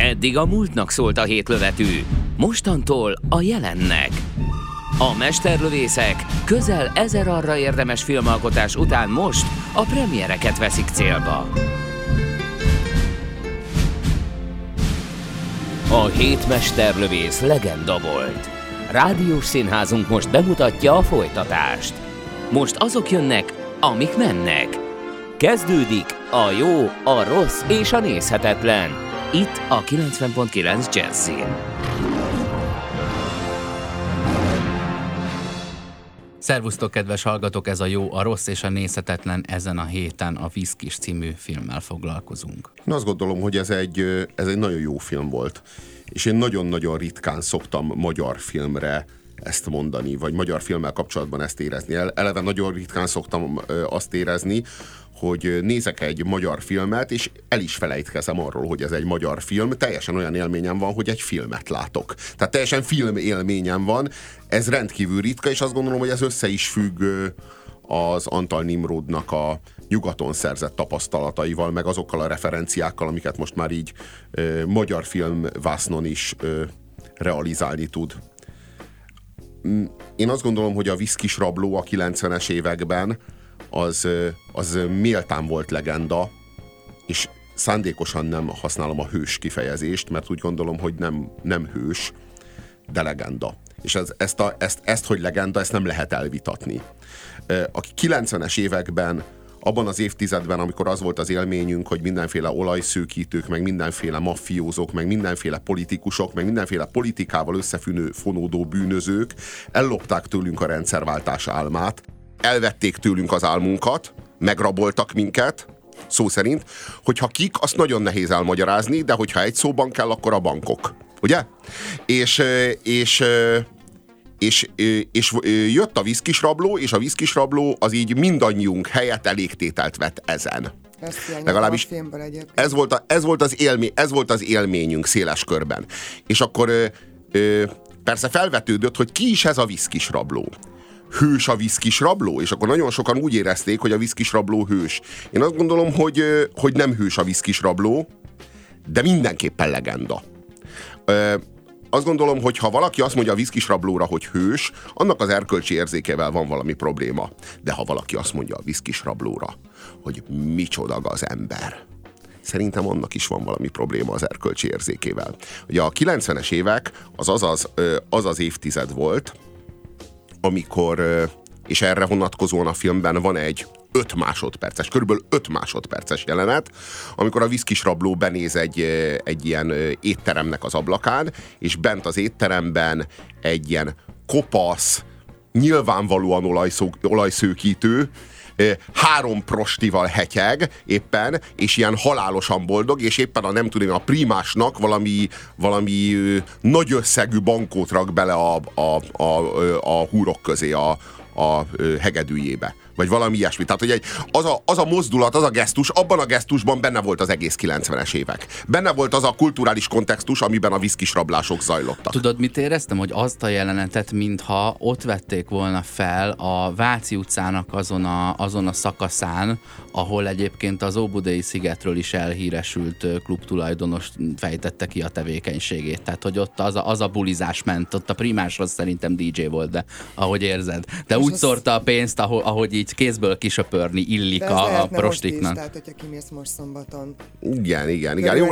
Eddig a múltnak szólt a hétlövetű, mostantól a jelennek. A mesterlövészek közel 1000 arra érdemes filmalkotás után most a premiereket veszik célba. A hét mesterlövész legenda volt. Rádiós színházunk most bemutatja a folytatást. Most azok jönnek, amik mennek. Kezdődik a jó, a rossz és a nézhetetlen. Itt a 90.9 Jazzin. Szervusztok, kedves hallgatók! Ez a jó, a rossz és a nézhetetlen. Ezen a héten a Viszkis című filmmel foglalkozunk. Én azt gondolom, hogy ez egy nagyon jó film volt. És én nagyon-nagyon ritkán szoktam magyar filmre ezt mondani, vagy magyar filmmel kapcsolatban ezt érezni. Eleve nagyon ritkán szoktam azt érezni, hogy nézek egy magyar filmet, és el is felejtkezem arról, hogy ez egy magyar film. Teljesen olyan élményem van, hogy egy filmet látok. Tehát teljesen film élményem van. Ez rendkívül ritka, és azt gondolom, hogy ez össze is függ az Antal Nimrodnak a nyugaton szerzett tapasztalataival, meg azokkal a referenciákkal, amiket most már így magyar filmvásznon is realizálni tud. Én azt gondolom, hogy a Viszkis rabló a 90-es években az méltán volt legenda, és szándékosan nem használom a hős kifejezést, mert úgy gondolom, hogy nem hős, de legenda. És ezt, hogy legenda, ezt nem lehet elvitatni. A 90-es években, abban az évtizedben, amikor az volt az élményünk, hogy mindenféle olajszőkítők, meg mindenféle maffiózók, meg mindenféle politikusok, meg mindenféle politikával összefonódó bűnözők ellopták tőlünk a rendszerváltás álmát, elvették tőlünk az álmunkat, megraboltak minket, szó szerint, hogyha kik, azt nagyon nehéz elmagyarázni, de hogyha egy szóban kell, akkor a bankok. Ugye? És jött a Viszkis rabló, és a Viszkis rabló az így mindannyiunk helyett elégtételt vett ezen. Legalábbis ez volt az élményünk széles körben. És akkor persze felvetődött, hogy ki is ez a Viszkis rabló. Hős a Viszkis rabló? És akkor nagyon sokan úgy érezték, hogy a Viszkis rabló hős. Én azt gondolom, hogy nem hős a Viszkis rabló, de mindenképpen legenda. Azt gondolom, hogy ha valaki azt mondja a Viszkis rablóra, hogy hős, annak az erkölcsi érzékével van valami probléma. De ha valaki azt mondja a Viszkis rablóra, hogy micsoda az ember, szerintem annak is van valami probléma az erkölcsi érzékével. Ugye a 90-es évek az évtized volt, amikor, és erre vonatkozóan a filmben van egy 5 másodperces, körülbelül 5 másodperces jelenet, amikor a Viszkis rabló benéz egy ilyen étteremnek az ablakán, és bent az étteremben egy ilyen kopasz, nyilvánvalóan olajszőkítő, 3 prostival hetyeg éppen, és ilyen halálosan boldog, és éppen a primásnak valami nagy összegű bankót rak bele a húrok közé a hegedűjébe. Vagy valami ilyesmi. Tehát, hogy az a mozdulat, az a gesztus, abban a gesztusban benne volt az egész 90-es évek. Benne volt az a kulturális kontextus, amiben a viszkis rablások zajlottak. Tudod, mit éreztem? Hogy azt a jelenetet, mintha ott vették volna fel a Váci utcának azon a szakaszán, ahol egyébként az Óbudai szigetről is elhíresült klubtulajdonos fejtette ki a tevékenységét. Tehát, hogy ott az a bulizás ment. Ott a primásra szerintem DJ volt, de ahogy érzed. De úgy szórta a pénzt, ahogy így kézből kisöpörni illik a prostiknak. Tehát, hogyha kimész most szombaton. Igen. Jó,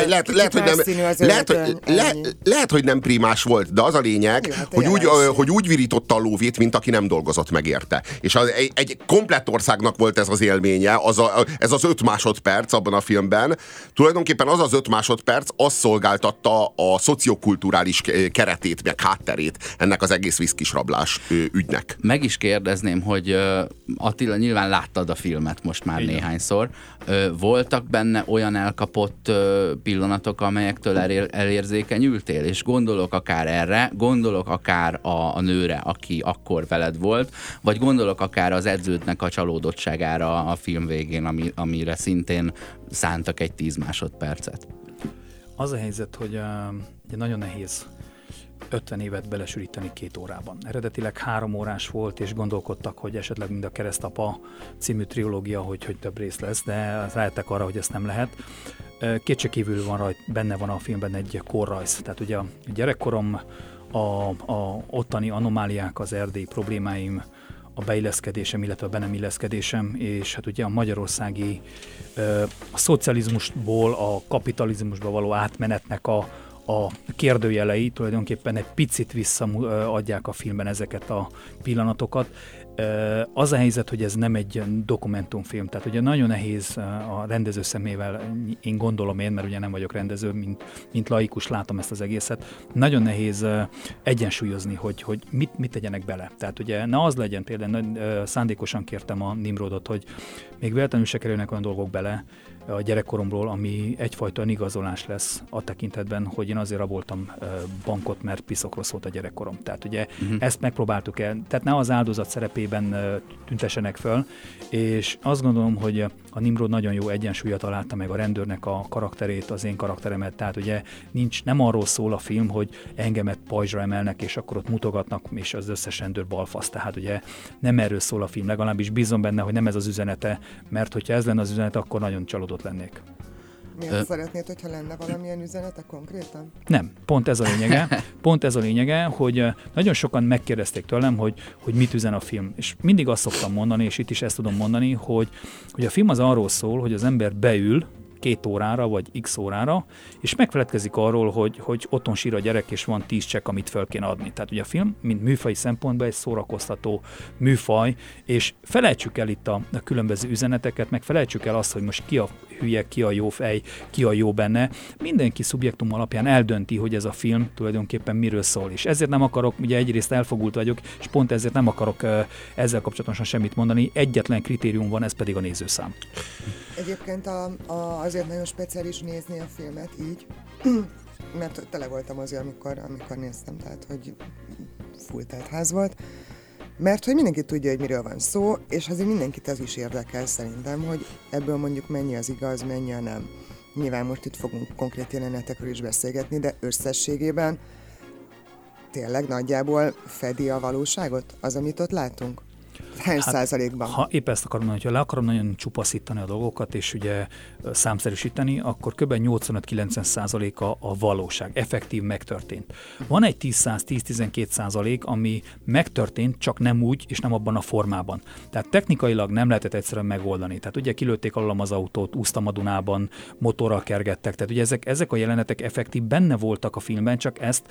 lehet, hogy nem primás volt, de az a lényeg, jó, hogy úgy virította a lóvét, mint aki nem dolgozott meg érte. És egy komplett országnak volt ez az élménye, ez az 5 másodperc abban a filmben. Tulajdonképpen az 5 másodperc, az szolgáltatta a szociokulturális keretét, meg hátterét ennek az egész viszkis rablás ügynek. Meg is kérdezném, hogy Attila, nyilván láttad a filmet most már néhányszor. Voltak benne olyan elkapott pillanatok, amelyektől elérzékenyültél? És gondolok akár erre, gondolok akár a nőre, aki akkor veled volt, vagy gondolok akár az edződnek a csalódottságára a film végén, amire szintén szántak egy 10 másodpercet. Az a helyzet, hogy nagyon nehéz 50 évet belesűríteni 2 órában. Eredetileg 3 órás volt, és gondolkodtak, hogy esetleg mind a Keresztapa című trilógia, hogy több rész lesz, de rájöttek arra, hogy ezt nem lehet. Kétségkívül benne van a filmben egy korrajz. Tehát ugye a gyerekkorom, a ottani anomáliák, az erdélyi problémáim, a beilleszkedésem, illetve a be nem illeszkedésem, és hát ugye a magyarországi a szocializmusból a kapitalizmusba való átmenetnek a kérdőjelei tulajdonképpen egy picit visszaadják a filmben ezeket a pillanatokat. Az a helyzet, hogy ez nem egy dokumentumfilm, tehát ugye nagyon nehéz a rendező szemével, én gondolom mert ugye nem vagyok rendező, mint laikus látom ezt az egészet, nagyon nehéz egyensúlyozni, hogy mit tegyenek bele. Tehát ugye ne az legyen, például szándékosan kértem a Nimrodot, hogy még véletlenül se kerülnek olyan dolgok bele a gyerekkoromról, ami egyfajta igazolás lesz a tekintetben, hogy én azért raboltam bankot, mert piszok rossz volt a gyerekkorom. Tehát ugye ezt megpróbáltuk el, tehát ne az áldozat szerepében tüntessenek föl, és azt gondolom, hogy a Nimrod nagyon jó egyensúlyat találta meg a rendőrnek a karakterét, az én karakteremet, tehát ugye nem arról szól a film, hogy engemet pajzsra emelnek, és akkor ott mutogatnak, és az összes rendőr balfasz, tehát ugye nem erről szól a film, legalábbis bízom benne, hogy nem ez az üzenete, mert hogyha ez lenne az üzenet, akkor nagyon csalódott lennék. Miért szeretnéd, hogyha lenne valamilyen üzenete konkrétan? Nem, pont ez a lényege. Pont ez a lényege, hogy nagyon sokan megkérdezték tőlem, hogy mit üzen a film. És mindig azt szoktam mondani, és itt is ezt tudom mondani, hogy a film az arról szól, hogy az ember beül 2 órára, vagy x órára, és megfeledkezik arról, hogy otthon sír a gyerek, és van 10 csekk, amit fel kéne adni. Tehát ugye a film, mint műfai szempontból egy szórakoztató műfaj, és felejtsük el itt a különböző üzeneteket, meg felejtsük el azt, hogy most ki a hülye, ki a jó fej, ki a jó benne. Mindenki szubjektum alapján eldönti, hogy ez a film tulajdonképpen miről szól. És ezért nem akarok, ugye egyrészt elfogult vagyok, és pont ezért nem akarok ezzel kapcsolatosan semmit mondani. Egyetlen kritérium van, ez pedig a nézőszám. Egyébként azért nagyon speciális nézni a filmet így, mert tele voltam azért, amikor néztem, tehát hogy full telt ház volt. Mert hogy mindenki tudja, hogy miről van szó, és azért mindenkit az is érdekel szerintem, hogy ebből mondjuk mennyi az igaz, mennyi a nem. Nyilván most itt fogunk konkrét jelenetekről is beszélgetni, de összességében tényleg nagyjából fedi a valóságot az, amit ott látunk? Hány százalékban? Ha épp ezt akarom mondani, hogyha le akarom nagyon csupaszítani a dolgokat, és ugye számszerűsíteni, akkor kb. 85-90% a valóság, effektív megtörtént. Van egy 10-12%, ami megtörtént, csak nem úgy, és nem abban a formában. Tehát technikailag nem lehetett egyszerűen megoldani. Tehát ugye kilőtték alulom az autót, úsztam a Dunában, motorral kergettek. Tehát ugye ezek a jelenetek effektív benne voltak a filmben, csak ezt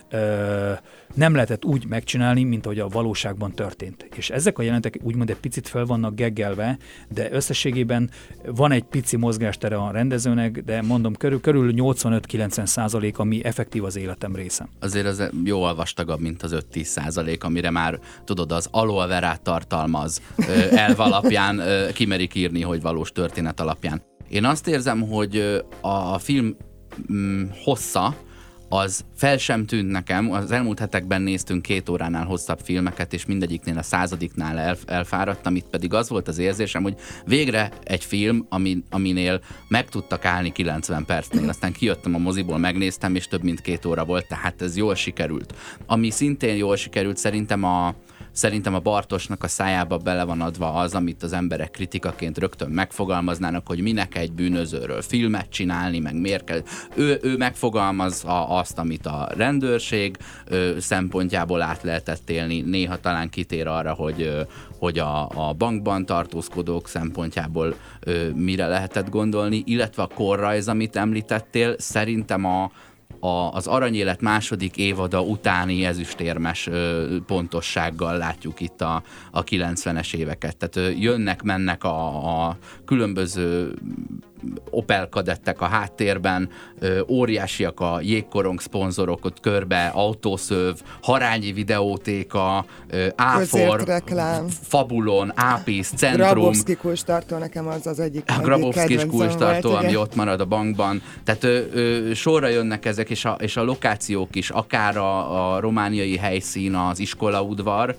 nem lehetett úgy megcsinálni, mint ahogy a valóságban történt. És ezek a jelenetek úgymond egy picit fel vannak geggelve, de összességében van egy pici mozgástere a rendezőnek, de mondom, körül 85-90%, ami effektív az életem része. Azért az jóval vastagabb, mint az 5-10%, amire már tudod, az aloe verát tartalmaz, elv alapján kimerik írni, hogy valós történet alapján. Én azt érzem, hogy a film hossza, az fel sem tűnt nekem. Az elmúlt hetekben néztünk 2 óránál hosszabb filmeket, és mindegyiknél a 100-nál elfáradtam, itt pedig az volt az érzésem, hogy végre egy film, aminél meg tudtak állni 90 percnél. Aztán kijöttem a moziból, megnéztem, és több mint 2 óra volt, tehát ez jól sikerült. Ami szintén jól sikerült, szerintem a Bartosnak a szájába bele van adva az, amit az emberek kritikaként rögtön megfogalmaznának, hogy minek egy bűnözőről filmet csinálni, meg miért kell. Ő megfogalmazza azt, amit a rendőrség szempontjából át lehetett élni. Néha talán kitér arra, hogy a bankban tartózkodók szempontjából mire lehetett gondolni, illetve a korrajz, amit említettél, szerintem az Aranyélet második évada utáni ezüstérmes pontossággal látjuk itt a 90-es éveket. Tehát jönnek-mennek a különböző Opel kadettek a háttérben, óriásiak a jégkorong szponzorok ott körbe, autószöv, Harányi videótéka, Áfor, Fabulon, Ápisz, Centrum. Grabowski kulcstartó nekem az egyik Grabowski kulcstartó, ami ott marad a bankban. Tehát sorra jönnek ezek, és a lokációk is, akár a romániai helyszín, az iskolaudvar,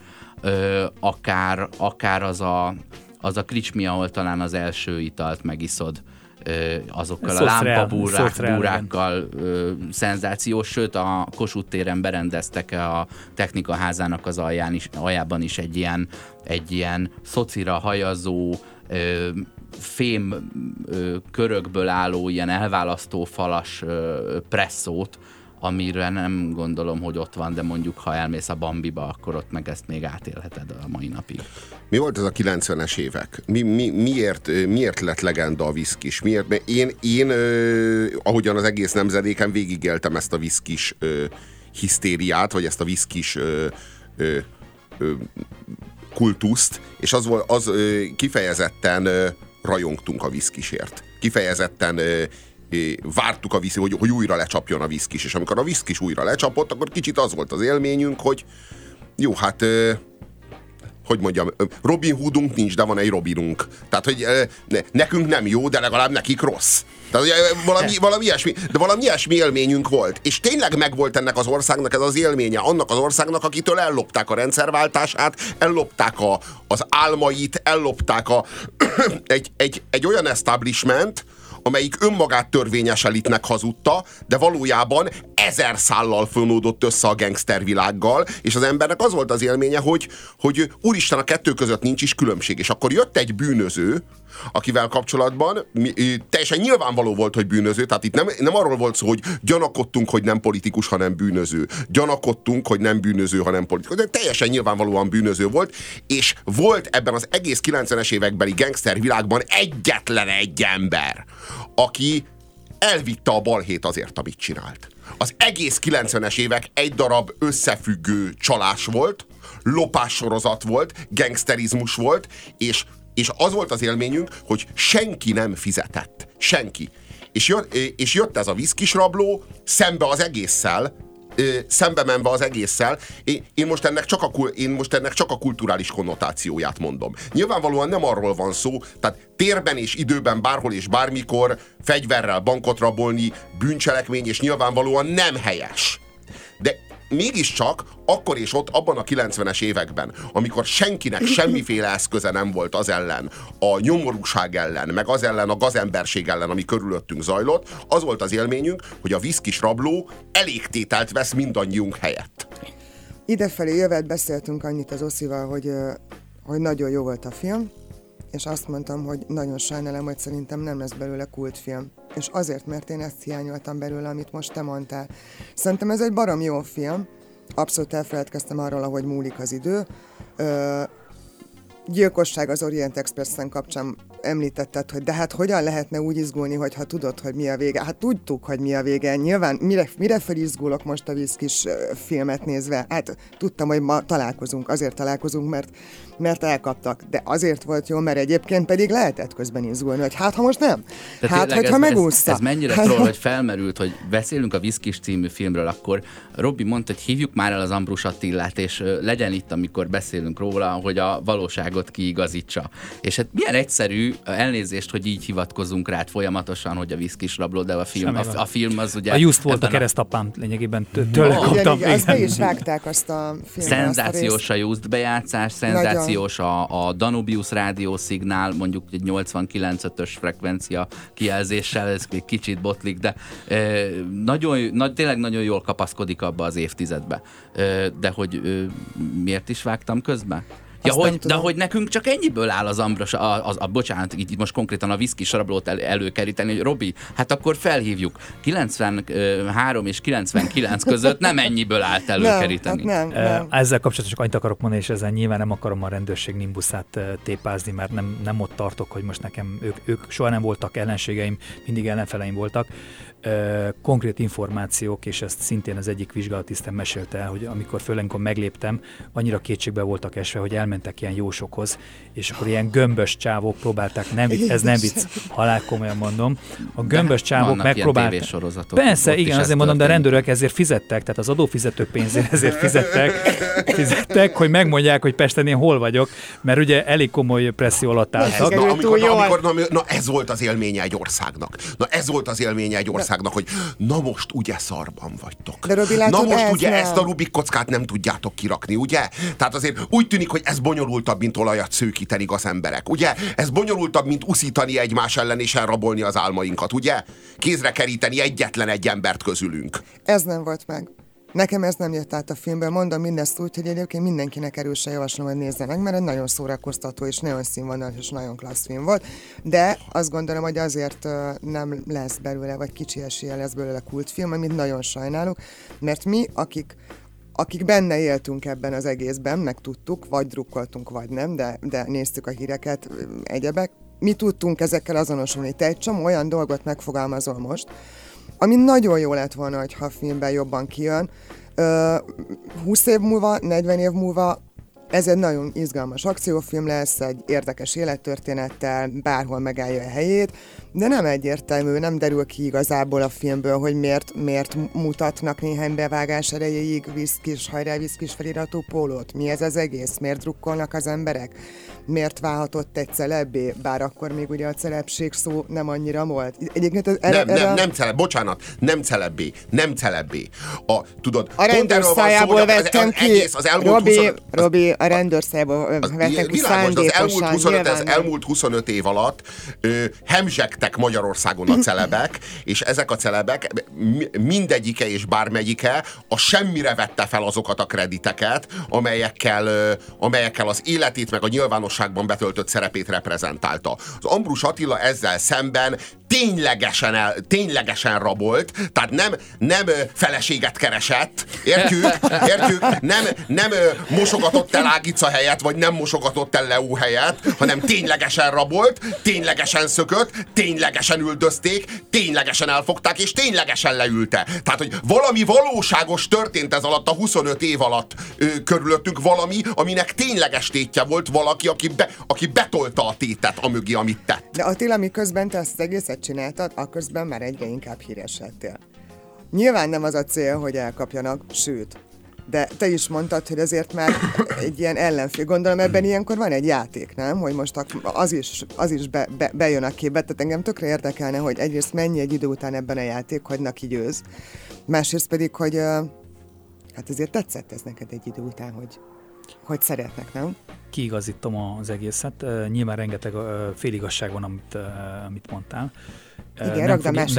akár az a kricsmi, ahol talán az első italt megiszod, azokkal a lámpabúrákkal szenzációs, sőt a Kossuth téren berendeztek a Technikaházának az aljában is egy ilyen szocira hajazó, fém körökből álló ilyen elválasztó falas presszót, amire nem gondolom, hogy ott van, de mondjuk, ha elmész a Bambiba, akkor ott meg ezt még átélheted a mai napig. Mi volt ez a 90-es évek? Miért lett legenda a viszkis? Miért? Mert én ahogyan az egész nemzedéken végigéltem ezt a viszkis hisztériát, vagy ezt a viszkis kultuszt, és az kifejezetten rajongtunk a viszkisért. Kifejezetten vártuk a viszki, hogy újra lecsapjon a viszkis, és amikor a viszkis újra lecsapott, akkor kicsit az volt az élményünk, hogy jó, hát hogy mondjam, Robin Hoodunk nincs, de van egy Robinunk. Tehát, hogy nekünk nem jó, de legalább nekik rossz. Tehát valami ilyesmi élményünk volt. És tényleg megvolt ennek az országnak ez az élménye, annak az országnak, akitől ellopták a rendszerváltását, ellopták az álmait, ellopták egy olyan establishment, amelyik önmagát törvényes elitnek hazudta, de valójában 1000 szállal fonódott össze a gangstervilággal, és az embernek az volt az élménye, hogy úristen, a kettő között nincs is különbség. És akkor jött egy bűnöző, akivel kapcsolatban teljesen nyilvánvaló volt, hogy bűnöző, tehát itt nem arról volt szó, hogy gyanakodtunk, hogy nem politikus, hanem bűnöző. Gyanakodtunk, hogy nem bűnöző, hanem politikus. De teljesen nyilvánvalóan bűnöző volt, és volt ebben az egész 90-es évekbeli gangstervilágban egyetlen egy ember, aki elvitte a balhét azért, amit csinált. Az egész 90-es évek egy darab összefüggő csalás volt, lopássorozat volt, gangsterizmus volt, és az volt az élményünk, hogy senki nem fizetett. Senki. És jött ez a viszkis rabló szembe az egésszel, szembe menve az egésszel. Én most ennek csak a kulturális konnotációját mondom. Nyilvánvalóan nem arról van szó, tehát térben és időben, bárhol és bármikor fegyverrel bankot rabolni bűncselekmény, és nyilvánvalóan nem helyes. De mégiscsak akkor és ott, abban a 90-es években, amikor senkinek semmiféle eszköze nem volt az ellen, a nyomorúság ellen, meg az ellen, a gazemberség ellen, ami körülöttünk zajlott, az volt az élményünk, hogy a viszkis rabló elégtételt vesz mindannyiunk helyett. Idefelé jövet beszéltünk annyit az Oszival, hogy nagyon jó volt a film, és azt mondtam, hogy nagyon sajnálom, hogy szerintem nem lesz belőle kultfilm. És azért, mert én ezt hiányoltam belőle, amit most te mondtál. Szerintem ez egy barom jó film. Abszolút elfeledkeztem arról, ahogy múlik az idő. Gyilkosság az Orient Expressen kapcsán említetted, hogy de hát hogyan lehetne úgy izgulni, hogyha tudod, hogy mi a vége? Hát tudtuk, hogy mi a vége. Nyilván mire felizgulok most a viszkis filmet nézve? Hát tudtam, hogy ma találkozunk, azért találkozunk, mert elkaptak. De azért volt jó, mert egyébként pedig lehetett közben izgulni, hogy hát ha most nem. De hát, hogyha megúszta. Ez mennyire troll, hogy felmerült, hogy beszélünk a Viszkis című filmről, akkor Robi mondta, hogy hívjuk már el az Ambrus Attillát, és legyen itt, amikor beszélünk róla, hogy a valóságot kiigazítsa. És hát milyen egyszerű, elnézést, hogy így hivatkozunk rád folyamatosan, hogy a Viszkis rabló, de a film az ugye... A Just volt a keresztapám, lényegében tőle kaptam. Igen, azt be is vágták azt a filmet. Szenzációs a Just bejátszás, szenzációs a Danubius rádiószignál, mondjuk egy 89-ös frekvencia kijelzéssel, ez egy kicsit botlik, de tényleg nagyon jól kapaszkodik abba az évtizedbe. De hogy miért is vágtam közben? De hogy nekünk csak ennyiből áll az Ambros, bocsánat, így most konkrétan a viszkis rablót előkeríteni, hogy Robi, hát akkor felhívjuk. 93 és 99 között nem ennyiből állt előkeríteni. Nem. Ezzel kapcsolatban csak annyit akarok mondani, és ezzel nyilván nem akarom a rendőrség nimbuszát tépázni, mert nem ott tartok, hogy most nekem ők soha nem voltak ellenségeim, mindig ellenfeleim voltak. Konkrét információk, és ezt szintén az egyik vizsgálatisztem mesélte el, hogy amikor megléptem, annyira kétségbe voltak esve, hogy elmentek ilyen jósokhoz, és akkor ilyen gömbös csávók próbálták, ez nem vicc, halál komolyan mondom, a gömbös csávók megpróbálták. Persze, igen, azért mondom, de a rendőrök ezért fizettek, tehát az adófizetők pénzért ezért fizettek, hogy megmondják, hogy Pesten én hol vagyok, mert ugye elég komoly presszió alatt álltak. Ez volt az élménye egy országnak. Hogy na most ugye szarban vagytok. De Robi, látod, na most ugye ezt a Rubik kockát nem tudjátok kirakni, ugye? Tehát azért úgy tűnik, hogy ez bonyolultabb, mint olajat szőkíteni az emberek, ugye? Ez bonyolultabb, mint uszítani egymás ellen és elrabolni az álmainkat, ugye? Kézre keríteni egyetlen egy embert közülünk. Ez nem volt meg. Nekem ez nem jött át a filmből, mondom mindezt úgy, hogy egyébként mindenkinek erősen javaslom, hogy nézze meg, mert egy nagyon szórakoztató és nagyon színvonalas és nagyon klassz film volt, de azt gondolom, hogy azért nem lesz belőle, vagy kicsi esélye lesz belőle kultfilm, amit nagyon sajnálok, mert mi, akik benne éltünk ebben az egészben, meg tudtuk, vagy drukkoltunk, vagy nem, de néztük a híreket, egyebek, mi tudtunk ezekkel azonosulni. Te egy csomó olyan dolgot megfogalmazol most, ami nagyon jó lett volna, ha a filmben jobban kijön. 20 év múlva, 40 év múlva ez egy nagyon izgalmas akciófilm lesz, egy érdekes élettörténettel, bárhol megállja a helyét, de nem egyértelmű, nem derül ki igazából a filmből, hogy miért mutatnak néhány bevágás erejéig hajrá viszkis feliratú pólót. Mi ez az egész? Miért drukkolnak az emberek? Miért válhatott egy celebbé? Bár akkor még ugye a celebség szó nem annyira volt. Egyébként nem celebbé. Tudod, a rendőr szájából vettem ki. Robi, a rendőr szájából vettem ki szándékosan. Az elmúlt 25 év alatt hemzsegtek Magyarországon a celebek, és ezek a celebek mindegyike és bármelyike a semmire vette fel azokat a krediteket, amelyekkel az életét meg a nyilvánosságban betöltött szerepét reprezentálta. Az Ambrus Attila ezzel szemben ténylegesen rabolt, tehát nem feleséget keresett, értjük? Nem mosogatott el Ágica helyett, vagy nem mosogatott el Leó helyett, hanem ténylegesen rabolt, ténylegesen szökött, ténylegesen üldözték, ténylegesen elfogták, és ténylegesen leülte. Tehát, hogy valami valóságos történt ez alatt a 25 év alatt körülöttünk, valami, aminek tényleges tétje volt, valaki, aki betolta a tétet amögé, amit tett. De Attila, miközben te ezt az egészet csináltad, akközben már egyre inkább híres lettél. Nyilván nem az a cél, hogy elkapjanak, sőt, de te is mondtad, hogy azért már egy ilyen ellenfél. Gondolom, ebben ilyenkor van egy játék, nem? Hogy most az is bejön a képbe. Tehát engem tökre érdekelne, hogy egyrészt mennyi egy idő után ebben a játék, hogy na kigyőz. Másrészt pedig, hogy hát azért tetszett ez neked egy idő után, hogy szeretnek, nem? Kiigazítom az egészet. Nyilván rengeteg féligasság van, amit mondtál. Igen,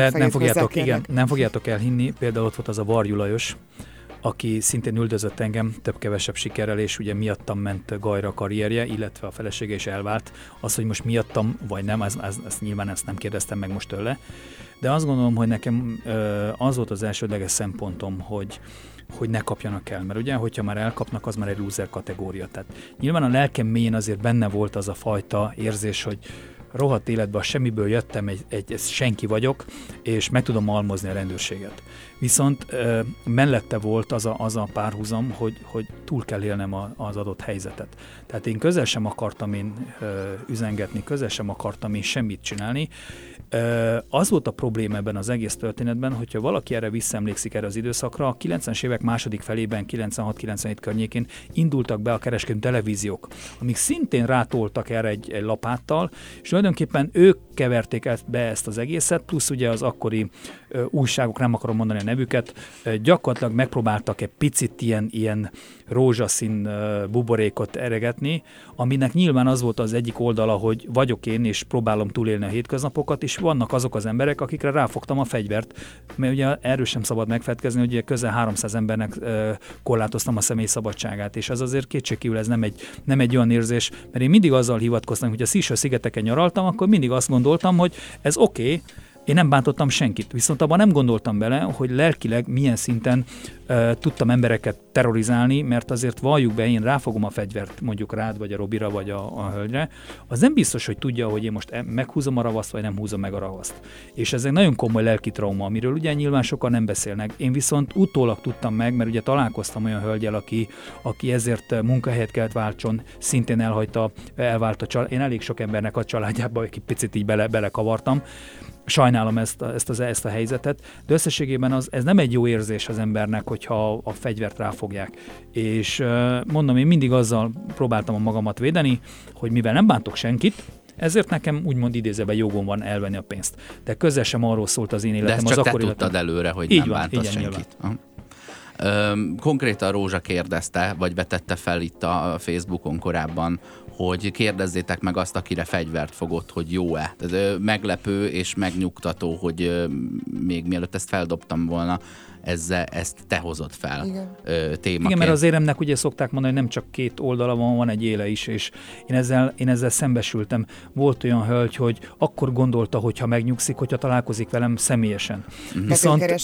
nem fogjátok elhinni, például ott volt az a Varjú Lajos, aki szintén üldözött engem több-kevesebb sikerrel, és ugye miattam ment gajra a karrierje, illetve a felesége is elvált. Az, hogy most miattam, vagy nem, ezt nyilván ezt nem kérdeztem meg most tőle. De azt gondolom, hogy nekem az volt az elsődleges szempontom, hogy ne kapjanak el. Mert ugye, hogyha már elkapnak, az már egy loser kategória. Tehát nyilván a lelkem mélyén azért benne volt az a fajta érzés, hogy rohadt életben a semmiből jöttem, egy senki vagyok, és meg tudom almozni a rendőrséget. Viszont mellette volt az a párhuzam, hogy túl kell élnem az adott helyzetet. Tehát én közel sem akartam üzengetni, közel sem akartam én semmit csinálni. Az volt a probléma ebben az egész történetben, hogyha valaki erre visszaemlékszik erre az időszakra, a 90-es évek második felében, 96-97 környékén indultak be a kereskedelmi televíziók, amik szintén rátoltak erre egy lapáttal, és tulajdonképpen ők keverték be ezt az egészet, plusz ugye az akkori újságok, nem akarom mondani a nevüket, gyakorlatilag megpróbáltak egy picit ilyen rózsaszín buborékot eregetni, aminek nyilván az volt az egyik oldala, hogy vagyok én, és próbálom túlélni a hétköznapokat, és vannak azok az emberek, akikre ráfogtam a fegyvert, mert ugye erről sem szabad megfelelkezni, hogy ugye közel 300 embernek korlátoztam a személy szabadságát, és ez azért kétségkívül ez nem egy olyan érzés, mert én mindig azzal hivatkoztam, hogy a Seychelles-szigeteken nyaraltam, akkor mindig azt gondoltam, hogy ez oké, én nem bántottam senkit, viszont abban nem gondoltam bele, hogy lelkileg milyen szinten tudtam embereket terrorizálni, mert azért valljuk be, én ráfogom a fegyvert mondjuk rád, vagy a Robira, vagy a hölgyre, az nem biztos, hogy tudja, hogy én most meghúzom a ravaszt, vagy nem húzom meg a ravaszt. És ez egy nagyon komoly lelki trauma, amiről ugye nyilván sokan nem beszélnek. Én viszont utólag tudtam meg, mert ugye találkoztam olyan hölgyel, aki ezért munkahelyet kellett váltson, szintén elvált a család. Én elég sok embernek a családjába egy picit így belekavartam. Sajnálom ezt a helyzetet, de összességében ez nem egy jó érzés az embernek, hogyha a fegyvert ráfogják. És mondom, én mindig azzal próbáltam a magamat védeni, hogy mivel nem bántok senkit, ezért nekem úgymond idézőben jogom van elvenni a pénzt. De közel sem arról szólt az én életem. De ezt csak te tudtad előre, hogy így nem bántasz senkit. Konkrétan Rózsa kérdezte, vagy betette fel itt a Facebookon korábban, hogy kérdezzétek meg azt, akire fegyvert fogott, hogy jó-e. Ez meglepő és megnyugtató, hogy még mielőtt ezt feldobtam volna, ezt te hozod fel témaként. Igen, mert az éremnek ugye szokták mondani, hogy nem csak két oldala van egy éle is, és én ezzel szembesültem. Volt olyan hölgy, hogy akkor gondolta, hogy ha megnyugszik, hogyha találkozik velem személyesen. Viszont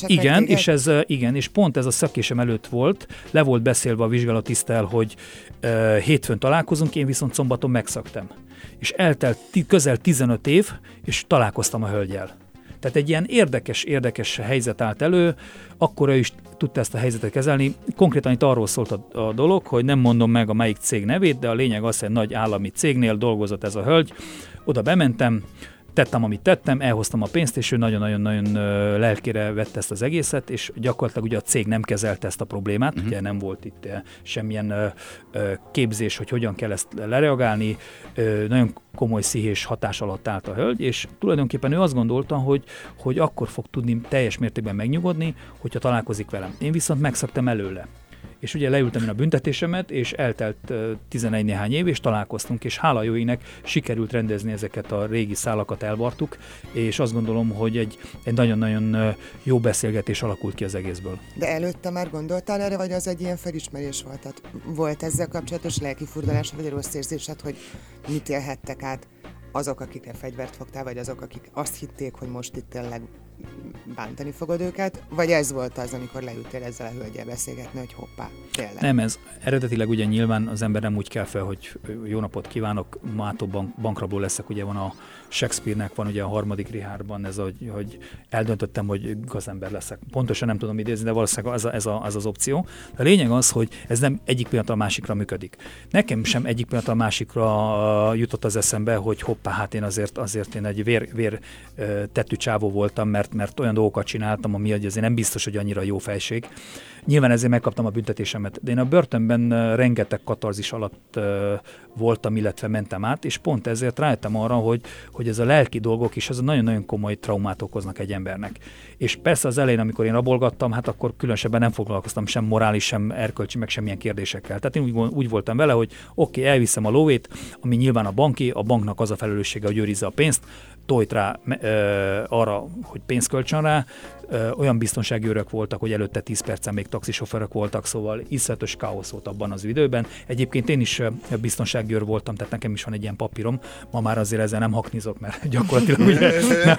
igen, és pont ez a szakkésem előtt volt, le volt beszélve a vizsgálatiszttel, hogy hétfőn találkozunk, én viszont szombaton megszaktam. És eltelt közel 15 év, és találkoztam a hölgyel. Tehát egy ilyen érdekes helyzet állt elő, akkor ő is tudta ezt a helyzetet kezelni. Konkrétan itt arról szólt a dolog, hogy nem mondom meg a melyik cég nevét, de a lényeg az, hogy egy nagy állami cégnél dolgozott ez a hölgy. Oda bementem, tettem, amit tettem, elhoztam a pénzt, és ő nagyon-nagyon lelkére vette ezt az egészet, és gyakorlatilag ugye a cég nem kezelte ezt a problémát, ugye nem volt itt semmilyen képzés, hogy hogyan kell ezt lereagálni, nagyon komoly pszichés hatás alatt állt a hölgy, és tulajdonképpen ő azt gondolta, hogy akkor fog tudni teljes mértékben megnyugodni, hogyha találkozik velem. Én viszont megszaktam előle. És ugye leültem én a büntetésemet, és eltelt 11 néhány év, és találkoztunk, és hála jó ének sikerült rendezni ezeket a régi szálakat, elvartuk, és azt gondolom, hogy egy nagyon-nagyon jó beszélgetés alakult ki az egészből. De előtte már gondoltál erre, vagy az egy ilyen felismerés volt? Tehát volt ezzel kapcsolatos lelkifurdalás, vagy rossz érzésed, hogy mit élhettek át azok, akikre fegyvert fogtál, vagy azok, akik azt hitték, hogy most itt tényleg bántani fogod őket, vagy ez volt az, amikor leültél ezzel a hölgyel beszélgetni, hogy hoppá, tényleg? Nem, ez eredetileg ugye nyilván az ember nem úgy kell fel, hogy jó napot kívánok, mától bankrabló leszek, ugye van a Shakespeare-nek van ugye a 3. Richardban ez, hogy eldöntöttem, hogy gazember leszek. Pontosan nem tudom idézni, de valószínűleg ez az opció. De a lényeg az, hogy ez nem egyik pillanatra a másikra működik. Nekem sem egyik pillanatra a másikra jutott az eszembe, hogy hoppá, hát én azért én egy vér tettű csávó voltam, mert olyan dolgokat csináltam, ami azért nem biztos, hogy annyira jó fejség. Nyilván ezért megkaptam a büntetésemet, de én a börtönben rengeteg katarzis alatt voltam, illetve mentem át, és pont ezért rájöttem arra, hogy ez a lelki dolgok is, ez a nagyon-nagyon komoly traumát okoznak egy embernek. És persze az elején, amikor én rabolgattam, hát akkor különösebben nem foglalkoztam sem morális, sem erkölcsi, meg semmilyen kérdésekkel. Tehát én úgy voltam vele, hogy oké, elviszem a lóvét, ami nyilván a banki, a banknak az a felelőssége, hogy őrizze a pénzt, tojt rá arra, hogy pénzt költsön rá, olyan biztonsági őrök voltak, hogy előtte 10 percen még taxisofőrök voltak, szóval iszletes káosz volt abban az időben. Egyébként én is biztonsági őr voltam, tehát nekem is van egy ilyen papírom. Ma már azért ezzel nem haknizok, mert gyakorlatilag ugye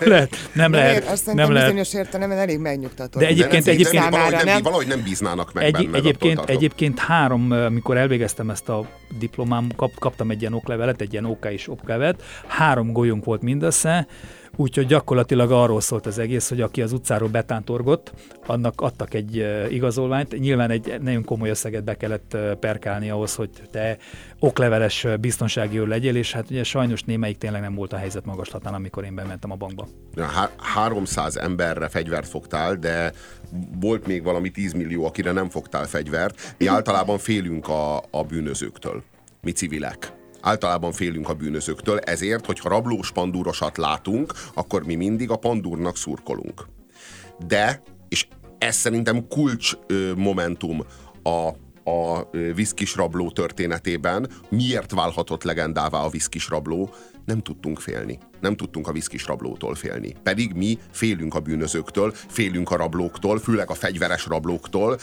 nem lehet. Azt bizonyos értelemben elég megnyugtató. De egyébként valahogy nem bíznának meg benned. Egyébként amikor elvégeztem ezt a diplomám, kaptam egy ilyen oklevelet, egy ilyen OK és oklevelet, 3 golyónk volt mindössze, úgyhogy gyakorlatilag arról szólt az egész, hogy aki az utcáról betántorgott, annak adtak egy igazolványt. Nyilván egy nagyon komoly összeget be kellett perkálni ahhoz, hogy te okleveles biztonsági őr legyél, és hát ugye sajnos némelyik tényleg nem volt a helyzet magaslatán, amikor én bementem a bankba. 300 emberre fegyvert fogtál, de volt még valami 10 millió, akire nem fogtál fegyvert. Mi általában félünk a bűnözőktől. Mi civilek. Általában félünk a bűnözőktől, ezért, hogyha rablós pandúrosat látunk, akkor mi mindig a pandúrnak szurkolunk. De, és ez szerintem kulcs momentum a viszkis rabló történetében, miért válhatott legendává a viszkis rabló, nem tudtunk félni. Nem tudtunk a viszkis rablótól félni. Pedig mi félünk a bűnözőktől, félünk a rablóktól, főleg a fegyveres rablóktól,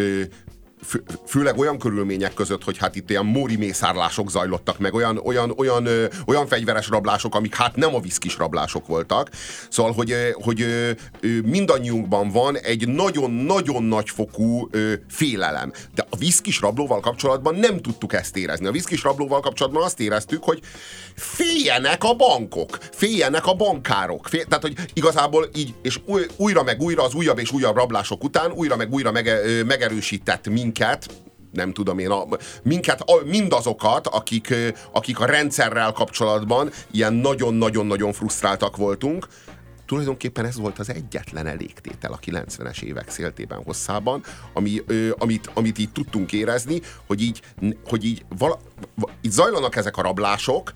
főleg olyan körülmények között, hogy hát itt ilyen móri mészárlások zajlottak meg, olyan fegyveres rablások, amik hát nem a viszkis rablások voltak. Szóval, hogy mindannyiunkban van egy nagyon-nagyon nagyfokú félelem. De a viszkis rablóval kapcsolatban nem tudtuk ezt érezni. A viszkis rablóval kapcsolatban azt éreztük, hogy féljenek a bankok, féljenek a bankárok. Tehát, hogy igazából így, és újra meg újra az újabb és újabb rablások után újra meg újra megerősített minket, nem tudom én, mindazokat, akik a rendszerrel kapcsolatban ilyen nagyon-nagyon-nagyon frusztráltak voltunk. Tulajdonképpen ez volt az egyetlen elégtétel a 90-es évek széltében hosszában, amit így tudtunk érezni, hogy így zajlanak ezek a rablások,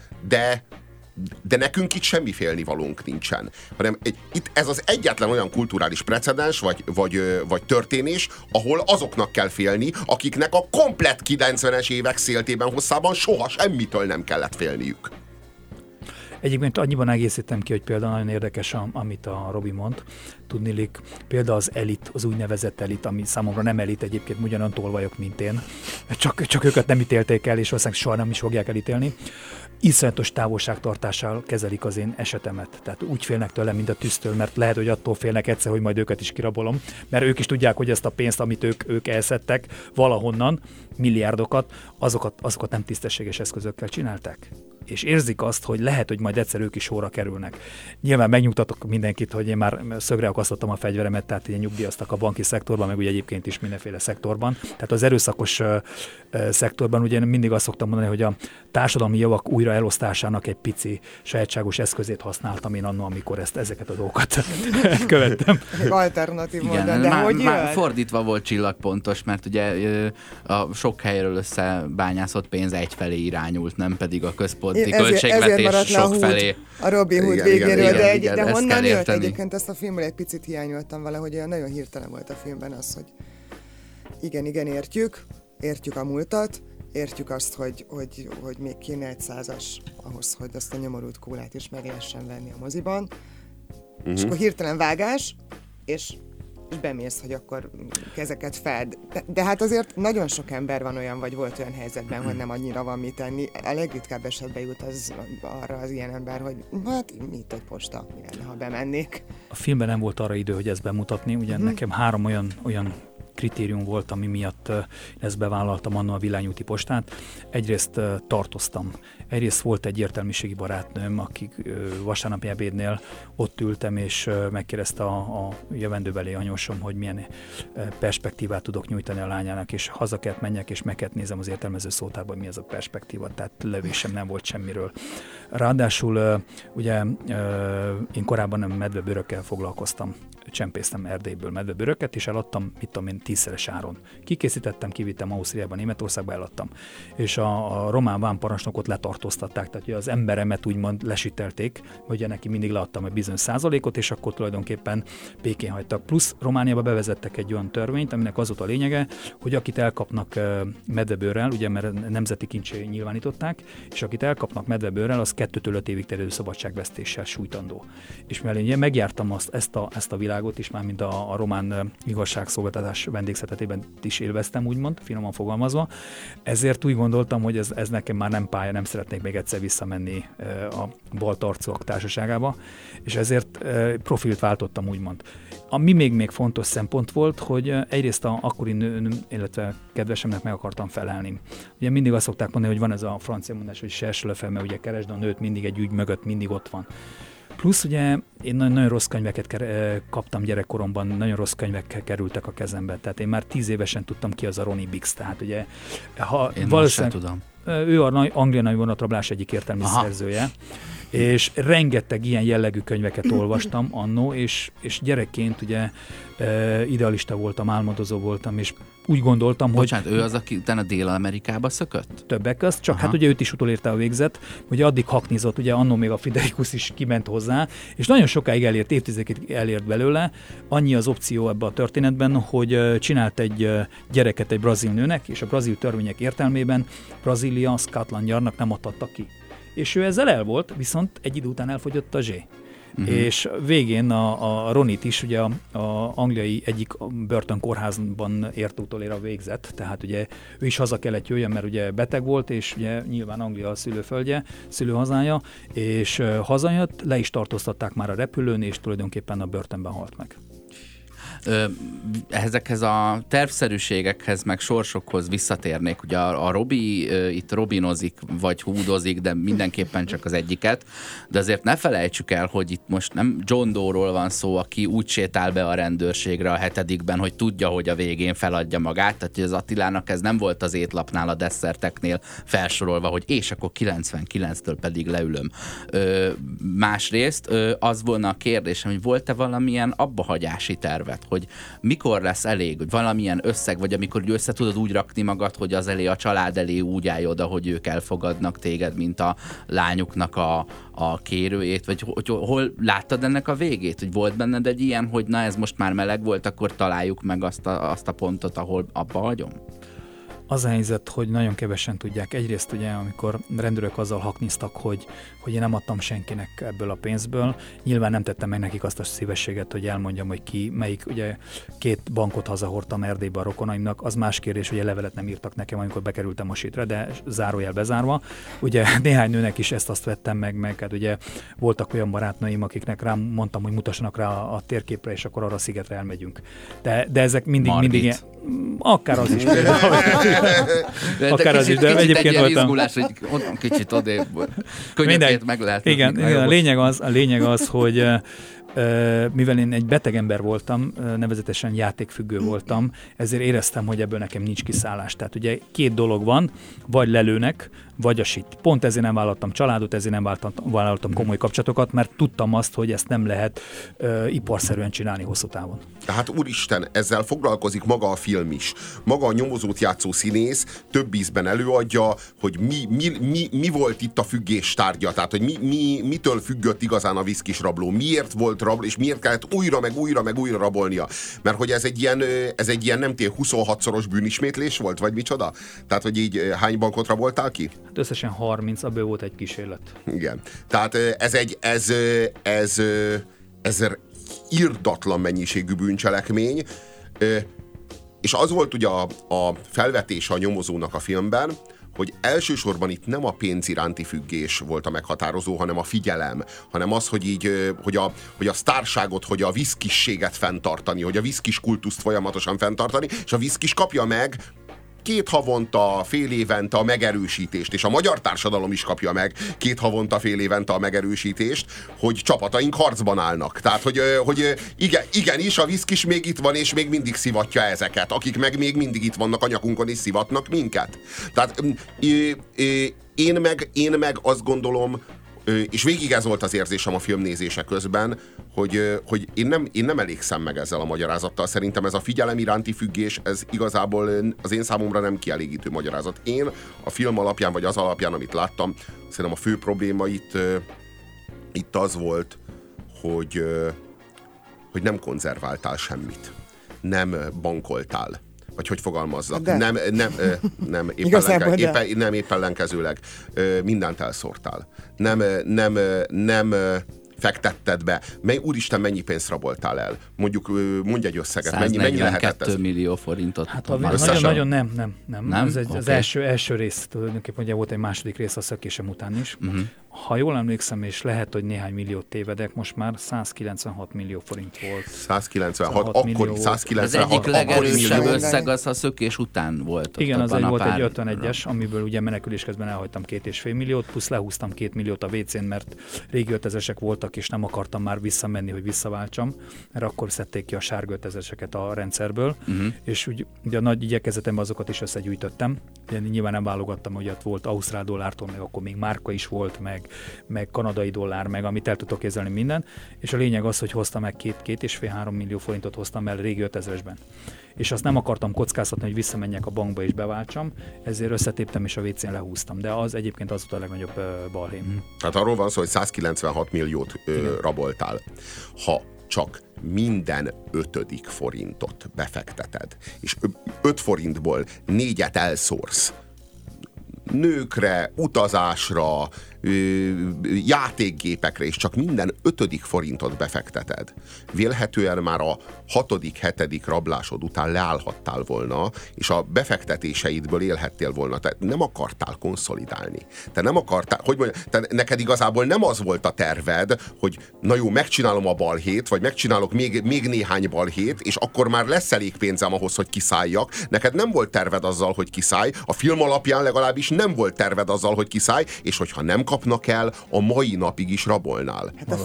de nekünk itt semmi félnivalónk nincsen. Hanem itt ez az egyetlen olyan kulturális precedens, vagy történés, ahol azoknak kell félni, akiknek a komplett 90-es évek széltében hosszában soha semmitől nem kellett félniük. Egyébként annyiban egészítem ki, hogy például nagyon érdekes, amit a Robi mond. Tudniillik, például az elit, az úgynevezett elit, ami számomra nem elit, egyébként ugyanan tolvajok, mint én. Csak őket nem ítélték el, és valószínűleg soha nem is fogják elítélni. Iszonyatos távolságtartással kezelik az én esetemet. Tehát úgy félnek tőlem, mint a tűztől, mert lehet, hogy attól félnek egyszer, hogy majd őket is kirabolom, mert ők is tudják, hogy ezt a pénzt, amit ők elszedtek valahonnan, milliárdokat, azokat nem tisztességes eszközökkel csinálták. És érzik azt, hogy lehet, hogy majd egyszer ők is sorra kerülnek. Nyilván megnyugtatok mindenkit, hogy én már szögre akasztottam a fegyveremet, tehát én nyugdíjaztak a banki szektorban, meg ugye egyébként is mindenféle szektorban. Tehát az erőszakos szektorban ugye mindig azt szoktam mondani, hogy a társadalmi javak újra elosztásának egy pici sajátságos eszközét használtam én annól, amikor ezeket a dolgokat követtem. Alternatív módon, de hogy már fordítva volt csillagpontos, mert ugye a sok helyről összebányászott pénz egyfelé irányult, nem pedig a központi költségvetés sok felé. A Robin Hood végéről, de honnan jött érteni. egyébként ezt a filmből egy picit hiányoltam vele, hogy olyan nagyon hirtelen volt a filmben az, hogy igen, értjük a múltat, értjük azt, hogy még kéne egy 100-as ahhoz, hogy azt a nyomorult kólát is meg lehessen venni a moziban, és akkor hirtelen vágás, és bemész, hogy akkor kezeket feld. De hát azért nagyon sok ember van olyan, vagy volt olyan helyzetben, hogy nem annyira van mit tenni. A legritkább esetben jut az arra az ilyen ember, hogy hát mit egy posta, mi lenne, ha bemennék. A filmben nem volt arra idő, hogy ezt bemutatni. Ugye nekem 3 olyan kritérium volt, ami miatt ezt bevállaltam annól a Villányúti postát. Egyrészt tartoztam. Egyrészt volt egy értelmiségi barátnőm, akik vasárnapi ebédnél ott ültem, és megkérdezte a jövendőbeli anyósom, hogy milyen perspektívát tudok nyújtani a lányának, és haza kellett menjek, és meg kellett nézem az értelmező szótárban, hogy mi az a perspektíva, tehát lövésem nem volt semmiről. Ráadásul ugye én korábban nem medvebőrökkel foglalkoztam, csempésztem Erdélyből medvebőröket, és eladtam, mit tudom én, 10-szeres áron. Kikészítettem, kivittem Ausztriába, Németországba, eladtam. És a román vámparancsnokot letartóztatták, tehát az emberemet úgymond lesítelték, hogy neki mindig leadtam egy bizonyos százalékot, és akkor tulajdonképpen békén hagytak. Plusz Romániába bevezettek egy olyan törvényt, aminek az volt a lényege, hogy akit elkapnak medvebőrrel, ugye mert nemzeti kincsé nyilvánították, és akit elkapnak medvebőrrel, az 2-5 évig terjedő szabadságvesztéssel sújtandó. És mert én ugye megjártam ezt a világot is, már mint a román igazságszolgáltatás vendégszeretetében is élveztem, úgymond, finoman fogalmazva. Ezért úgy gondoltam, hogy ez nekem már nem pálya, nem szeretnék még egyszer visszamenni a baltarcúak társaságába, és ezért profilt váltottam, úgymond. Ami még fontos szempont volt, hogy egyrészt akkori nőm, illetve kedvesemnek meg akartam felelni. Ugye mindig azt szokták mondani, hogy van ez a francia mondás, hogy cherche le femme, ugye keresd a nőt, mindig egy ügy mögött, mindig ott van. Plusz ugye én nagyon rossz könyveket kaptam gyerekkoromban, nagyon rossz könyvek kerültek a kezembe. Tehát én már 10 évesen tudtam ki az a Ronnie Bix. Tehát ugye, én most sem tudom. Ő a Anglia nagy vonatrablás egyik értelmi szerzője. És rengeteg ilyen jellegű könyveket olvastam annó, és gyerekként ugye idealista voltam, álmodozó voltam, és úgy gondoltam, Bocsánat, ő az, aki utána Dél-Amerikába szökött? Többek közt, csak hát ugye őt is utolérte a végzet, ugye addig haknizott, ugye annó még a Friderikus is kiment hozzá, és nagyon sokáig elért, évtizedekig elért belőle. Annyi az opció ebbe a történetben, hogy csinált egy gyereket egy brazil nőnek, és a brazil törvények értelmében Brazília Scotland Yardnak nem adhatta ki. És ő ezzel el volt, viszont egy idő után elfogyott a zsé. És végén a Ronit is ugye a angliai egyik börtönkórházban ért utolér a végzet, tehát ugye ő is haza kellett jöjjön, mert ugye beteg volt, és ugye nyilván Anglia a szülőföldje, szülőhazája, és hazajött, le is tartóztatták már a repülőn, és tulajdonképpen a börtönben halt meg. Ezekhez a tervszerűségekhez, meg sorsokhoz visszatérnék. Ugye a Robi itt robinozik, vagy húdozik, de mindenképpen csak az egyiket. De azért ne felejtsük el, hogy itt most nem John Doe-ról van szó, aki úgy sétál be a rendőrségre a 7-ben, hogy tudja, hogy a végén feladja magát. Tehát az Attilának ez nem volt az étlapnál, a desszerteknél felsorolva, hogy és akkor 99-től pedig leülöm. Másrészt az volna a kérdésem, hogy volt-e valamilyen abbahagyási tervet, hogy mikor lesz elég, hogy valamilyen összeg, vagy amikor össze tudod úgy rakni magad, hogy az elé, a család elé úgy állj oda, hogy ők elfogadnak téged, mint a lányuknak a kérőjét, vagy hogy hol láttad ennek a végét? Hogy volt benned egy ilyen, hogy na ez most már meleg volt, akkor találjuk meg azt a pontot, ahol abba hagyom? Az a helyzet, hogy nagyon kevesen tudják. Egyrészt ugye, amikor rendőrök azzal hakniztak, hogy én nem adtam senkinek ebből a pénzből, nyilván nem tettem meg nekik azt a szívességet, hogy elmondjam, hogy ki, melyik, ugye 2 bankot hazahordtam Erdélybe a rokonaimnak, az más kérdés, hogy a levelet nem írtak nekem, amikor bekerültem a sitre, de zárójel bezárva. Ugye néhány nőnek is ezt-azt vettem meg, hát ugye voltak olyan barátnőim, akiknek rám mondtam, hogy mutassanak rá a térképre, és akkor arra a szigetre elmegyünk. De ezek mindig ilyen, akár az is például. Akár az is, de egyébként voltam. Izgulás, hogy kicsit odébb könnyebét meg lehet. Igen, a lényeg az, hogy mivel én egy beteg ember voltam, nevezetesen játékfüggő voltam, ezért éreztem, hogy ebből nekem nincs kiszállás. Tehát ugye 2 dolog van, vagy lelőnek, vagy a sit. Pont ezért nem vállaltam családot, ezért nem vállaltam komoly kapcsolatokat, mert tudtam azt, hogy ezt nem lehet iparszerűen csinálni hosszú távon. Tehát úristen, ezzel foglalkozik maga a film is. Maga a nyomozót játszó színész több ízben előadja, hogy mi volt itt a függés tárgya, tehát hogy mitől függött igazán a viszkis rabló, miért volt rabló, és miért kellett újra meg újra rabolnia. Mert hogy ez egy ilyen nem tény 26-szoros bűnismétlés volt, vagy micsoda? Tehát, hogy így hány bankot raboltál ki? Hát összesen 30, abból volt egy kísérlet. Igen. Tehát ez irdatlan mennyiségű bűncselekmény, és az volt ugye a felvetése a nyomozónak a filmben, hogy elsősorban itt nem a pénz iránti függés volt a meghatározó, hanem a figyelem, hanem az, hogy a sztárságot, hogy a viszkisséget fenntartani, hogy a viszkis kultuszt folyamatosan fenntartani, és a viszkis kapja meg 2 havonta, fél évente a megerősítést, és a magyar társadalom is kapja meg 2 havonta, fél évente a megerősítést, hogy csapataink harcban állnak. Tehát, hogy igenis, a viszkis még itt van, és még mindig szivatja ezeket, akik meg még mindig itt vannak a nyakunkon, és szivatnak minket. Tehát én meg azt gondolom, és végig ez volt az érzésem a filmnézése közben, hogy én nem elégszem meg ezzel a magyarázattal. Szerintem ez a figyelem iránti függés, ez igazából az én számomra nem kielégítő magyarázat. Én a film alapján, vagy az alapján, amit láttam, szerintem a fő probléma itt az volt, hogy nem konzerváltál semmit. Nem bankoltál. Vagy hogy fogalmazzak? Nem, épp ellenkezőleg. Mindent elszórtál. Nem fektetted be. Úristen, mennyi pénzt raboltál el? Mondj egy összeget. Mennyi lehetett ez? 2 millió forintot. Hát nagyon nem. Ez az első rész, tulajdonképpen ugye volt egy második rész a szökésem után is. Uh-huh. Ha jól emlékszem, és lehet, hogy néhány milliót tévedek, most már 196 millió forint volt. 196 az egyik legerősebb összeg az a szökés után volt. Igen, az volt egy 51-es, amiből ugye menekülés közben elhagytam 2,5 milliót, plusz lehúztam 2 milliót a WC-n, mert régi ötezesek voltak, és nem akartam már visszamenni, hogy visszaváltsam, mert akkor szedték ki a sárga ötezeseket a rendszerből, és ugye a nagy igyekezetemben azokat is összegyűjtöttem. Ugye nyilván nem válogattam, hogy ott volt ausztrál dollártól, meg akkor még márka is volt, meg kanadai dollár, meg amit el tudtok képzelni minden, és a lényeg az, hogy hoztam meg 2,5-3 millió forintot hoztam el régi 5000-esben. És azt nem akartam kockáztatni, hogy visszamenjek a bankba és beváltsam, ezért összetéptem és a WC-n lehúztam. De az egyébként az volt a legnagyobb balhém. Hát arról van szó, hogy 196 milliót raboltál. Ha csak minden 5. forintot befekteted, és 5 forintból 4-et elszórsz, nőkre, utazásra, játékgépekre, és csak minden 5. forintot befekteted. Vélhetően már a 6.-7. rablásod után leállhattál volna, és a befektetéseidből élhettél volna. Te nem akartál konszolidálni. Te nem akartál, te neked igazából nem az volt a terved, hogy na jó, megcsinálom a balhét, vagy megcsinálok még néhány balhét, és akkor már lesz elég pénzem ahhoz, hogy kiszálljak. Neked nem volt terved azzal, hogy kiszállj. A film alapján legalábbis nem volt terved azzal, hogy kiszállj, és hogyha nem kapnak el, a mai napig is rabolnál. Hát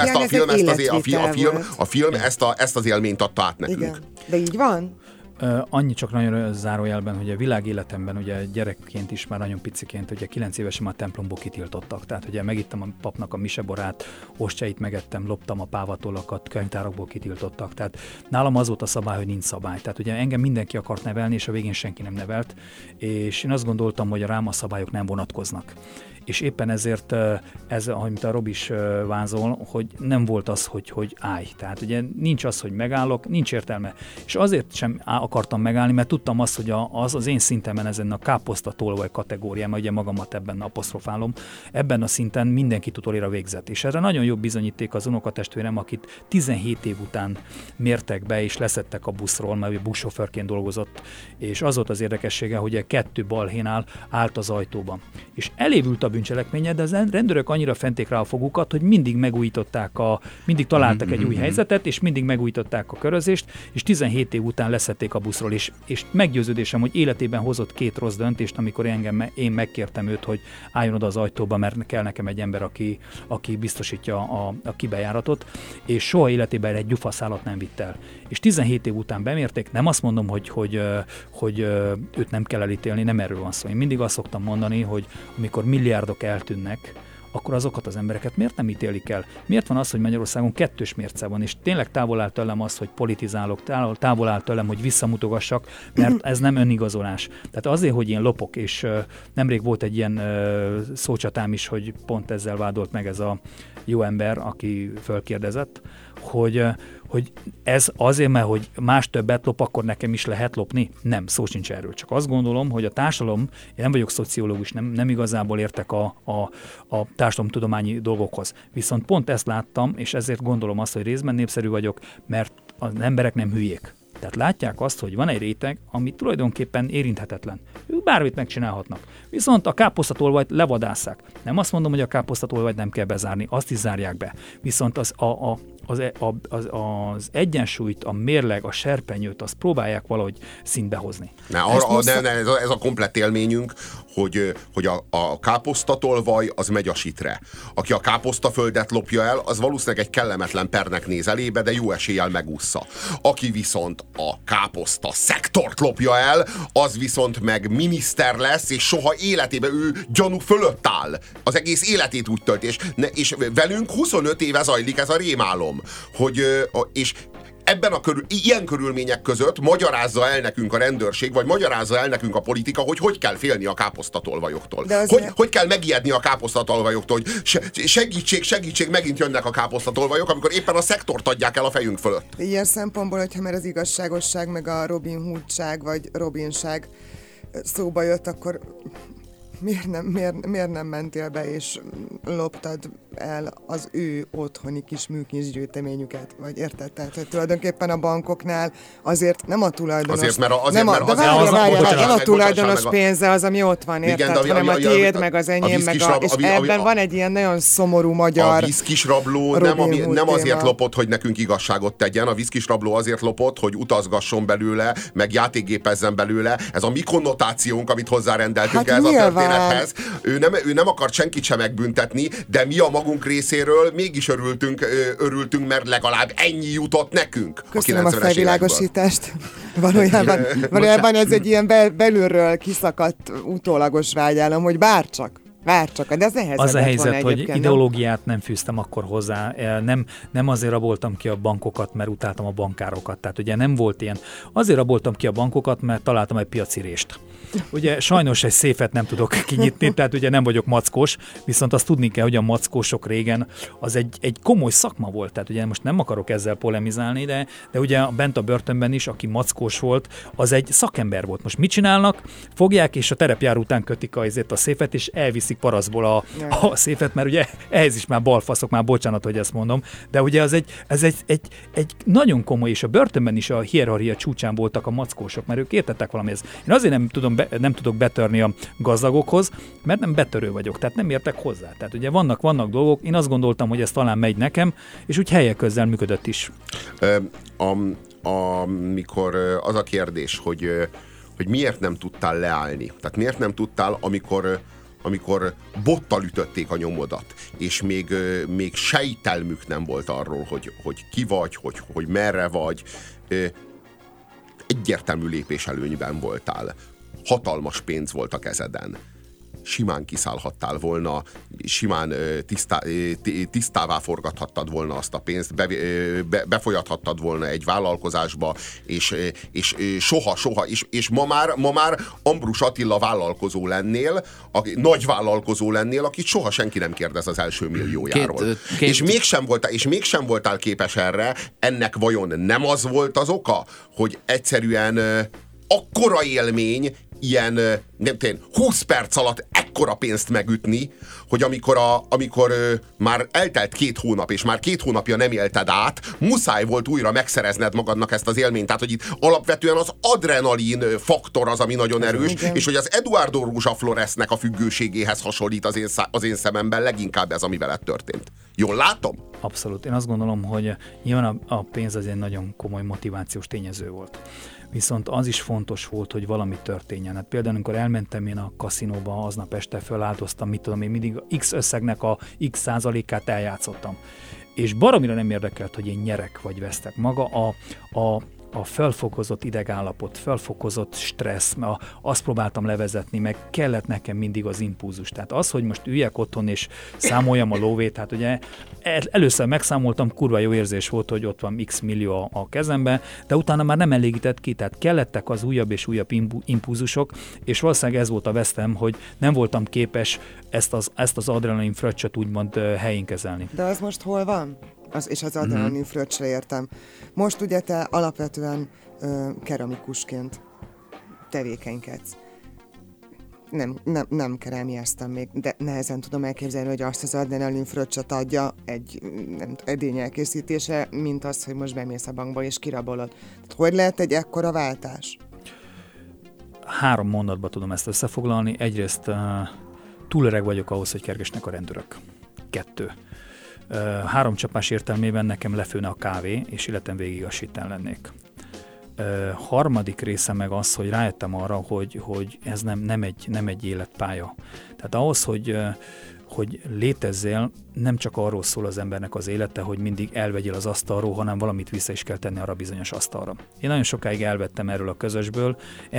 a film ezt az élményt adta át nekünk. Igen. De így van? Annyi csak nagyon zárójelben, hogy a világéletemben ugye gyerekként is már nagyon piciként, ugye 9 évesen már templomból kitiltottak. Tehát ugye megittem a papnak a miseborát, ostjait megettem, loptam a pávatolakat, könyvtárakból kitiltottak. Tehát nálam az volt a szabály, hogy nincs szabály. Tehát ugye engem mindenki akart nevelni, és a végén senki nem nevelt. És én azt gondoltam, hogy rám a szabályok nem vonatkoznak. És éppen ezért ez, amit a Robi is vázol, hogy nem volt az, hogy állj. Tehát ugye nincs az, hogy megállok, nincs értelme. És azért sem akartam megállni, mert tudtam azt, hogy az én szintemen ezen a káposztatolvaj kategóriában, ugye magamat ebben apostrofálom, ebben a szinten mindenkit utoljára végzett. És erre nagyon jó bizonyíték az unokatestvérem, akit 17 év után mértek be, és leszettek a buszról, mert buszsofőrként dolgozott, és az volt az érdekessége, hogy 2 balhénál állt az ajtóban. És elévült a bűncselekménye, de az rendőrök annyira fenték rá a fogukat, hogy mindig megújították mindig találtak egy új helyzetet, és mindig megújították a körözést, és 17 év után leszették a buszról, és meggyőződésem, hogy életében hozott 2 rossz döntést, amikor én megkértem őt, hogy álljon oda az ajtóba, mert kell nekem egy ember, aki biztosítja a kibejáratot, és soha életében egy gyufaszálat nem vitt el. És 17 év után bemérték, nem azt mondom, hogy őt nem kell elítélni, nem erről van szó. Én mindig azt szoktam mondani, hogy amikor milliárdok eltűnnek, akkor azokat az embereket miért nem ítélik el? Miért van az, hogy Magyarországon 2 mérce van, és tényleg távol áll tőlem az, hogy politizálok, távol áll tőlem, hogy visszamutogassak, mert ez nem önigazolás. Tehát azért, hogy én lopok, és nemrég volt egy ilyen szócsatám is, hogy pont ezzel vádolt meg ez a jó ember, aki fölkérdezett, hogy ez azért, mert hogy más többet lop, akkor nekem is lehet lopni? Nem, szó sincs erről. Csak azt gondolom, hogy a társadalom, én nem vagyok szociológus, nem igazából értek a társadalomtudományi dolgokhoz. Viszont pont ezt láttam, és ezért gondolom azt, hogy részben népszerű vagyok, mert az emberek nem hülyék. Tehát látják azt, hogy van egy réteg, ami tulajdonképpen érinthetetlen. Ők bármit megcsinálhatnak. Viszont a káposztatolvajt levadásszák. Nem azt mondom, hogy a káposztatolvajt nem kell bezárni, azt is zárják be. Viszont az egyensúlyt, a mérleg, a serpenyőt, azt próbálják valahogy szintbe hozni. Ez a komplett élményünk, hogy a káposztatolvaj az megy a sitre. Aki a káposztaföldet lopja el, az valószínűleg egy kellemetlen pernek néz elébe, de jó eséllyel megússza. Aki viszont a káposzta szektort lopja el, az viszont meg miniszter lesz, és soha életében ő gyanú fölött áll. Az egész életét úgy tölt, és velünk 25 éve zajlik ez a rémálom, és ebben ilyen körülmények között magyarázza el nekünk a rendőrség, vagy magyarázza el nekünk a politika, hogy kell félni a káposztatolvajoktól. Hogy kell megijedni a káposztatolvajoktól, hogy segítség, megint jönnek a káposztatolvajok, amikor éppen a szektort adják el a fejünk fölött. Ilyen szempontból, hogyha már az igazságosság, meg a Robin Hoodság, vagy Robinság szóba jött, akkor miért nem mentél be és loptad el az ő otthoni kis műkincsgyűjteményüket? Vagy érted? Tehát, hogy tulajdonképpen a bankoknál azért nem a tulajdonos... Nem a tulajdonos pénze az, ami ott van, érted? Hanem a tiéd, meg az enyém, és ebben van egy ilyen nagyon szomorú magyar... A viszkisrabló nem azért lopott, hogy nekünk igazságot tegyen, a viszkisrabló azért lopott, hogy utazgasson belőle, meg játékgépezzen belőle. Ez a mi konnotációnk, amit hozzárendeltünk ehhez a történethez. Ő nem akart senkit sem megbüntetni, de mi a magunk részéről mégis örültünk, mert legalább ennyi jutott nekünk. Köszönöm a felvilágosítást. Valójában ez egy ilyen belülről kiszakadt utólagos vágyálom, hogy bárcsak, de ez nehezen az a helyzet, hogy ideológiát nem fűztem akkor hozzá, nem azért raboltam ki a bankokat, mert utáltam a bankárokat, tehát ugye nem volt ilyen. Azért raboltam ki a bankokat, mert találtam egy piaci rést. Ugye sajnos egy széfet nem tudok kinyitni, tehát ugye nem vagyok mackós, viszont azt tudni kell, hogy a mackósok régen az egy komoly szakma volt, tehát ugye most nem akarok ezzel polemizálni, de ugye bent a börtönben is, aki mackós volt, az egy szakember volt. Most mit csinálnak? Fogják és a terepjáró után kötik a széfet, és elviszik paraszból a széfet, mert ugye ehhez is már balfaszok, már bocsánat, hogy ezt mondom, de ugye ez egy nagyon komoly, és a börtönben is a hierarchia csúcsán voltak a mackósok, mert ők értettek valamihez. Én azért nem tudok betörni a gazdagokhoz, mert nem betörő vagyok, tehát nem értek hozzá. Tehát ugye vannak dolgok, én azt gondoltam, hogy ez talán megy nekem, és úgy helyek közel működött is. Amikor az a kérdés, hogy miért nem tudtál leállni, tehát miért nem tudtál, amikor bottal ütötték a nyomodat, és még sejtelmük nem volt arról, hogy ki vagy, hogy merre vagy, egyértelmű lépéselőnyben voltál. Hatalmas pénz volt a kezeden. simán kiszállhattál volna, simán tisztává forgathattad volna azt a pénzt, befolyathattad volna egy vállalkozásba, és soha, és ma már Ambrus Attila vállalkozó lennél, nagy vállalkozó lennél, akit soha senki nem kérdez az első milliójáról. És mégsem voltál képes erre, ennek vajon nem az volt az oka, hogy egyszerűen akkora élmény, ilyen, nem tudom, 20 perc alatt ekkora pénzt megütni, hogy amikor már eltelt 2 hónap, és már 2 hónapja nem élted át, muszáj volt újra megszerezned magadnak ezt az élményt. Tehát, hogy itt alapvetően az adrenalin faktor az, ami nagyon erős, és hogy az Eduardo Rózsa Floresnek a függőségéhez hasonlít az én szememben leginkább ez, ami veled történt. Jól látom? Abszolút. Én azt gondolom, hogy nyilván a pénz az egy nagyon komoly motivációs tényező volt. Viszont az is fontos volt, hogy valami történjen. Hát például, amikor elmentem én a kaszinóba, aznap este föláldoztam, mit tudom én, mindig X összegnek a X százalékát eljátszottam. És baromira nem érdekelt, hogy én nyerek vagy vesztek. Maga a felfokozott idegállapot, felfokozott stressz, azt próbáltam levezetni, meg kellett nekem mindig az impulzus. Tehát az, hogy most üljek otthon és számoljam a lóvét, hát ugye először megszámoltam, kurva jó érzés volt, hogy ott van x millió a kezembe, de utána már nem elégített ki, tehát kellettek az újabb és újabb impulzusok, és valószínűleg ez volt a vesztem, hogy nem voltam képes ezt az adrenalin fröccsöt úgymond helyén kezelni. De az most hol van? És az adrenalin fröccsre értem. Most ugye te alapvetően keramikusként tevékenykedsz. Nem kerámiáztam még, de nehezen tudom elképzelni, hogy azt az adrenalin fröccsöt adja egy edény elkészítése, mint az, hogy most bemész a bankba és kirabolod. Tehát hogy lehet egy ekkora váltás? 3 mondatba tudom ezt összefoglalni. Egyrészt túl öreg vagyok ahhoz, hogy kergesnek a rendőrök. 2. 3 csapás értelmében nekem lefőne a kávé, és életem végig a sitten lennék. Harmadik része meg az, hogy rájöttem arra, hogy ez nem egy életpálya. Tehát ahhoz, hogy létezzél, nem csak arról szól az embernek az élete, hogy mindig elvegyél az asztalról, hanem valamit vissza is kell tenni arra bizonyos asztalra. Én nagyon sokáig elvettem erről a közösből,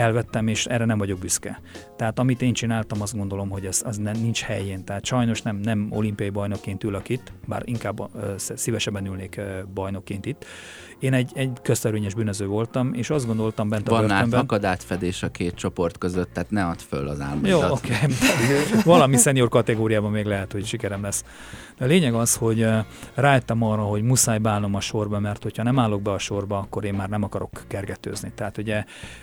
és erre nem vagyok büszke. Tehát amit én csináltam, azt gondolom, hogy az nincs helyén. Tehát sajnos nem olimpiai bajnokként ülök itt, bár inkább szívesebben ülnék bajnokként itt. Én egy köztörvényes bűnöző voltam, és azt gondoltam bent a börtönben... Van fakad átfedés a 2 csoport között, tehát ne add föl az álmodat. Jó, oké. Valami szenior kategóriában még lehet, hogy sikerem lesz. De a lényeg az, hogy rájöttem arra, hogy muszáj beállnom a sorba, mert hogyha nem állok be a sorba, akkor én már nem akarok kergetőzni. Tehát ugye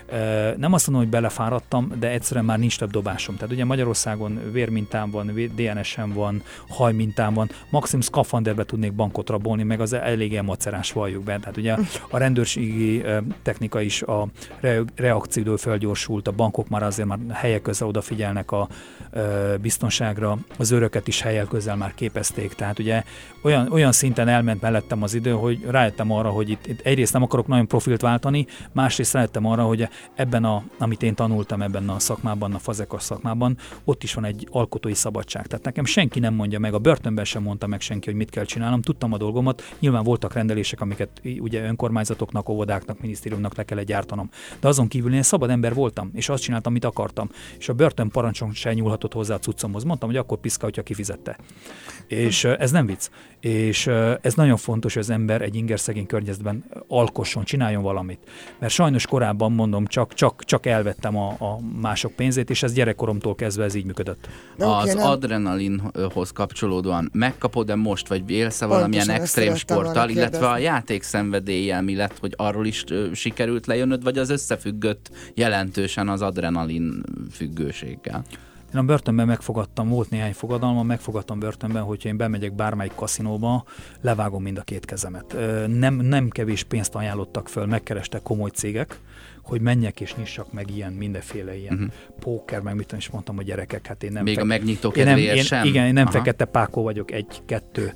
nem azt mondom, hogy belefáradtam, de egyszerűen már nincs több dobásom. Tehát ugye Magyarországon vérmintám van, DNS-em van, hajmintám van, maximum szkafanderbe tudnék bankot rabolni, meg az elég macerás valljuk be. Tehát ugye a rendőrségi technika is a reakciódől felgyorsult, a bankok már azért már helyek közel odafigyelnek a biztonságra, az őröket is helyek közel már képezték. Tehát ugye olyan szinten elment mellettem az idő, hogy rájöttem arra, hogy itt egyrészt nem akarok nagyon profilt váltani, másrészt rájöttem arra, hogy ebben amit én tanultam ebben a szakmában, a fazekas szakmában, ott is van egy alkotói szabadság. Tehát nekem senki nem mondja meg, a börtönben sem mondta meg senki, hogy mit kell csinálnom, tudtam a dolgomat, nyilván voltak rendelések, amiket ugye önkormányzatoknak, óvodáknak, minisztériumnak le kellett gyártanom. De azon kívül én szabad ember voltam, és azt csináltam, amit akartam. És a börtön parancson se nyúlhatott hozzá a cuccomhoz. Mondtam, hogy akkor piszka, hogyha kifizette. És ez nem vicc. És ez nagyon fontos, hogy az ember egy ingerszegény környezetben alkosson, csináljon valamit. Mert sajnos korábban, mondom, csak elvettem a mások pénzét, és ez gyerekkoromtól kezdve ez így működött. Az adrenalinhoz kapcsolódóan megkapod-e most, vagy élsz-e valamilyen extrém sporttal, illetve a játékszenvedéllyel mi lett, hogy arról is sikerült lejönnöd, vagy az összefüggött jelentősen az adrenalin függőséggel? Én a börtönben megfogadtam, volt néhány fogadalmam, megfogadtam börtönben, hogyha én bemegyek bármelyik kaszinóba, levágom mind a 2 kezemet. Nem kevés pénzt ajánlottak föl, megkerestek komoly cégek, hogy menjek és nyissak meg ilyen mindenféle ilyen póker, meg mit is mondtam, hogy gyerekek, hát én nem... Még a megnyitó kedvéért sem? Igen, én nem fekete pákó vagyok, 1-2.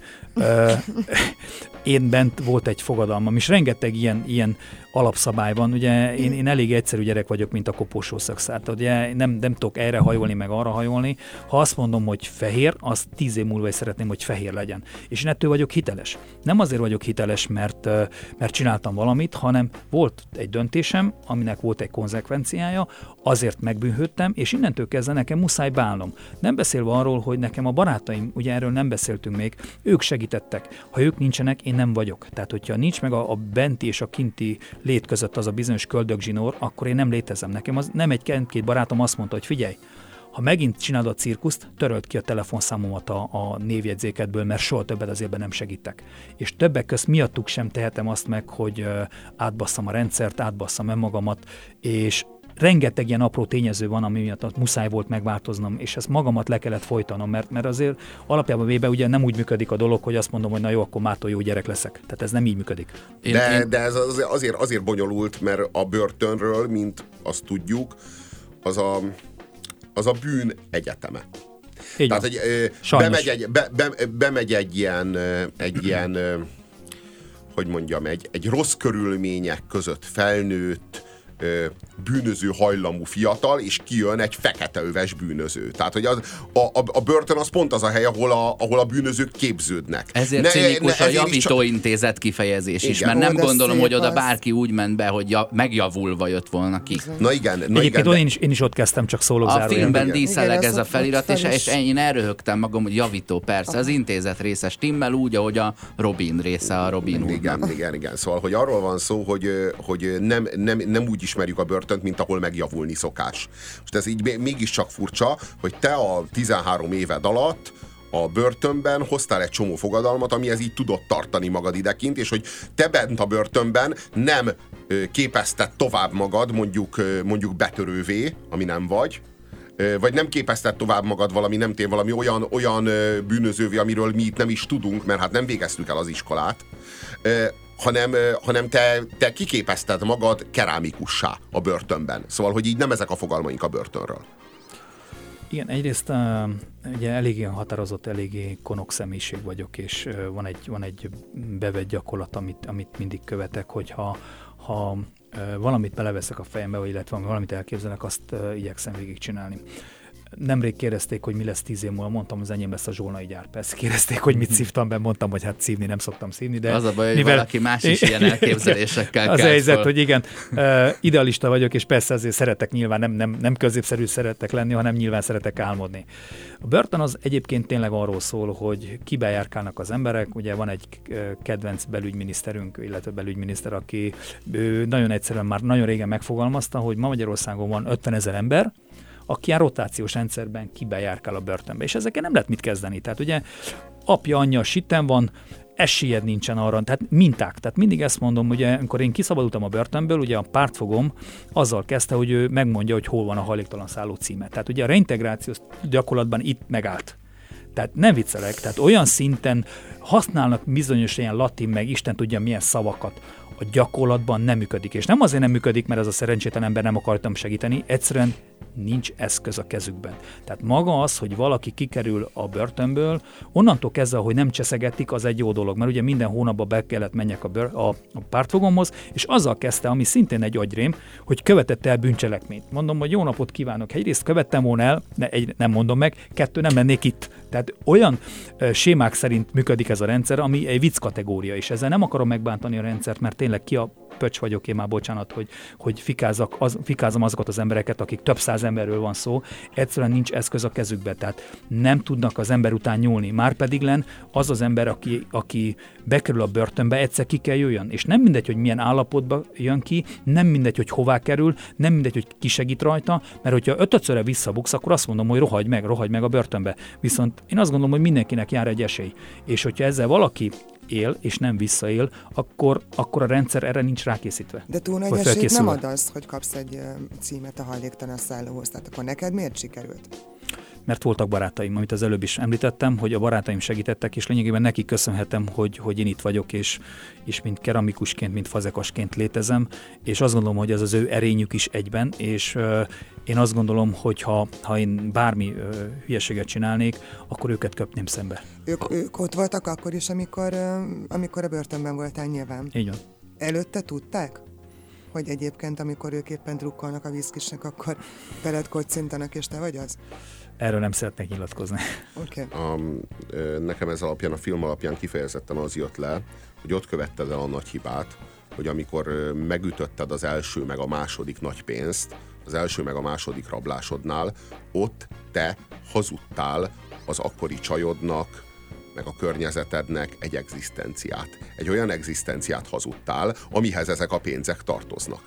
Én bent volt egy fogadalmam, és rengeteg ilyen alapszabály van. Ugye én elég egyszerű gyerek vagyok, mint a koporsó szakszár. Ugye nem tudok erre hajolni, meg arra arra hajolni. Ha azt mondom, hogy fehér, azt 10 év múlva is szeretném, hogy fehér legyen. És én ettől vagyok hiteles. Nem azért vagyok hiteles, mert csináltam valamit, hanem volt egy döntésem, aminek volt egy konzekvenciája, azért megbűnhődtem, és innentől kezdve nekem muszáj bánnom. Nem beszélve arról, hogy nekem a barátaim, ugye erről nem beszéltünk még, ők segítettek. Ha ők nincsenek, én nem vagyok. Tehát, hogyha nincs meg a benti és a kinti lét között az a bizonyos köldögzsinór, akkor én nem létezem. Nekem az nem egy-két barátom azt mondta, hogy figyelj, ha megint csinálod a cirkuszt, töröld ki a telefonszámomat a névjegyzékedből, mert soha többet azért nem segítek. És többek közt miattuk sem tehetem azt meg, hogy átbasszam a rendszert, átbasszam önmagamat, és rengeteg ilyen apró tényező van, ami miatt muszáj volt megváltoznom, és ezt magamat le kellett folytanom, mert azért alapjában véve ugye nem úgy működik a dolog, hogy azt mondom, hogy na jó, akkor mától jó gyerek leszek. Tehát ez nem így működik. De ez azért bonyolult, mert a börtönről, mint azt tudjuk, az a bűn egyeteme. Így tehát, hogy bemegy egy ilyen hogy mondjam, egy rossz körülmények között felnőtt, bűnöző hajlamú fiatal, és kijön egy feketeöves bűnöző. Tehát, hogy a börtön az pont az a hely, ahol a bűnözők képződnek. Ezért cinikus a javítóintézet kifejezés is, mert nem gondolom, hogy oda bárki úgy ment be, hogy megjavulva jött volna ki. Na igen. Egyébként én is ott kezdtem, csak szólok zárójelben. A filmben díszeleg ez a felirat, és én elröhögtem magam, hogy javító, persze, az intézet része stimmel úgy, ahogy a Robin része, a Robin Hood. Igen. Szóval, hogy arról van szó, hogy nem úgy ismerjük a börtönt, mint ahol megjavulni szokás. Most ez így mégiscsak furcsa, hogy te a 13 éved alatt a börtönben hoztál egy csomó fogadalmat, amihez így tudod tartani magad idekint, és hogy te bent a börtönben nem képezted tovább magad, mondjuk betörővé, ami nem vagy nem képezted tovább magad valami olyan bűnözővé, amiről mi itt nem is tudunk, mert hát nem végeztük el az iskolát, hanem te kiképezted magad kerámikussá a börtönben. Szóval, hogy így nem ezek a fogalmaink a börtönről. Igen, egyrészt ugye eléggé határozott, eléggé konok személyiség vagyok, és van egy bevett gyakorlat, amit mindig követek, hogy ha valamit beleveszek a fejembe, illetve valamit elképzelek, azt igyekszem végigcsinálni. Nemrég kérdezték, hogy mi lesz 10 év múlva, mondtam, az enyém lesz a zsolnai gyár. Persze kérdezték, hogy mit szívtam be, mondtam, hogy hát szívni nem szoktam szívni, de... Az a baj, hogy valaki más is ilyen elképzelésekkel kell. Az a helyzet, hogy igen, idealista vagyok, és persze azért szeretek nyilván, nem középszerű szeretek lenni, hanem nyilván szeretek álmodni. A börtön az egyébként tényleg arról szól, hogy kibejárkálnak az emberek, ugye van egy kedvenc belügyminiszterünk, illetve belügyminiszter, aki nagyon egyszerűen már nagyon régen megfogalmazta, hogy ma Magyarországon van 50 000 ember, aki ilyen rotációs rendszerben kibejárkál a börtönbe. És ezekkel nem lehet mit kezdeni. Tehát ugye apja, anyja sitten van, esélyed nincsen arra, tehát minták. Tehát mindig ezt mondom, ugye, amikor én kiszabadultam a börtönből, ugye a pártfogom azzal kezdte, hogy ő megmondja, hogy hol van a hajléktalan szálló címe. Tehát ugye a reintegrációs gyakorlatban itt megállt. Tehát nem viccelek, tehát olyan szinten használnak bizonyos ilyen latin, meg Isten tudja milyen szavakat, a gyakorlatban nem működik. És nem azért nem működik, mert ez a szerencsétlen ember nem akartam segíteni, egyszerűen nincs eszköz a kezükben. Tehát maga az, hogy valaki kikerül a börtönből, onnantól kezdve, hogy nem cseszegetik, az egy jó dolog, mert ugye minden hónapban be kellett menjek a pártfogomhoz, és azzal kezdte, ami szintén egy agyrém, hogy követett el bűncselekményt. Mondom, hogy jó napot kívánok, egyrészt követtem volna el, nem mondom meg, 2 nem lennék itt. Tehát olyan sémák szerint működik ez a rendszer, ami egy vicc kategória, és ezzel nem akarom megbántani a rendszert, mert tényleg ki a pöcs vagyok én már, bocsánat, hogy fikázom azokat az embereket, akik több száz emberről van szó, egyszerűen nincs eszköz a kezükbe, tehát nem tudnak az ember után nyúlni. Márpedig az az ember, aki bekerül a börtönbe, egyszer ki kell jöjjön. És nem mindegy, hogy milyen állapotba jön ki, nem mindegy, hogy hová kerül, nem mindegy, hogy ki segít rajta, mert hogyha 5-szörre visszabuksz, akkor azt mondom, hogy rohagy meg a börtönbe. Viszont én azt gondolom, hogy mindenkinek jár egy esély. És hogyha ezzel valaki él, és nem visszaél, akkor a rendszer erre nincs rákészítve. De túl nagy esélyt nem ad az, hogy kapsz egy címet a hajléktalan szállóhoz. Tehát akkor neked miért sikerült? Mert voltak barátaim, amit az előbb is említettem, hogy a barátaim segítettek, és lényegében nekik köszönhetem, hogy én itt vagyok, és mint keramikusként, mint fazekasként létezem, és azt gondolom, hogy ez az ő erényük is egyben, és én azt gondolom, hogy ha én bármi hülyeséget csinálnék, akkor őket köpném szembe. Ők ott voltak akkor is, amikor a börtönben voltál nyilván? Így van. Előtte tudták, hogy egyébként, amikor ők éppen drukkolnak a viszkisnek, akkor veled kocintanak, és te vagy az? Erről nem szeretnék nyilatkozni. Okay. Nekem ez alapján, a film alapján kifejezetten az jött le, hogy ott követted el a nagy hibát, hogy amikor megütötted az első meg a második nagy pénzt, az első meg a második rablásodnál, ott te hazudtál az akkori csajodnak, meg a környezetednek egy egzisztenciát. Egy olyan egzisztenciát hazudtál, amihez ezek a pénzek tartoznak.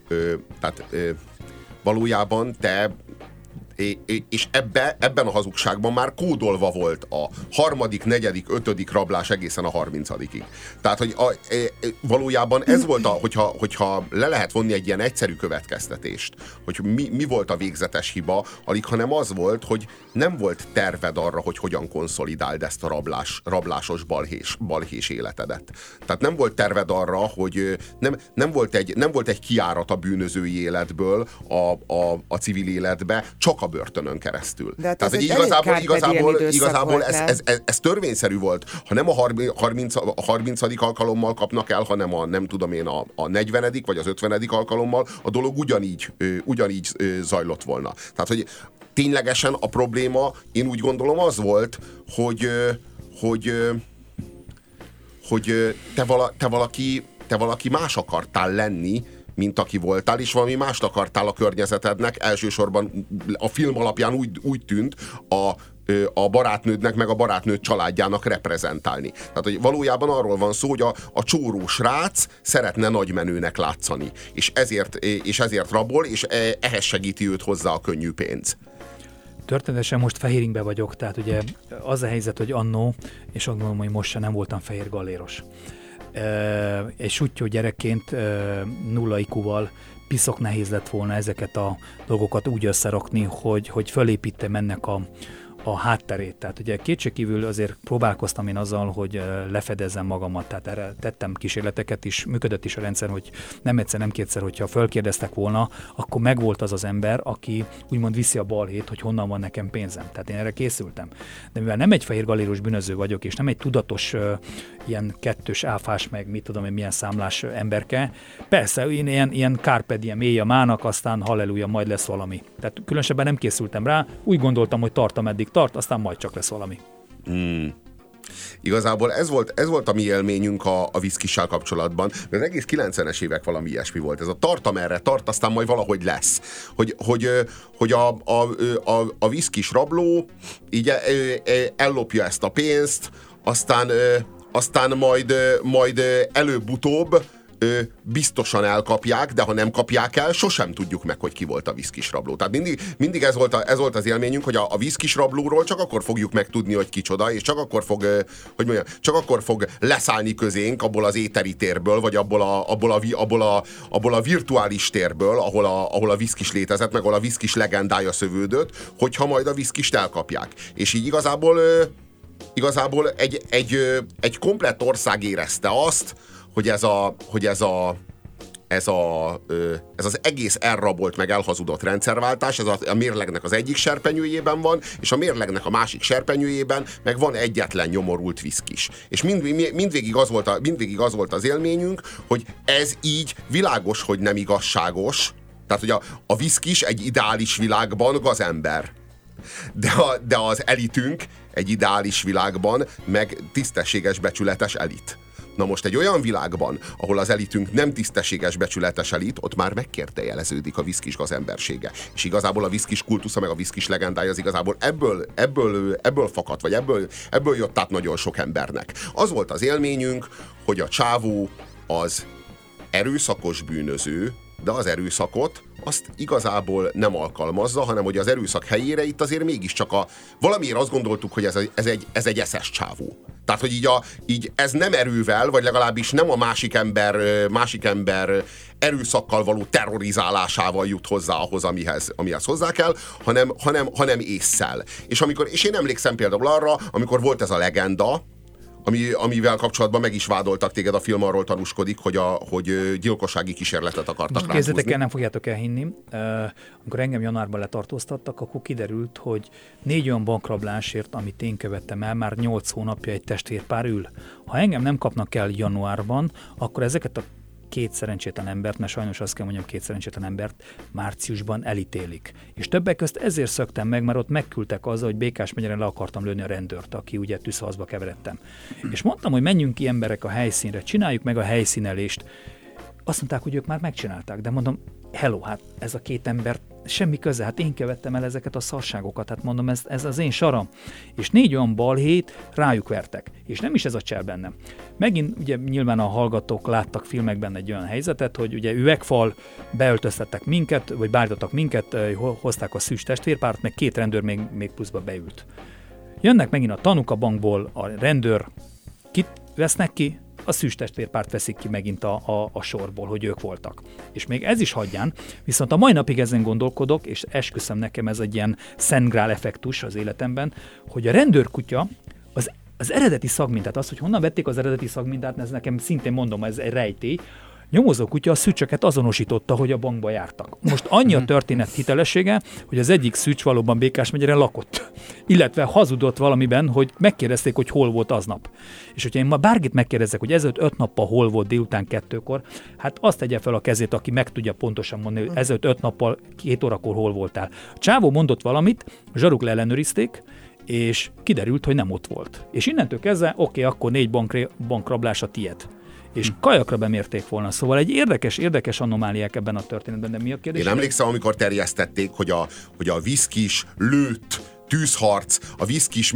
Valójában te, és ebben a hazugságban már kódolva volt a 3., 4., 5. rablás egészen a 30-ig. Tehát, hogy valójában ez volt, hogyha le lehet vonni egy ilyen egyszerű következtetést, hogy mi volt a végzetes hiba, alig hanem az volt, hogy nem volt terved arra, hogy hogyan konszolidáld ezt a rablásos balhés életedet. Tehát nem volt terved arra, hogy nem volt egy kijárat a bűnözői életből a civil életbe, csak a börtönön keresztül. Tehát, hogy igazából ez törvényszerű volt. Ha nem a 30. alkalommal kapnak el, hanem a 40. vagy az 50. alkalommal, a dolog ugyanígy zajlott volna. Tehát, hogy ténylegesen a probléma, én úgy gondolom, az volt, hogy te valaki más akartál lenni, mint aki voltál, és valami mást akartál a környezetednek, elsősorban a film alapján úgy tűnt a barátnődnek, meg a barátnőd családjának reprezentálni. Tehát, hogy valójában arról van szó, hogy a csóró srác szeretne nagymenőnek látszani, és ezért rabol, és ehhez segíti őt hozzá a könnyű pénz. Történetesen most Fehéringben vagyok, tehát ugye az a helyzet, hogy annó, és azt gondolom, hogy most sem nem voltam fehér galléros. Egy sutyó gyerekként 0 IQ-val piszok nehéz lett volna ezeket a dolgokat úgy összerakni, hogy fölépítem ennek a hátterét. Tehát ugye kétségkívül azért próbálkoztam én azzal, hogy lefedezzem magamat, tehát erre tettem kísérleteket is, működött is a rendszer, hogy nem egyszer, nem kétszer, hogyha fölkérdeztek volna, akkor megvolt az az ember, aki úgymond viszi a balhét, hogy honnan van nekem pénzem. Tehát én erre készültem. De mivel nem egy fehér galléros bűnöző vagyok, és nem egy tudatos ilyen kettős áfás, meg mit tudom én, milyen számlás emberke, persze én ilyen carpe diem, élj a mának, aztán halleluja, majd lesz valami. Tehát különösebben nem készültem rá, úgy gondoltam, hogy tart, ameddig tart, aztán majd csak lesz valami. Igazából ez volt a mi élményünk a viszkissel kapcsolatban, mert az egész 90-es évek valami ilyesmi volt. Ez a tart, amerre tart, aztán majd valahogy lesz. Hogy a viszkis rabló így ellopja ezt a pénzt, aztán majd előbb-utóbb biztosan elkapják, de ha nem kapják el, sosem tudjuk meg, hogy ki volt a viszkis rabló. Tehát mindig ez volt az élményünk, hogy a viszkis rablóról csak akkor fogjuk megtudni, hogy kicsoda, és csak akkor fog leszállni közénk abból az éteri térből, vagy abból a virtuális térből, ahol a viszkis létezett, meg ahol a viszkis legendája szövődött, hogyha majd a viszkist elkapják. És így igazából egy komplett ország érezte azt, hogy ez az egész elrabolt, meg elhazudott rendszerváltás, ez a mérlegnek az egyik serpenyőjében van, és a mérlegnek a másik serpenyőjében meg van egyetlen nyomorult viszkis. És mindvégig az volt az élményünk, hogy ez így világos, hogy nem igazságos. Tehát, hogy a viszkis egy ideális világban gazember. De az elitünk egy ideális világban meg tisztességes, becsületes elit. Na most egy olyan világban, ahol az elitünk nem tisztességes, becsületes elit, ott már megkérdőjeleződik a viszkis gazembersége. És igazából a viszkis kultusza, meg a viszkis legendája az igazából ebből fakadt, vagy ebből jött át nagyon sok embernek. Az volt az élményünk, hogy a csávó az erőszakos bűnöző, de az erőszakot azt igazából nem alkalmazza, hanem hogy az erőszak helyére itt azért mégiscsak valamiért azt gondoltuk, hogy ez egy eszes csávó. Tehát, hogy így ez nem erővel, vagy legalábbis nem a másik ember erőszakkal való terrorizálásával jut hozzá ahhoz, amihez hozzá kell, hanem ésszel. És én emlékszem például arra, amikor volt ez a legenda, amivel kapcsolatban meg is vádoltak téged, a film arról tanúskodik, hogy gyilkossági kísérletet akartak rá. Képzeljétek el, nem fogjátok elhinni. Amikor engem januárban letartóztattak, akkor kiderült, hogy 4 olyan bankrablásért, amit én követtem el, már 8 hónapja egy testvérpár ül. Ha engem nem kapnak el januárban, akkor ezeket a 2 szerencsétlen embert, mert sajnos azt kell mondjam, 2 szerencsétlen embert márciusban elítélik. És többek közt ezért szöktem meg, mert ott megküldtek azzal, hogy Békásmegyeren le akartam lőni a rendőrt, aki ugye tűzharcba keveredtem. És mondtam, hogy menjünk ki emberek a helyszínre, csináljuk meg a helyszínelést. Azt mondták, hogy ők már megcsinálták, de mondom, hello, hát ez a 2 ember semmi köze, hát én követtem el ezeket a szarságokat, hát mondom, ez az én saram. És 4 olyan balhét rájuk vertek. És nem is ez a csel bennem. Megint ugye nyilván a hallgatók láttak filmekben egy olyan helyzetet, hogy ugye üvegfal, beöltöztettek minket, vagy beállítottak minket, hozták a szűs testvérpárt, meg 2 rendőr még pluszba beült. Jönnek megint a tanúk a bankból, a rendőr, kit vesznek ki? A szűs testvérpárt veszik ki megint a sorból, hogy ők voltak. És még ez is hagyján, viszont a mai napig ezen gondolkodok, és esküszöm, nekem ez egy ilyen Szent Grál effektus az életemben, hogy a rendőrkutya az eredeti szagmintát, az, hogy honnan vették az eredeti szagmintát, ez nekem szintén mondom, ez egy rejtély, nyomozó kutya a szűcsöket azonosította, hogy a bankba jártak. Most annyi a történet hitelessége, hogy az egyik szűcs valóban Békásmegyeren lakott. Illetve hazudott valamiben, hogy megkérdezték, hogy hol volt aznap. És hogyha én ma bárkit megkérdezek, hogy ezelőtt 5 nappal hol volt délután 2-kor, hát azt tegye fel a kezét, aki meg tudja pontosan mondani, hogy ezelőtt 5 nappal 2 órakor hol voltál. A csávó mondott valamit, a zsaruk leellenőrizték, és kiderült, hogy nem ott volt. És innentől kezdve, oké, akkor 4 bankrablás a tied. És kajakra bemérték volna. Szóval egy érdekes anomáliák ebben a történetben, de mi a kérdés? Én emlékszem, amikor terjesztették, hogy a viszkis lőtt, tűzharc, a viszkis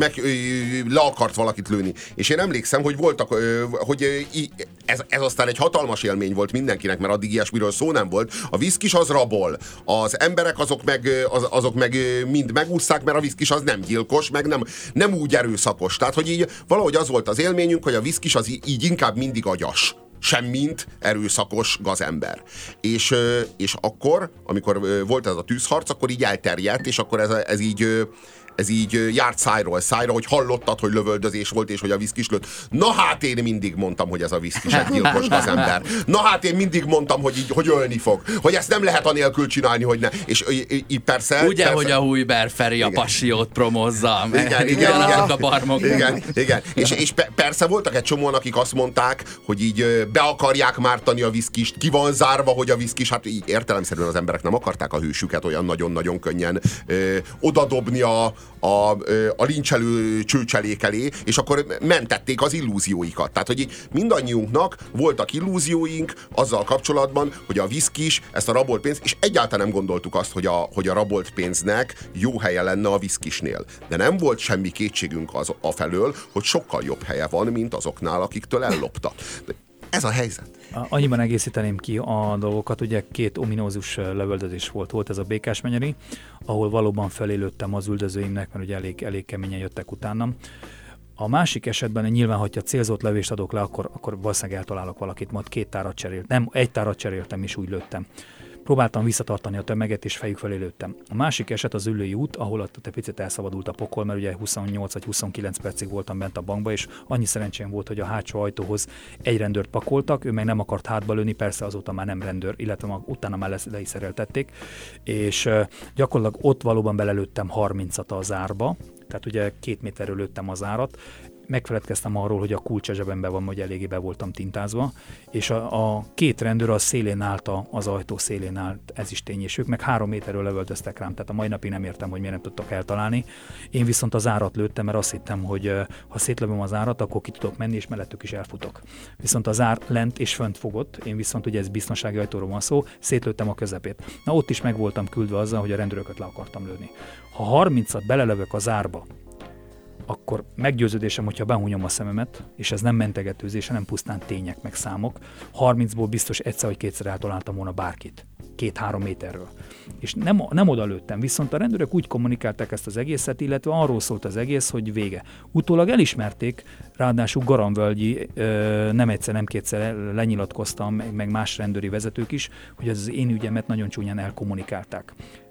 le akart valakit lőni. És én emlékszem, hogy voltak, hogy ez aztán egy hatalmas élmény volt mindenkinek, mert addig ilyesmiről szó nem volt. A viszkis az rabol. Az emberek azok meg mind megúszszák, mert a viszkis az nem gyilkos, meg nem úgy erőszakos. Tehát, hogy így valahogy az volt az élményünk, hogy a viszkis az így inkább mindig agyas. Semmint erőszakos gazember. És akkor, amikor volt ez a tűzharc, akkor így elterjedt, és akkor ez így járt szájról szájra, hogy hallottad, hogy lövöldözés volt, és hogy a viszkis lőtt. Na hát én mindig mondtam, hogy ez a viszkis egy gyilkos gazember. Na hát én mindig mondtam, hogy ölni fog. Hogy ezt nem lehet anélkül csinálni, hogy ne. És így persze... Ugye, persze, hogy a Hujber Feri a Passiót promozza. Igen. A barmok. Igen. És persze voltak egy csomóan, akik azt mondták, hogy így be akarják mártani a viszkist, ki van zárva, hogy a viszkis, hát így értelemszerűen az emberek nem akarták a hősüket olyan nagyon-nagyon könnyen odadobni a lincselő csőcselék elé, és akkor mentették az illúzióikat. Tehát, hogy mindannyiunknak voltak illúzióink azzal kapcsolatban, hogy a viszkis, ezt a rabolt pénzt, és egyáltalán nem gondoltuk azt, hogy a rabolt pénznek jó helye lenne a viszkisnél. De nem volt semmi kétségünk afelől, hogy sokkal jobb helye van, mint azoknál, akiktől ellopta. Ez a helyzet. Annyiban egészíteném ki a dolgokat, ugye 2 ominózus lövöldözés volt ez a Békásmegyeri, ahol valóban felélődtem az üldözőimnek, mert ugye elég keményen jöttek utánam. A másik esetben nyilván, hogyha célzott lövést adok le, akkor valószínűleg eltalálok valakit, majd 2 tárat cseréltem. Nem, 1 tárat cseréltem, és úgy lőttem. Próbáltam visszatartani a tömeget, és fejük felé lőttem. A másik eset az Üllői út, ahol egy picit elszabadult a pokol, mert ugye 28 vagy 29 percig voltam bent a bankba, és annyi szerencsém volt, hogy a hátsó ajtóhoz egy rendőrt pakoltak, ő meg nem akart hátba lőni, persze azóta már nem rendőr, illetve utána már le is szereltették, és gyakorlatilag ott valóban belelőttem 30-at a zárba, tehát ugye 2 méterről lőttem az zárat, megfeledkeztem arról, hogy a kulcs a zsebemben van, hogy eléggé be voltam tintázva, és a 2 rendőr a szélén állt, az ajtó szélén állt, ez is tény, és ők meg 3 méterről lövöldöztek rám, tehát a mai napig nem értem, hogy miért nem tudtak eltalálni. Én viszont az árat lőttem, mert azt hittem, hogy ha szétlövöm az árat, akkor ki tudok menni, és mellettük is elfutok. Viszont az ár lent és fönt fogott, én viszont ugye ez biztonsági ajtóról van szó, szétlőttem a közepét. Na ott is meg voltam küldve azzal, hogy a rendőröket le akartam lőni. Ha 30-at belelövök az árba, akkor meggyőződésem, hogyha behúnyom a szememet, és ez nem mentegetőzés, hanem pusztán tények meg számok, 30-ból biztos egyszer vagy kétszer eltaláltam volna bárkit. 2-3 méterről. És nem oda lőttem, viszont a rendőrök úgy kommunikálták ezt az egészet, illetve arról szólt az egész, hogy vége. Utólag elismerték, ráadásul Garamvölgyi nem egyszer, nem kétszer lenyilatkoztam, meg más rendőri vezetők is, hogy az én ügyemet nagyon csúnyán elkommunikálták.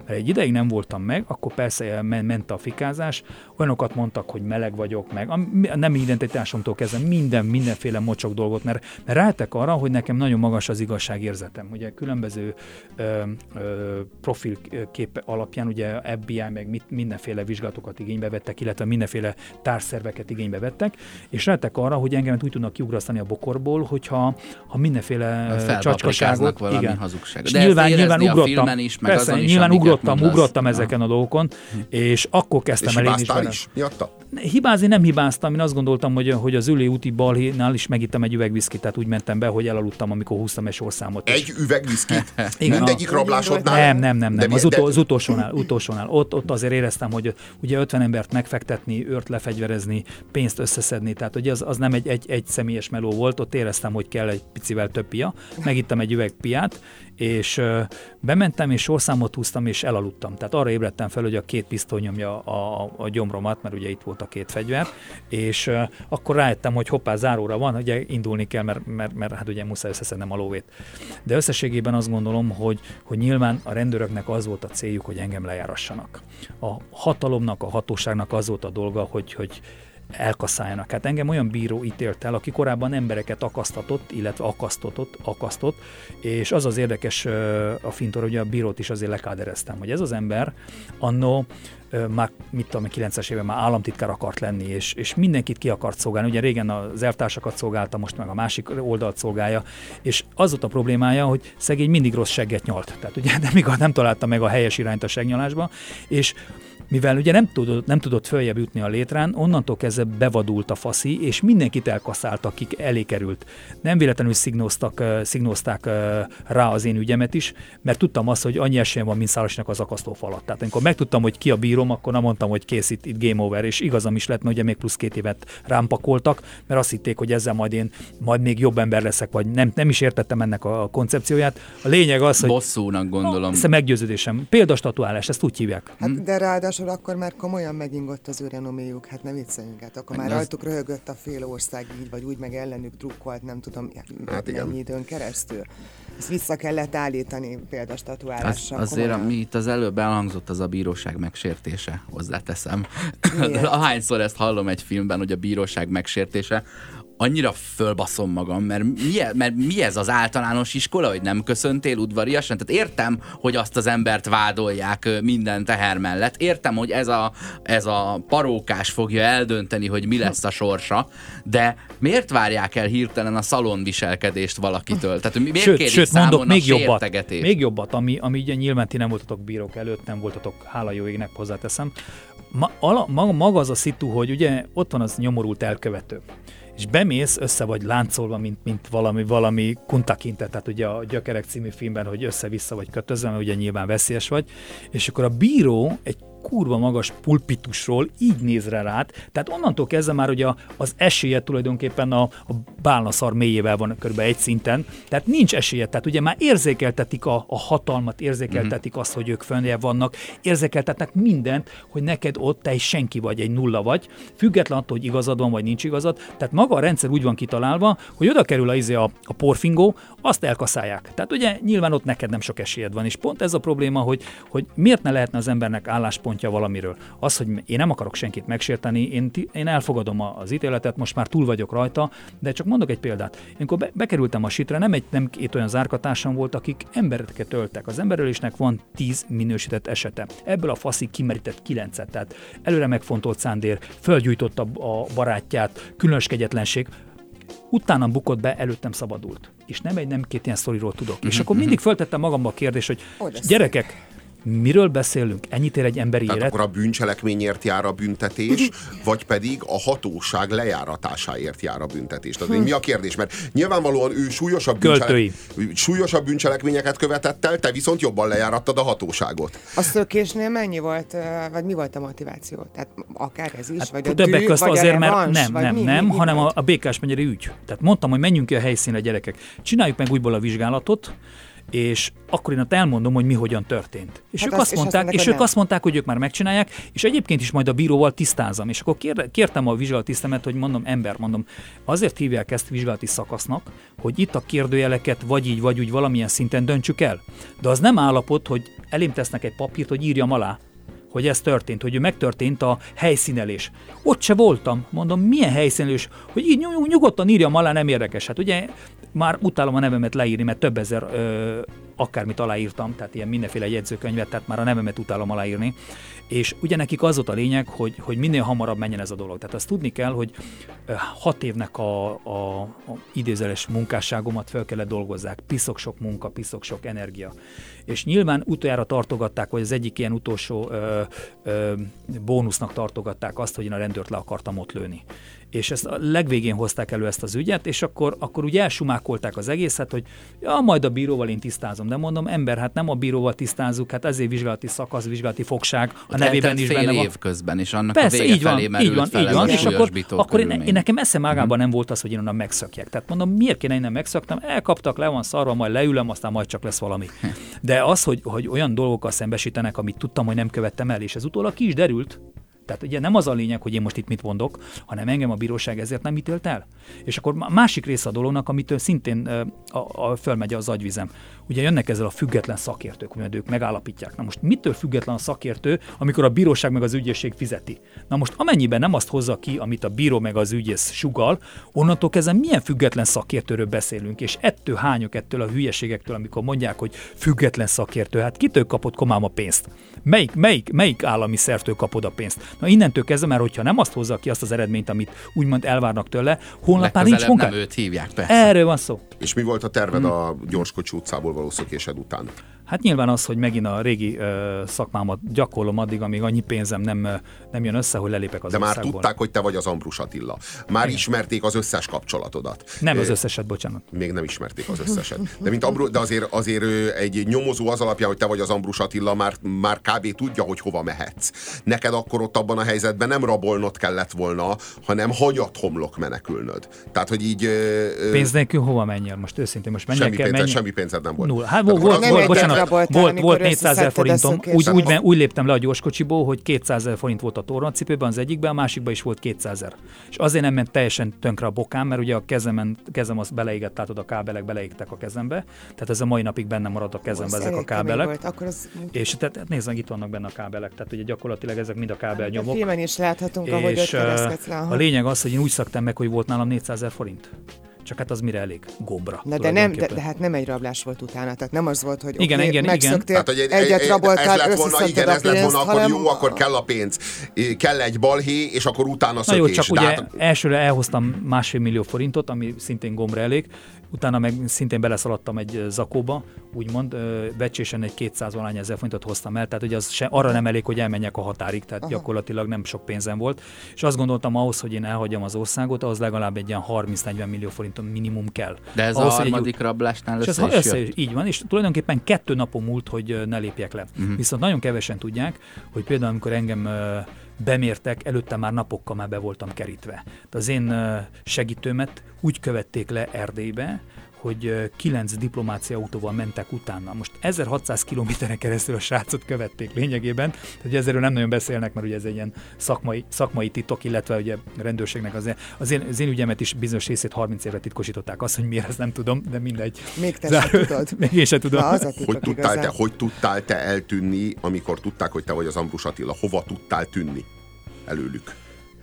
Mert egy ideig nem voltam meg, akkor persze ment a fikázás, olyanokat mondtak, hogy meleg vagyok, meg nem identitásomtól kezdve mindenféle mocsok dolgot, mert rájöttek arra, hogy nekem nagyon magas az igazságérzetem. Ugye különböző profilkép alapján, ugye FBI meg mindenféle vizsgálatokat igénybe vettek, illetve mindenféle társszerveket igénybe vettek, és rájöttek arra, hogy engemet úgy tudnak kiugrasztani a bokorból, hogyha mindenféle csacskaságot, igen. Hazugságot. De nyilván ugrottam, is, meg persze, nyilván ugrottam ezeken a dolgokon, és akkor kezdtem el én is. Hibázni nem hibáztam, én azt gondoltam, hogy az Ülé úti balhénál is megittem egy üveg viszkit, tehát úgy mentem be, hogy elaludtam, amikor húztam egy sorszámot. Egy üveg viszkit? Mindegyik rablásodnál? Nem. Az utolsónál. Ott azért éreztem, hogy ugye 50 embert megfektetni, őrt lefegyverezni, pénzt összeszedni, tehát hogy az nem egy személyes meló volt, ott éreztem, hogy kell egy picivel több pia. Megittem egy üveg piát, és bementem, és sorszámot húztam, és elaludtam. Tehát arra ébredtem fel, hogy a 2 pisztoly nyomja a gyomromat, mert ugye itt volt a 2 fegyver, és akkor rájöttem, hogy hoppá, záróra van, ugye indulni kell, mert hát ugye muszáj összeszednem a lóvét. De összességében azt gondolom, hogy nyilván a rendőröknek az volt a céljuk, hogy engem lejárassanak. A hatalomnak, a hatóságnak az volt a dolga, hogy elkasszáljanak. Hát engem olyan bíró ítélt el, aki korábban embereket akasztatott, illetve akasztott, és az érdekes a fintor, hogy a bírót is azért lekádereztem, hogy ez az ember annó már, 90-es évben már államtitkár akart lenni, és mindenkit ki akart szolgálni. Ugye régen az elvtársakat szolgálta, most meg a másik oldalt szolgálja, és az volt a problémája, hogy szegény mindig rossz segget nyalt. Tehát ugye nem találta meg a helyes irányt a segnyalásba, és mivel ugye nem tudott följebb jutni a létrán, onnantól kezdve bevadult a faszi, és mindenkit elkaszált, akik elé került. Nem véletlenül szignózták rá az én ügyemet is, mert tudtam azt, hogy annyi esélyem van, mint Szálasinak az akasztófalat. Tehát amikor megtudtam, hogy ki a bírom, akkor nem mondtam, hogy kész, itt game over, és igazam is lett, mert ugye még plusz 2 évet rám pakoltak, mert azt hitték, hogy ezzel majd még jobb ember leszek, vagy nem is értettem ennek a koncepcióját. A lényeg az, hogy bosszúnak gondolom. Ez a meggyőződésem. Példastatuálás, ezt úgy hívják. Hát, de ráadásul akkor már komolyan megingott az ő renoméjuk, hát nem vicceljünk, hát akkor már rajtuk röhögött a fél ország így, vagy úgy, meg ellenük drukkolt, nem tudom, mennyi időn keresztül. Ezt vissza kellett állítani példastatuálással. Azért, ami itt az előbb elhangzott, az a bíróság megsértése, hozzáteszem. Ahányszor ezt hallom egy filmben, hogy a bíróság megsértése, annyira fölbaszom magam, mert mi ez az általános iskola, hogy nem köszöntél udvariasan? Tehát értem, hogy azt az embert vádolják minden teher mellett. Értem, hogy ez a parókás fogja eldönteni, hogy mi lesz a sorsa, de miért várják el hirtelen a szalonviselkedést valakitől? Tehát miért kérik számon a sértegetést? Még jobbat, ami ugye nyilván ti nem voltatok bírók előtt, nem voltatok, hála jó égnek, hozzáteszem. Maga az a szitu, hogy ugye ott van az nyomorult elkövető. És bemész, össze vagy láncolva, mint valami kuntakintet, tehát ugye a Gyökerek című filmben, hogy össze-vissza vagy kötözve, mert ugye nyilván veszélyes vagy, és akkor a bíró egy kurva magas pulpitusról így néz rád, tehát onnantól kezdve már ugye az esélye tulajdonképpen a bálnaszar mélyével van kb. Egy szinten, tehát nincs esélye, tehát ugye már érzékeltetik a hatalmat, érzékeltetik azt, hogy ők fönnjebb vannak, érzékeltetnek mindent, hogy neked ott te egy senki vagy, egy nulla vagy, független attól, hogy igazad van, vagy nincs igazad, tehát maga a rendszer úgy van kitalálva, hogy oda kerül a porfingó, azt elkaszálják. Tehát ugye nyilván ott neked nem sok esélyed van, és pont ez a probléma, hogy miért ne lehetne az embernek álláspontja valamiről. Az, hogy én nem akarok senkit megsérteni, én elfogadom az ítéletet, most már túl vagyok rajta, de csak mondok egy példát. Amikor bekerültem a sitre, nem két olyan zárkatársam volt, akik embereket öltek. Az emberölésnek van 10 minősített esete. Ebből a faszi kimerített 9-et, tehát előre megfontolt szándék, fölgyújtotta a barátját, különös kegyetlenség, utána bukott be, előttem szabadult. És nem két ilyen sztoriról tudok. És akkor mindig föltettem magamba a kérdést, hogy gyerekek, miről beszélünk? Ennyit ér egy emberi élet? Tehát akkor a bűncselekményért jár a büntetés, vagy pedig a hatóság lejáratásáért jár a büntetés. Tehát mi a kérdés? Mert nyilvánvalóan ő súlyosabb bűncselekményeket követett el, te viszont jobban lejárattad a hatóságot. A Szökésnél mennyi volt, vagy mi volt a motiváció? Tehát akár ez is, hát, vagy a dű, vagy azért, a revans, nem, hanem a Békásmegyeri ügy. Tehát mondtam, hogy menjünk ki a helyszínre, gyerekek. Csináljuk meg újból a vizsgálatot, és akkor én ott elmondom, hogy mi hogyan történt. És hát ők azt mondták, hogy ők már megcsinálják, és egyébként is majd a bíróval tisztázom. És akkor kértem a vizsgálatisztemet, hogy mondom, azért hívják ezt vizsgálati szakasznak, hogy itt a kérdőjeleket vagy így, vagy úgy valamilyen szinten döntsük el. De az nem állapot, hogy elém tesznek egy papírt, hogy írjam alá, hogy ez történt, hogy megtörtént a helyszínelés. Ott se voltam, mondom, milyen helyszínelés, hogy így nyugodtan írjam alá, nem érdekes. Hát ugye már utálom a nevemet leírni, mert több ezer akármit aláírtam, tehát ilyen mindenféle jegyzőkönyvet, tehát már a nevemet utálom aláírni. És ugye nekik az volt a lényeg, hogy minél hamarabb menjen ez a dolog. Tehát azt tudni kell, hogy 6 évnek a idézeles munkásságomat fel kellett dolgozzák. Piszok sok munka, piszok sok energia. És nyilván utoljára tartogatták, vagy az egyik ilyen utolsó bónusznak tartogatták azt, hogy én a rendőrt le akartam ott lőni. És ezt a legvégén hozták elő ezt az ügyet, és akkor ugye elsumákolták az egészet, hogy ja, majd a bíróval én tisztázom. De mondom, ember, hát nem a bíróval tisztázzuk, hát ezért vizsgálati szakasz, vizsgálati fogság, a nevében is benne van. Év közben, és annak persze, a vége felé merült fel ez a és akkor én nekem eszem nem volt az, hogy én onnan megszökjek. Tehát mondom, miért kéne innen megszöktem? Elkaptak, le van szarva, majd leülöm, aztán majd csak lesz valami. De az, hogy olyan dolgokkal szembesítenek, amit tudtam, hogy nem követtem el, és ez utólag ki is derült. Tehát ugye nem az a lényeg, hogy én most itt mit mondok, hanem engem a bíróság ezért nem ítélt el. És akkor másik része a dolognak, amitől szintén fölmegy az agyvizem. Ugye jönnek ezzel a független szakértők, mert ők megállapítják. Na most mitől független a szakértő, amikor a bíróság meg az ügyészség fizeti? Na most amennyiben nem azt hozza ki, amit a bíró meg az ügyész sugal, onnantól kezdve milyen független szakértőről beszélünk, és ettől hányok ettől a hülyeségektől, amikor mondják, hogy független szakértő, hát kitől kapott komám a pénzt? Melyik állami szervtől kapod a pénzt? Na innentől kezdve, mert hogyha nem azt hozza ki azt az eredményt, amit úgymond elvárnak tőle, holnap már nincs munka. Nem őt hívják, persze. Erről van szó. És mi volt a terved a Gyorskocsi utcából való szökésed után? Hát nyilván az, hogy megint a régi szakmámat gyakorlom addig, amíg annyi pénzem nem jön össze, hogy lelépek az országból. De már tudták, hogy te vagy az Ambrus Attila. Már ismerték az összes kapcsolatodat. Nem az összeset, bocsánat. Még nem ismerték az összeset. De, de azért egy nyomozó az alapján, hogy te vagy az Ambrus Attila, már kb. Tudja, hogy hova mehetsz. Neked akkor ott abban a helyzetben nem rabolnod kellett volna, hanem hanyathomlok menekülnöd. Tehát, hogy így... Pénz nélkül hova menjél? Most őszintén, most menjek semmi pénzed nem volt. Nulla. Hát volt 400 000 forintom, úgy léptem le a gyorskocsiból, hogy 200 000 forint volt a tornacipőben, az egyikben, a másikban is volt 200 000. És azért nem ment teljesen tönkre a bokám, mert ugye a kezem az beleégett, látod, a kábelek beleégtek a kezembe, tehát ez a mai napig benne marad a kezembe ezek a kábelek. És tehát nézd meg, itt vannak benne a kábelek, tehát ugye gyakorlatilag ezek mind a kábelnyomok. A filmen is láthatunk, ahogy ott keresztkedsz rá. A lényeg az, hogy én úgy szaktam meg, hogy volt nálam 400 000 forint. Csak hát az mire elég? Gombra. Na de hát nem egy rablás volt utána, tehát nem az volt, hogy igen. megszöktél, egyet raboltál, összeszedted a pénzt, hanem... Akkor jó, akkor kell a pénz, kell egy balhé, és akkor utána szökés. Na jó, csak ugye elsőre elhoztam 1,5 millió forintot, ami szintén gombra elég, utána meg szintén beleszaladtam egy zakóba, úgymond, becsésen egy 200 000 forintot hoztam el, tehát ugye az arra nem elég, hogy elmenjek a határig, tehát gyakorlatilag nem sok pénzem volt, és azt gondoltam ahhoz, hogy én elhagyjam az országot, ahhoz legalább egy ilyen 30-40 millió forinton minimum kell. De ez ahhoz, a harmadik rablásnál össze is így van, és tulajdonképpen 2 napon múlt, hogy ne lépjek le. Viszont nagyon kevesen tudják, hogy például amikor engem bemértek, előtte már napokkal már be voltam kerítve. De az én segítőmet úgy követték le Erdélybe, hogy 9 diplomácia autóval mentek utána. Most 1600 kilométeren keresztül a srácot követték lényegében, tehát ezerről nem nagyon beszélnek, mert ugye ez egy ilyen szakmai titok, illetve ugye a rendőrségnek az én ügyemet is bizonyos részét 30 évre titkosították. Azt, hogy miért, ezt nem tudom, de mindegy. Még te sem tudod. Még én sem tudom. Hogy tudtál te eltűnni, amikor tudták, hogy te vagy az Ambrus Attila? Hova tudtál tűnni előlük?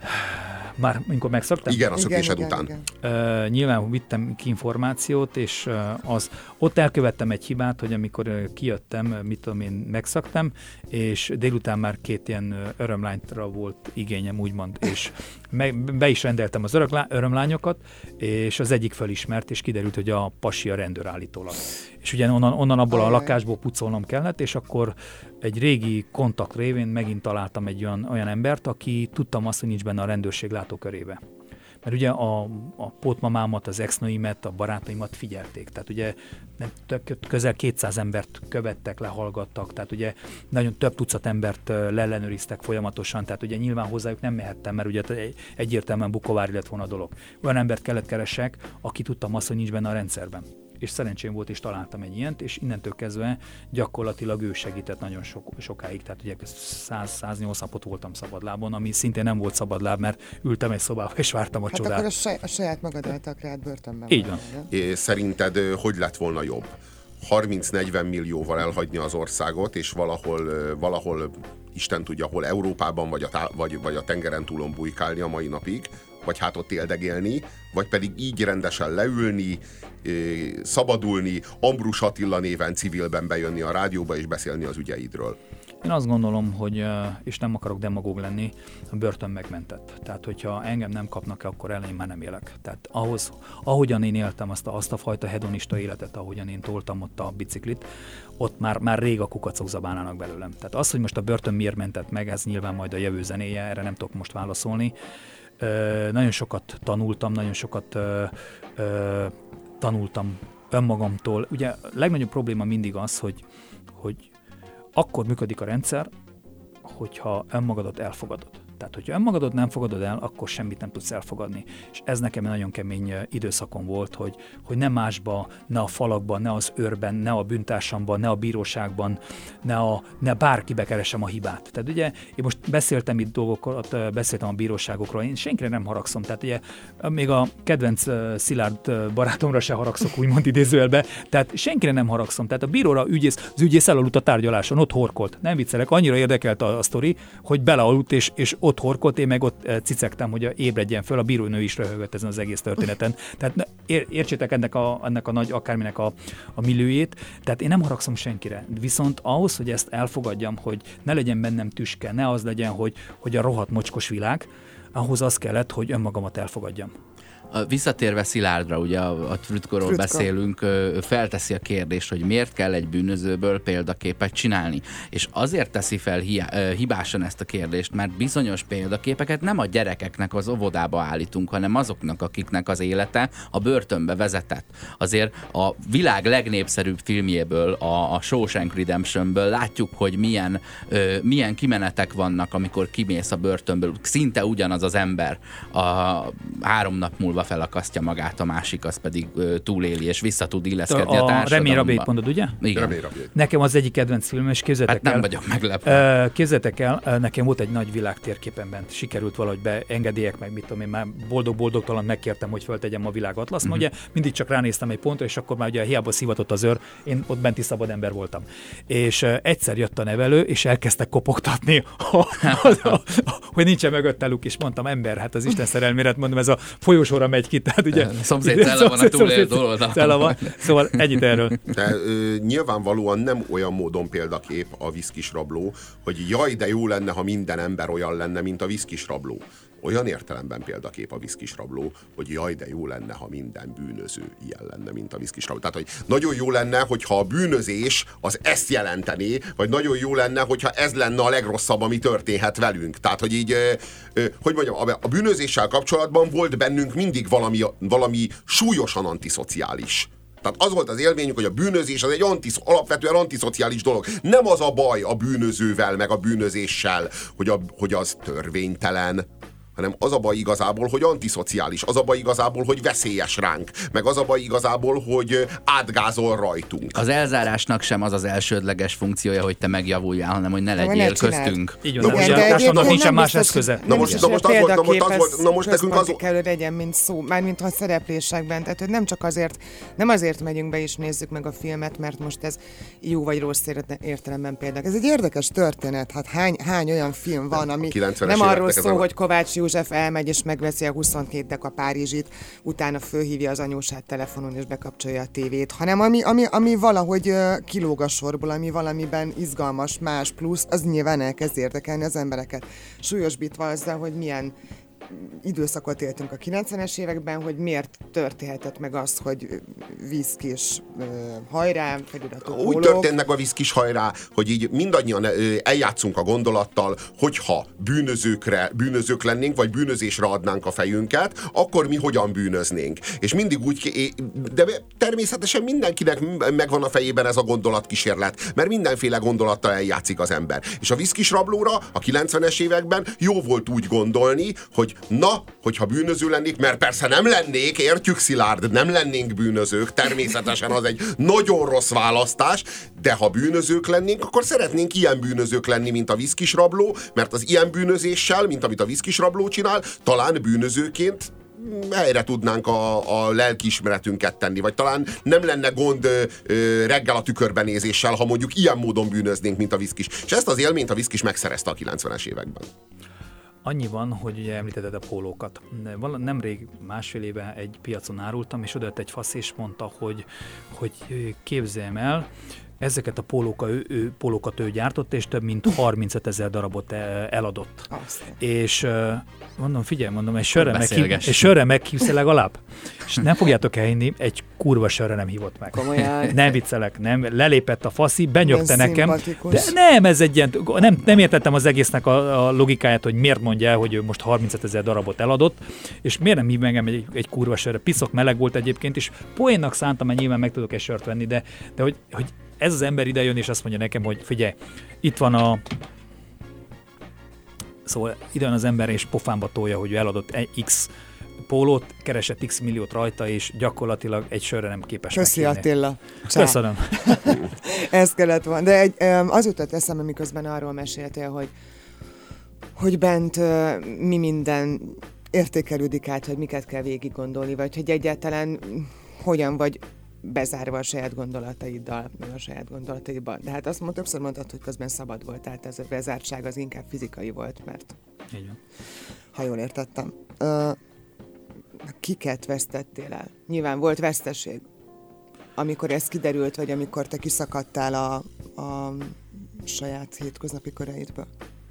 Már amikor megszaktam? Igen, a szökésed után. Nyilván vittem ki információt, és ott elkövettem egy hibát, hogy amikor kijöttem, mit tudom én, megszaktam, és délután már 2 ilyen örömlányra volt igényem, úgymond, és be is rendeltem az örömlányokat, és az egyik felismert, és kiderült, hogy a pasi a rendőr állítólag. És ugye onnan abból a lakásból pucolnom kellett, és akkor egy régi kontakt révén megint találtam egy olyan embert, aki tudtam azt, hogy nincs benne a rendőrség látókörébe. Mert ugye a pótmamámat, az exnőimet, a barátaimat figyelték. Tehát ugye közel 200 embert követtek, lehallgattak, tehát ugye nagyon több tucat embert leellenőriztek folyamatosan, tehát ugye nyilván hozzájuk nem mehettem, mert ugye egyértelműen bukovári lett volna a dolog. Olyan embert kellett keresek, aki tudtam azt, hogy nincs benne a rendszerben. És szerencsém volt, és találtam egy ilyent, és innentől kezdve gyakorlatilag ő segített nagyon sokáig, tehát ugye 100-108 napot voltam szabadlábon, ami szintén nem volt szabadláb, mert ültem egy szobába, és vártam a csodát. Akkor a saját magad álltak rád börtönben. Így van. Szerinted hogy lett volna jobb? 30-40 millióval elhagyni az országot, és valahol Isten tudja, hol Európában, vagy a tengeren túlon bujkálni a mai napig, vagy hát ott éldegélni, vagy pedig így rendesen leülni, szabadulni, Ambrus Attila néven civilben bejönni a rádióba és beszélni az ügyeidről. Én azt gondolom, hogy, és nem akarok demagóg lenni, a börtön megmentett. Tehát, hogyha engem nem kapnak, akkor ellen én már nem élek. Tehát ahogyan én éltem azt a fajta hedonista életet, ahogyan én toltam ott a biciklit, ott már rég a kukacok zabálnának belőlem. Tehát az, hogy most a börtön miért mentett meg, ez nyilván majd a jövő zenéje, erre nem tudok most válaszolni. Nagyon sokat tanultam, nagyon sokat tanultam önmagamtól. Ugye a legnagyobb probléma mindig az, hogy akkor működik a rendszer, hogyha önmagadat elfogadod. Tehát, hogyha önmagadat nem fogadod el, akkor semmit nem tudsz elfogadni. És ez nekem egy nagyon kemény időszakom volt, hogy ne másba, ne a falakban, ne az őrben, ne a bűntársamban, ne a bíróságban, ne bárkibe keresem a hibát. Tehát ugye én most beszéltem itt dolgokat, beszéltem a bíróságokról, én senkire nem haragszom. Tehát ugye még a kedvenc Szilárd barátomra se haragszok, úgymond idézőjelbe. Tehát senkire nem haragszom. Tehát a bíróra az ügyész elaludt a tárgyaláson, ott horkolt. Nem viccelek, annyira érdekelt a sztori, hogy belealudt és ott horkolt, én meg ott cicegtem, hogy ébredjen föl, a bírónő is röhögött ezen az egész történeten. Tehát értsétek ennek a nagy akárminek a milliójét, tehát én nem haragszom senkire. Viszont ahhoz, hogy ezt elfogadjam, hogy ne legyen bennem tüske, ne az legyen, hogy a rohadt mocskos világ, ahhoz az kellett, hogy önmagamat elfogadjam. Visszatérve Szilárdra, ugye a Trütkorról beszélünk, felteszi a kérdést, hogy miért kell egy bűnözőből példaképet csinálni. És azért teszi fel hibásan ezt a kérdést, mert bizonyos példaképeket nem a gyerekeknek az óvodába állítunk, hanem azoknak, akiknek az élete a börtönbe vezetett. Azért a világ legnépszerűbb filmjéből, a Shawshank Redemptionből látjuk, hogy milyen kimenetek vannak, amikor kimész a börtönből. Szinte ugyanaz az ember 3 nap múlva felakasztja magát, a másik az pedig túléli és vissza tud illeszkedni a társadalomba. Remény rabjait mondod, ugye? Igen. Nekem az egyik kedvenc filmem, és képzeljétek el. Nem vagyok meglepve. Képzeljétek el, nekem volt egy nagy világ térképen bent. Sikerült valahogy beengedélyek, meg mit tudom én, már boldog-boldogtalan megkértem, hogy föltegyem a világatlaszt. Ugye mindig csak ránéztem egy pontra, és akkor már ugye hiába szivatott az őr, én ott benti szabad ember voltam. És egyszer jött a nevelő, és elkezdtek kopogtatni, hogy nincsen mögötte luk, és mondtam, ember, hát az Isten szerelmére, mondom, ez a folyosóra megy ki, tehát ugye... Szomszéd cella van a túlélt oldalon. Szóval ennyit erről. De nyilvánvalóan nem olyan módon példakép a viszkis rabló, hogy jaj, de jó lenne, ha minden ember olyan lenne, mint a viszkis rabló. Olyan értelemben példakép a viszkis rabló, hogy jaj, de jó lenne, ha minden bűnöző ilyen lenne, mint a viszkis rabló. Tehát, hogy nagyon jó lenne, hogyha a bűnözés az ezt jelentené, vagy nagyon jó lenne, hogyha ez lenne a legrosszabb, ami történhet velünk. Tehát, hogy így, hogy mondjam, a bűnözéssel kapcsolatban volt bennünk mindig valami súlyosan antiszociális. Tehát az volt az élményünk, hogy a bűnözés az egy alapvetően antiszociális dolog. Nem az a baj a bűnözővel, meg a bűnözéssel, hogy az törvénytelen, hanem az a baj igazából, hogy antiszociális, az a baj igazából, hogy veszélyes ránk, meg az a baj igazából, hogy átgázol rajtunk. Az elzárásnak sem az az elsődleges funkciója, hogy te megjavuljál, hanem hogy ne legyél köztünk. Így van, de nincsen más eszköze. Na most nekünk az kell, hogy legyen, mint szó, mármint a szereplésekben, tehát hogy nem azért megyünk be és nézzük meg a filmet, mert most ez jó vagy rossz értelemben például. Ez egy érdekes történet, hát hány olyan film van, ami nem arról szól, hogy Kovács József elmegy és megveszi a 22 deka Párizsit, utána fölhívja az anyósát telefonon és bekapcsolja a tévét, hanem ami valahogy kilóg a sorból, ami valamiben izgalmas, más plusz, az nyilván elkezd érdekelni az embereket. Súlyosbítva azzal, hogy milyen időszakot éltünk a 90-es években, hogy miért történhetett meg az, hogy viszkis hajrá, feliratú pólók. Úgy történt meg a viszkis hajrá, hogy így mindannyian eljátszunk a gondolattal, hogyha bűnözők lennénk, vagy bűnözésre adnánk a fejünket, akkor mi hogyan bűnöznénk. És mindig úgy, de természetesen mindenkinek megvan a fejében ez a gondolatkísérlet, mert mindenféle gondolattal eljátszik az ember. És a viszkis rablóra a 90-es években jó volt úgy gondolni, hogy na, hogyha bűnöző lennék, mert persze nem lennék, értjük Szilárd, nem lennénk bűnözők, természetesen az egy nagyon rossz választás, de ha bűnözők lennénk, akkor szeretnénk ilyen bűnözők lenni, mint a viszkis rabló, mert az ilyen bűnözéssel, mint amit a viszkis rabló csinál, talán bűnözőként helyre tudnánk a lelkiismeretünket tenni, vagy talán nem lenne gond reggel a tükörbenézéssel, ha mondjuk ilyen módon bűnöznénk, mint a viszkis. És ezt az élményt a viszkis megszerezte a 90-es években. Annyi van, hogy ugye említetted a pólókat. Nemrég másfél éve egy piacon árultam, és odajött egy fasz, és mondta, hogy képzeljem el, ezeket a pólókat ő gyártott, és több mint 35 000 darabot eladott. Aztán. És mondom, egy sörre meghívsz legalább? És nem fogjátok elhinni, egy kurva sörre nem hívott meg. Komolyan. Nem viccelek, nem. Lelépett a faszi, benyögte nekem. De nem, ez egy ilyen, nem értettem az egésznek a logikáját, hogy miért mondja el, hogy ő most 35 000 darabot eladott, és miért nem hív meg egy kurva sörre. Piszok meleg volt egyébként, és poénnak szántam, mert nyilván meg tudok egy sört venni, de hogy ez az ember ide jön, és azt mondja nekem, hogy figyelj, itt van Szóval ide jön az ember, és pofámba tolja, hogy ő eladott X pólót, keresett X milliót rajta, és gyakorlatilag egy sörre nem képes Köszi meghívni. Attila. Köszönöm. Ez kellett volna. De az jutott eszembe, miközben arról meséltél, hogy bent mi minden értékelődik át, hogy miket kell végig gondolni, vagy hogy egyáltalán hogyan vagy bezárva a saját gondolataiddal, meg a saját gondolataidban. De hát azt többször mondtad, hogy közben szabad volt, tehát ez a bezártság az inkább fizikai volt, mert Így van. ha jól értettem. Kiket vesztettél el? Nyilván volt veszteség. Amikor ez kiderült, vagy amikor te kiszakadtál a saját hétköznapi köreidből?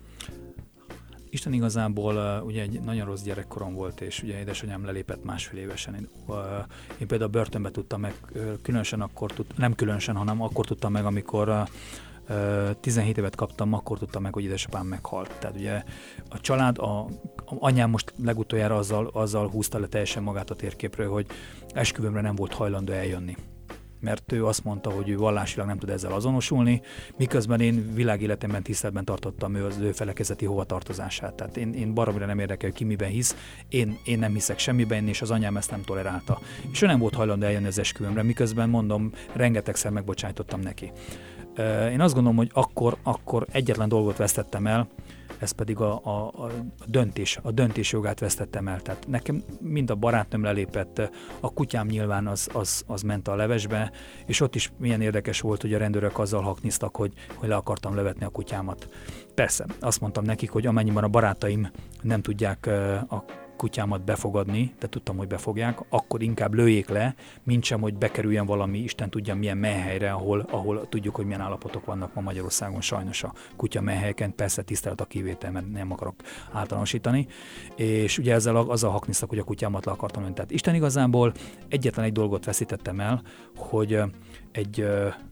Isten igazából ugye egy nagyon rossz gyerekkorom volt, és ugye édesanyám lelépett másfél évesen. Én például börtönbe tudtam meg, nem különösen, hanem akkor tudtam meg, amikor 17 évet kaptam, akkor tudtam meg, hogy édesapám meghalt. Tehát ugye a család, a anyám most legutoljára azzal húzta le teljesen magát a térképről, hogy esküvőmre nem volt hajlandó eljönni. Mert ő azt mondta, hogy ő vallásilag nem tud ezzel azonosulni, miközben én világéletemben tiszteletben tartottam az ő felekezeti hovatartozását. Tehát én baromira nem érdekel, ki miben hisz, én nem hiszek semmiben, és az anyám ezt nem tolerálta. És ő nem volt hajlandó eljönni az esküvőmre, miközben mondom, rengetegszer megbocsájtottam neki. Én azt gondolom, hogy akkor egyetlen dolgot vesztettem el, ez pedig a döntés jogát vesztettem el. Tehát nekem mind a barátnőm lelépett, a kutyám nyilván az ment a levesbe, és ott is milyen érdekes volt, hogy a rendőrök azzal hakniztak, hogy le akartam lövetni a kutyámat. Persze, azt mondtam nekik, hogy amennyiben a barátaim nem tudják a kutyámat befogadni, de tudtam, hogy befogják, akkor inkább lőjék le, mintsem, hogy bekerüljen valami, Isten tudja milyen menhelyre, ahol tudjuk, hogy milyen állapotok vannak ma Magyarországon sajnos a kutya menhelyeken, persze tisztelet a kivétel, mert nem akarok általánosítani, és ugye azzal hakniztak, hogy a kutyámat le akartam lőni. Tehát Isten igazából egyetlen egy dolgot veszítettem el, hogy egy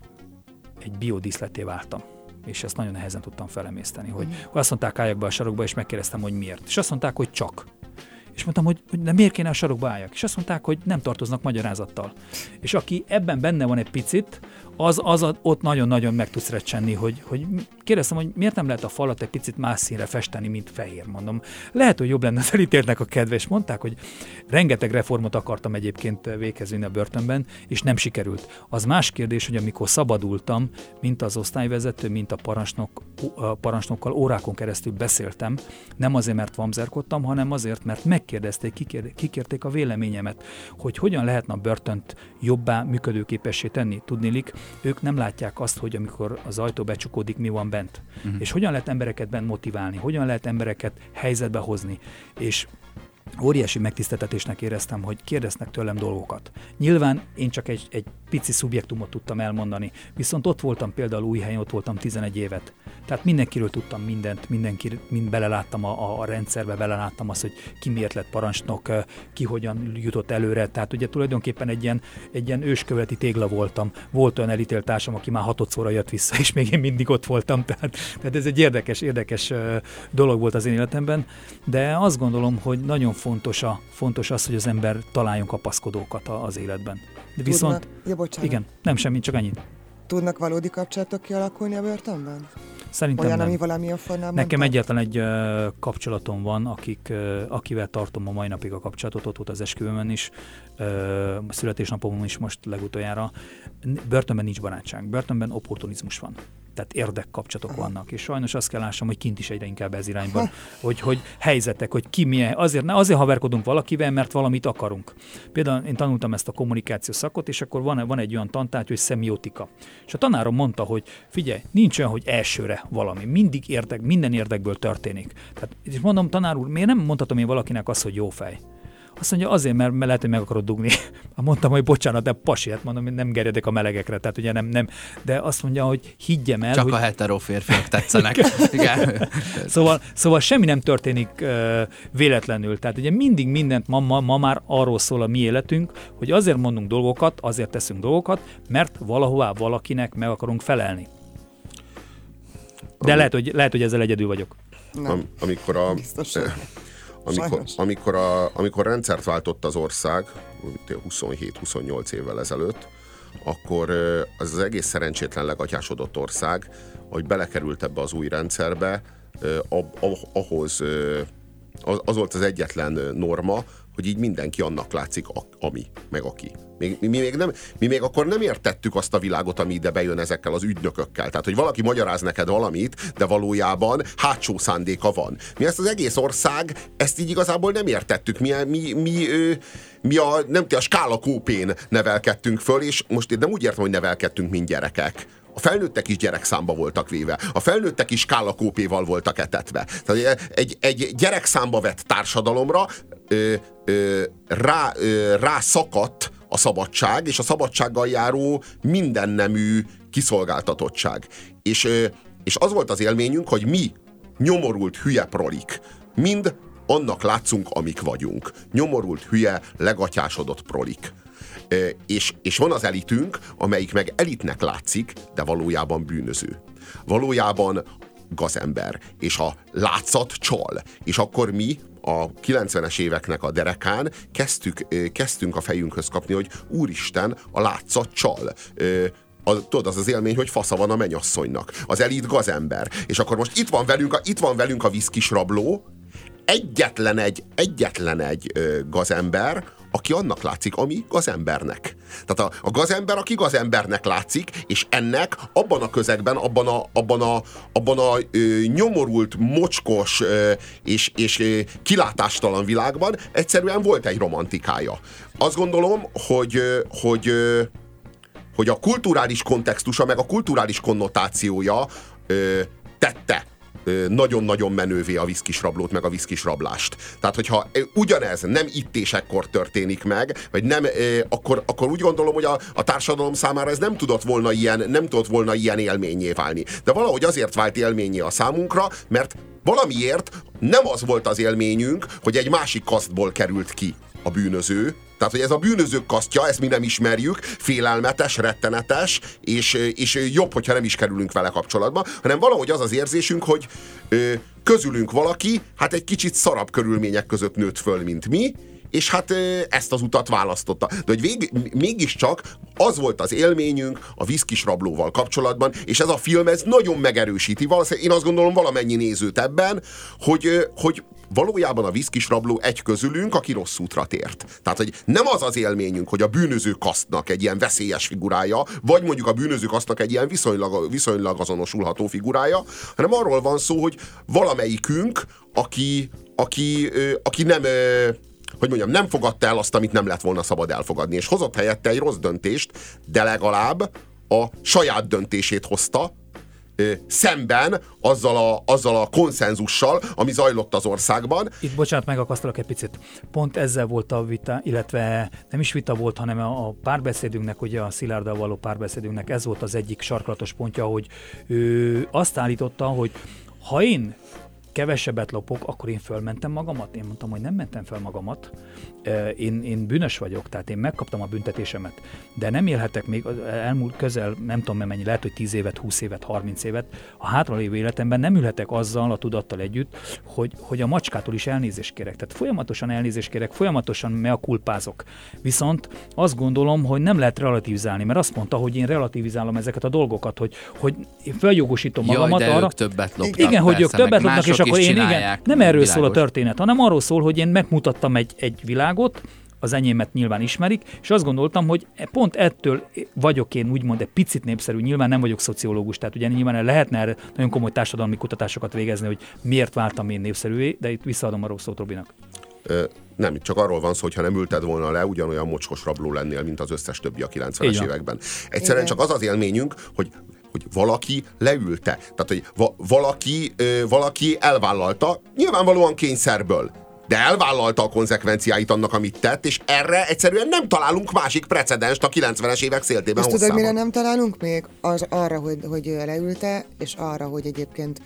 biodíszletté váltam. És ezt nagyon nehezen tudtam felemészteni, hogy azt mondták, álljak be a sarokba, és megkérdeztem, hogy miért. És azt mondták, hogy csak. És mondtam, hogy de miért kéne a sarokba álljak? És azt mondták, hogy nem tartoznak magyarázattal. És aki ebben benne van egy picit, az ott nagyon-nagyon meg tudsz recsenni, hogy kérdeztem, hogy miért nem lehet a falat egy picit más színre festeni, mint fehér, mondom. Lehet, hogy jobb lenne az elítéltnek a kedve, és mondták, hogy rengeteg reformot akartam egyébként végezni a börtönben, és nem sikerült. Az más kérdés, hogy amikor szabadultam, mint az osztályvezető, mint a parancsnokkal órákon keresztül beszéltem, nem azért, mert vamzerkodtam, hanem azért, mert megkérdezték, kikérték a véleményemet, hogy hogyan lehetne a börtönt jobbá működőképessé tenni. Tudniillik, ők nem látják azt, hogy amikor az ajtó becsukódik, mi van bent. És hogyan lehet embereket bent motiválni, hogyan lehet embereket helyzetbe hozni. És óriási megtiszteltetésnek éreztem, hogy kérdeznek tőlem dolgokat. Nyilván én csak egy pici szubjektumot tudtam elmondani, viszont ott voltam például Újhelyen, ott voltam 11 évet. Tehát mindenkiről tudtam mindent, mind beleláttam a rendszerbe, beleláttam azt, hogy ki miért lett parancsnok, ki hogyan jutott előre. Tehát ugye tulajdonképpen egy ilyen ősköveti tégla voltam. Volt olyan elítélt társam, aki már 6-szorra jött vissza, és még én mindig ott voltam. Tehát ez egy érdekes dolog volt az én életemben, de azt gondolom, hogy nagyon fontos az, hogy az ember találjon kapaszkodókat az életben. De viszont, igen, nem semmi, csak ennyit. Tudnak valódi kapcsolatok kialakulni a börtönben? Szerintem olyan, nem. Ami valamilyen formában... Nekem egyáltalán egy kapcsolatom van, akivel tartom a mai napig a kapcsolatot, ott volt az esküvőmön is, születésnapomon is most legutoljára. Börtönben nincs barátság, börtönben opportunizmus van. tehát érdekkapcsolatok vannak, és sajnos azt kell lássam, hogy kint is egyre inkább ez irányban, hogy helyzetek, hogy ki milyen, azért haverkodunk valakivel, mert valamit akarunk. Például én tanultam ezt a kommunikáció szakot, és akkor van egy olyan tantárgy, hogy szemiotika. És a tanárom mondta, hogy figyelj, nincs olyan, hogy elsőre valami, mindig minden érdekből történik. Tehát, és mondom, tanár úr, miért nem mondhatom én valakinek azt, hogy jó fej? Azt mondja, azért, mert lehet, hogy meg akarod dugni. Mondtam, hogy bocsánat, de pasi, hát mondom, nem gerjedek a melegekre, tehát ugye nem. De azt mondja, hogy higgyem el, csak hogy... a hetero férfiak tetszenek. Igen. Szóval semmi nem történik véletlenül. Tehát ugye mindig mindent ma már arról szól a mi életünk, hogy azért mondunk dolgokat, azért teszünk dolgokat, mert valahová valakinek meg akarunk felelni. De lehet, hogy ezzel egyedül vagyok. Amikor rendszert váltott az ország, 27-28 évvel ezelőtt, akkor az egész szerencsétlen legatyásodott ország, hogy belekerült ebbe az új rendszerbe, az volt az egyetlen norma, hogy így mindenki annak látszik, ami, meg aki. Mi még akkor nem értettük azt a világot, ami ide bejön ezekkel az ügynökökkel. Tehát, hogy valaki magyaráz neked valamit, de valójában hátsó szándéka van. Mi ezt az egész ország, ezt így igazából nem értettük. Mi a skála kópén nevelkedtünk föl, és most nem úgy értem, hogy nevelkedtünk, mint gyerekek. A felnőttek is gyerekszámba voltak véve. A felnőttek is skálakópéval voltak etetve. Tehát egy gyerekszámba vett társadalomra rá szakadt a szabadság, és a szabadsággal járó mindennemű kiszolgáltatottság. És az volt az élményünk, hogy mi, nyomorult hülye prolik, mind annak látszunk, amik vagyunk. Nyomorult hülye, legatyásodott prolik. És van az elitünk, amelyik meg elitnek látszik, de valójában bűnöző. Valójában gazember, és a látszat csal. És akkor mi a 90-es éveknek a derekán kezdtünk a fejünkhöz kapni, hogy úristen, a látszat csal. Tudod, az élmény, hogy fasza van a mennyasszonynak. Az elit gazember. És akkor most itt van velünk a viszkis rabló, egyetlen egy gazember, aki annak látszik, ami gazembernek. Tehát a gazember, aki gazembernek látszik, és ennek abban a közegben, abban a nyomorult, mocskos és kilátástalan világban egyszerűen volt egy romantikája. Azt gondolom, hogy a kulturális kontextusa, meg a kulturális konnotációja tette nagyon-nagyon menővé a viszkisrablót, meg a viszkisrablást. Tehát, hogyha ugyanez nem ittésekkor történik meg, vagy nem, akkor úgy gondolom, hogy a társadalom számára ez nem tudott volna ilyen élménnyé válni. De valahogy azért vált élménnyé a számunkra, mert valamiért nem az volt az élményünk, hogy egy másik kasztból került ki a bűnöző. Tehát, hogy ez a bűnözők kasztja, ezt mi nem ismerjük, félelmetes, rettenetes, és jobb, hogyha nem is kerülünk vele kapcsolatba, hanem valahogy az az érzésünk, hogy közülünk valaki, hát egy kicsit szarabb körülmények között nőtt föl, mint mi, és hát ezt az utat választotta. De hogy mégiscsak az volt az élményünk a viszkisrablóval kapcsolatban, és ez a film ez nagyon megerősíti. Én azt gondolom valamennyi nézőt ebben, hogy valójában a viszkisrabló egy közülünk, aki rossz útra tért. Tehát, hogy nem az az élményünk, hogy a bűnöző kasztnak egy ilyen veszélyes figurája, vagy mondjuk a bűnöző kasztnak egy ilyen viszonylag azonosulható figurája, hanem arról van szó, hogy valamelyikünk, aki nem... hogy mondjam, nem fogadta el azt, amit nem lett volna szabad elfogadni, és hozott helyette egy rossz döntést, de legalább a saját döntését hozta, szemben azzal a konszenzussal, ami zajlott az országban. Itt bocsánat, megakasztalak egy picit. Pont ezzel volt a vita, illetve nem is vita volt, hanem a párbeszédünknek, ugye a Szilárddal való párbeszédünknek ez volt az egyik sarkalatos pontja, hogy ő azt állította, hogy ha én kevesebbet lopok, akkor én fölmentem magamat. Én mondtam, hogy nem mentem fel magamat. Én bűnös vagyok, tehát én megkaptam a büntetésemet. De nem élhetek még elmúlt közel, nem tudom mennyi, lehet, hogy 10 évet, 20 évet, 30 évet. A hátralévő életemben nem ülhetek azzal a tudattal együtt, hogy a macskától is elnézést kérek. Tehát folyamatosan elnézést kérek, folyamatosan mea culpázok. Viszont azt gondolom, hogy nem lehet relativizálni, mert azt mondta, hogy én relativizálom ezeket a dolgokat, hogy én feljogosítom magamat de arra. Ők többet loptak, igen, hogy ők többet lopnak, és akkor én igen, nem erről világos. szól a történet, hanem arról szól, hogy én megmutattam egy világot, az enyémet nyilván ismerik, és azt gondoltam, hogy pont ettől vagyok én úgymond egy picit népszerű, nyilván nem vagyok szociológus, tehát ugye nyilván lehetne erre nagyon komoly társadalmi kutatásokat végezni, hogy miért váltam én népszerűvé, de itt visszaadom a szót Robinak. Nem, csak arról van szó, hogy ha nem ülted volna le, ugyanolyan mocskos rabló lennél, mint az összes többi a 90-es években. Egyszerűen csak az az élményünk, hogy valaki leülte. Tehát, hogy valaki elvállalta, nyilvánvalóan kényszerből, de elvállalta a konzekvenciáit annak, amit tett, és erre egyszerűen nem találunk másik precedenst a 90-es évek széltében hosszában. És tudod, mire nem találunk még? Az arra, hogy leülte, és arra, hogy egyébként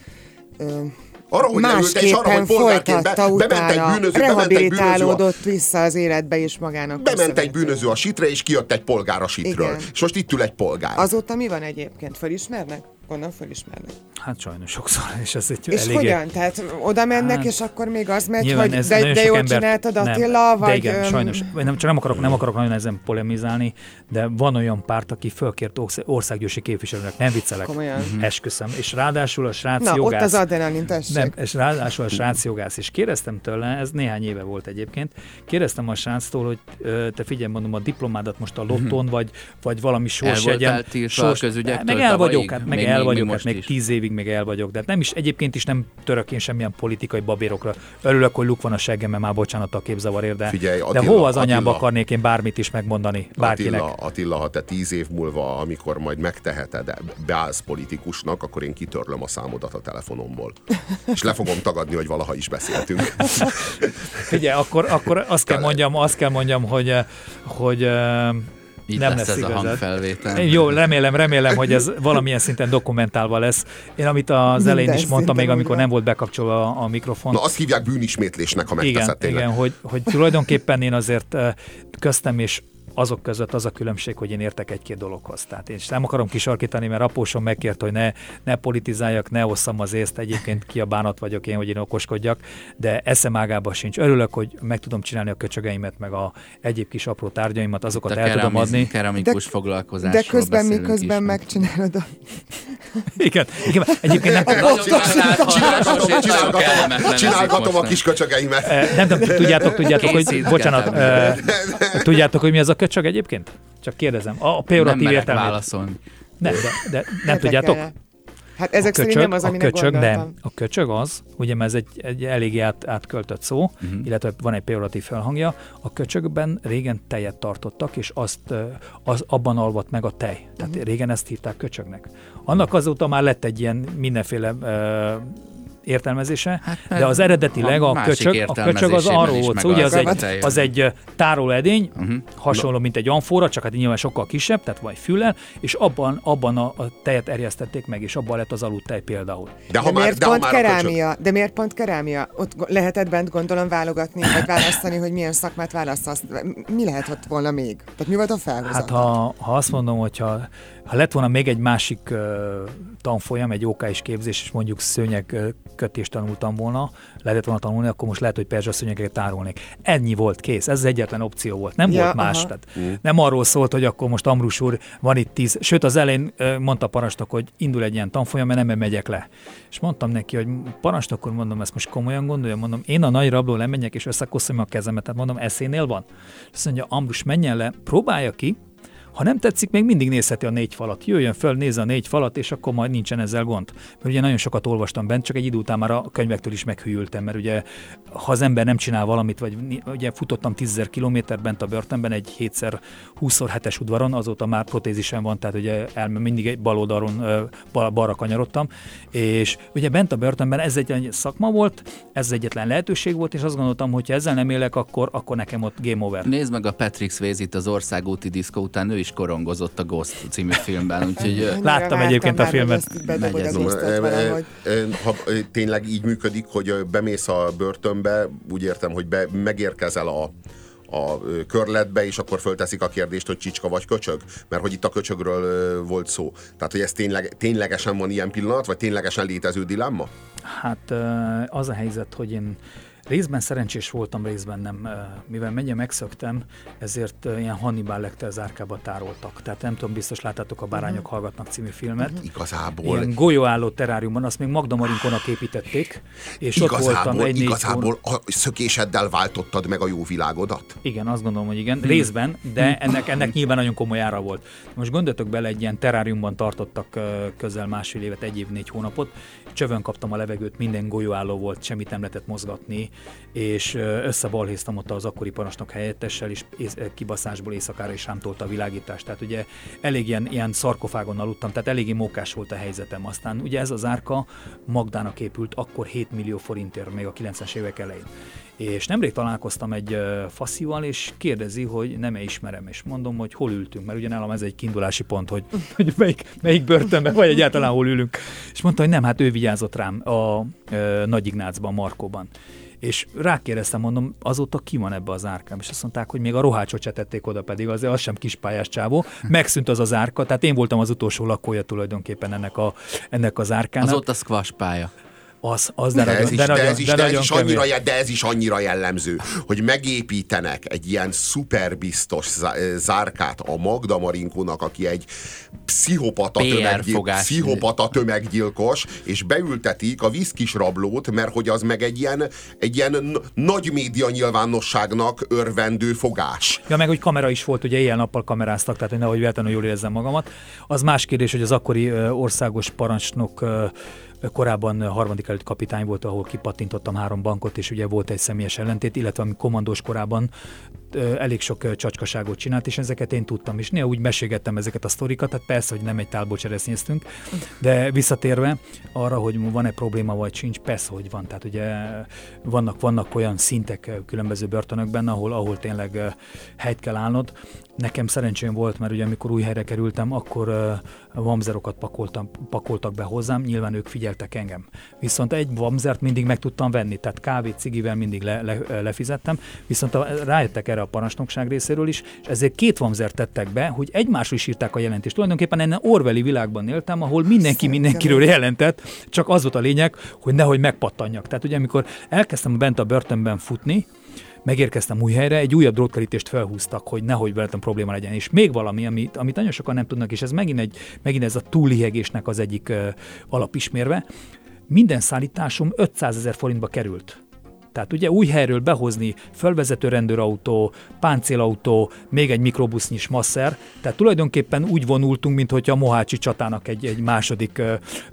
arra, hogy leülte, és arra, hogy polgárként bement egy bűnöző, rehabilitálódott vissza az életbe, és magának bement egy bűnöző a sitre, és kijött egy polgár a sitről. Igen. És most itt ül egy polgár. Azóta mi van egyébként? Fölismernek? Honnan fölismernek? Hát sajnos sokszor, és ez egy és eléggé... hogyan? Tehát oda mennek, és akkor még az megy, hogy de jól csináltad, Attila, nem, vagy... De igen, sajnos. Nem akarok nagyon ezen polemizálni, de van olyan párt, aki fölkért országgyűlési képviselőnek, nem viccelek, esküszöm. És ráadásul a srác jogász... ott az adrenalin, tessék. Nem, és ráadásul a srác jogász. És kérdeztem tőle, ez néhány éve volt egyébként, kérdeztem a sráctól, hogy te figyelj, mondom, a diplomádat most a lottón, vagy valami sorsjegyen... Meg el vagyok, meg 10 évig még el vagyok, de hát nem is, egyébként is nem török én semmilyen politikai babérokra. Örülök, hogy luk van a seggemben, már bocsánat a képzavarért, de, figyelj, Attila, de hova az anyámba akarnék én bármit is megmondani bárkinek? Attila, ha te 10 év múlva, amikor majd megteheted, beállsz politikusnak, akkor én kitörlöm a számodat a telefonomból. És le fogom tagadni, hogy valaha is beszéltünk. Figyelj, akkor azt kell mondjam, hogy így nem lesz ez igazad. A hangfelvétel. Jó, remélem, hogy ez valamilyen szinten dokumentálva lesz. Én amit az elején is mondtam, még amikor nem volt bekapcsolva a mikrofon. Na, azt hívják bűnismétlésnek, ha megteszed tényleg. Igen, hogy tulajdonképpen én azért köztem és azok között az a különbség, hogy én értek egy-két dologhoz. Tehát én nem akarom kisarkítani, mert apósom megkért, hogy ne politizáljak, ne osszam az észt, egyébként ki a bánat vagyok én, hogy én okoskodjak, de eszem ágában sincs. Örülök, hogy meg tudom csinálni a köcsögeimet, meg a egyéb kis apró tárgyaimat, azokat el tudom adni. Keramikus foglalkozásról de közben miközben megcsinálod a... Igen, egyébként nem... Csinálgatom a kis köcsögeimet. Nem, tudjátok, hogy... Bocsánat. Tudjátok, hogy mi az a köcsög egyébként? Csak kérdezem. A pejoratív értelmét. Válaszolni. Nem, de nem tudjátok? Hát ezek szerint nem az, aminek gondoltam. A köcsög az, ugye ez egy eléggé átköltött szó, illetve van egy pejoratív felhangja. A köcsögben régen tejet tartottak, és abban alvadt meg a tej. Tehát régen ezt hívták köcsögnek. Annak azóta már lett egy ilyen mindenféle értelmezése, de az eredetileg a köcsög az arról volt, ugye az egy tárolóedény, hasonló, mint egy amfóra, csak hát nyilván sokkal kisebb, tehát vagy füllel, és abban a tejet erjesztették meg, és abban lett az aludtej például. De miért pont kerámia? Ott lehetett bent, gondolom, válogatni, vagy választani, hogy milyen szakmát választasz. Mi lehetett volna még? Tehát mi volt a felhozat? Hát ha azt mondom, hogyha lett volna még egy másik tanfolyam, egy OK-s képzés, és mondjuk szőnyegkötést tanultam volna, lehetett volna tanulni, akkor most lehet, hogy perzsaszőnyegeket tárolnék. Ennyi volt, kész. Ez az egyetlen opció volt. Nem volt más. Tehát nem arról szólt, hogy akkor most Ambrus úr van itt 10. Sőt, az elején mondta a parancsnok, hogy indul egy ilyen tanfolyam, mert nem megyek le. És mondtam neki, hogy parancsnok úr, mondom, ezt most komolyan gondolja, mondom, én a nagy rabló lemegyek, és összekosszom a kezemet. Tehát mondom, eszénél van. És azt mondja, Ambrus, menjen le, próbálja ki. Ha nem tetszik, még mindig nézheti a 4 falat. Jöjjön föl, nézze a 4 falat, és akkor majd nincsen ezzel gond. Mert ugye nagyon sokat olvastam bent, csak egy idő után már a könyvektől is meghűltem, mert ugye ha az ember nem csinál valamit, vagy ugye futottam 10 000 kilométert bent a börtönben egy 7x7-es udvaron, azóta már protézisem van, tehát ugye mindig egy bal oldalon balra kanyarodtam, és ugye bent a börtönben ez egy szakma volt, ez egyetlen lehetőség volt, és azt gondoltam, hogy ha ezzel nem élek, akkor nekem ott game over. Nézd meg a Patrick Swayze-t az Országúti diszkó után, ő is korongozott a Ghost című filmben, úgyhogy... Láttam egyébként a filmet. Ha tényleg így működik, hogy bemész a börtönbe, úgy értem, hogy megérkezel a körletbe, és akkor fölteszik a kérdést, hogy csicska vagy köcsög? Mert hogy itt a köcsögről volt szó. Tehát, hogy ez ténylegesen van ilyen pillanat, vagy ténylegesen létező dilemma? Hát az a helyzet, hogy én Részben szerencsés voltam, részben nem. Mivel mennyire megszöktem, ezért ilyen Hannibal Lecter zárkába tároltak. Tehát nem tudom, biztos láttátok a Bárányok hallgatnak című filmet. Igazából. Ilyen golyóálló teráriumban, azt még Magda Marinkonak építették, és igazából, ott voltam igazából a szökéseddel váltottad meg a jó világodat? Igen, azt gondolom, hogy igen. Részben, de ennek nyilván nagyon komoly ára volt. Most gondoltok bele, egy ilyen teráriumban tartottak közel másfél évet, 1 év, 4 hónapot, csövön kaptam a levegőt, minden golyóálló volt, semmit nem lehetett mozgatni, és összebalhéztam ott az akkori parancsnok helyettessel, és kibaszásból éjszakára is rám tolta a világítást. Tehát ugye elég ilyen szarkofágon aludtam, tehát eléggé mókás volt a helyzetem. Aztán ugye ez az árka Magdának épült akkor 7 millió forintért, még a 90-es évek elején. És nemrég találkoztam egy faszival, és kérdezi, hogy nem-e ismerem, és mondom, hogy hol ültünk, mert ugye nálam ez egy kiindulási pont, hogy melyik börtönben, vagy egyáltalán hol ülünk. És mondta, hogy nem, hát ő vigyázott rám a Nagy Ignácban, Markóban. És rákérdeztem, mondom, azóta ki van ebbe az árkám? És azt mondták, hogy még a rohácsot se tették oda, pedig az sem kispályás csávó. Megszűnt az árka, tehát én voltam az utolsó lakója tulajdonképpen ennek az árkának. Azóta squash pálya. De ez is annyira jellemző, hogy megépítenek egy ilyen szuperbiztos zárkát a Magda Marinkónak, aki egy pszichopata tömeggyilkos, és beültetik a viszkis rablót, mert hogy az meg egy ilyen nagy média nyilvánosságnak örvendő fogás. Ja, meg hogy kamera is volt, ugye éjjel-nappal kameráztak, tehát hogy nehogy véletlenül jól érezzem magamat. Az más kérdés, hogy az akkori országos parancsnok korábban harmadik előtt kapitány volt, ahol kipattintottam 3 bankot, és ugye volt egy személyes ellentét, illetve ami kommandós korában elég sok csacskaságot csinált, és ezeket én tudtam, és néha úgy mesélgettem ezeket a sztorikat, tehát persze, hogy nem egy tálból cseresznyéztünk, de visszatérve arra, hogy van-e probléma vagy sincs, persze, hogy van. Tehát ugye vannak olyan szintek különböző börtönökben, ahol tényleg helyt kell állnod. Nekem szerencsém volt, mert ugye amikor új helyre kerültem, akkor vamzerokat pakoltak be hozzám, nyilván ők figyeltek engem. Viszont egy vamzert mindig meg tudtam venni, tehát kávét, cigivel mindig lefizettem, viszont rájöttek erre a parancsnokság részéről is, és ezért 2 vamzert tettek be, hogy egymásról is írták a jelentést. Tulajdonképpen ennek Orwelli világban éltem, ahol mindenki mindenkiről jelentett, csak az volt a lényeg, hogy nehogy megpattanjak. Tehát ugye amikor elkezdtem bent a börtönben futni, megérkeztem új helyre, egy újabb drótkerítést felhúztak, hogy nehogy veletem probléma legyen. És még valami, amit nagyon sokan nem tudnak, és ez megint ez a túllihegésnek az egyik alapismérve, minden szállításom 500 000 forintba került. Tehát ugye új helyről behozni fölvezető rendőrautó, páncélautó, még egy mikrobusznyi masszer, tehát tulajdonképpen úgy vonultunk, mint hogyha a Mohácsi csatának egy második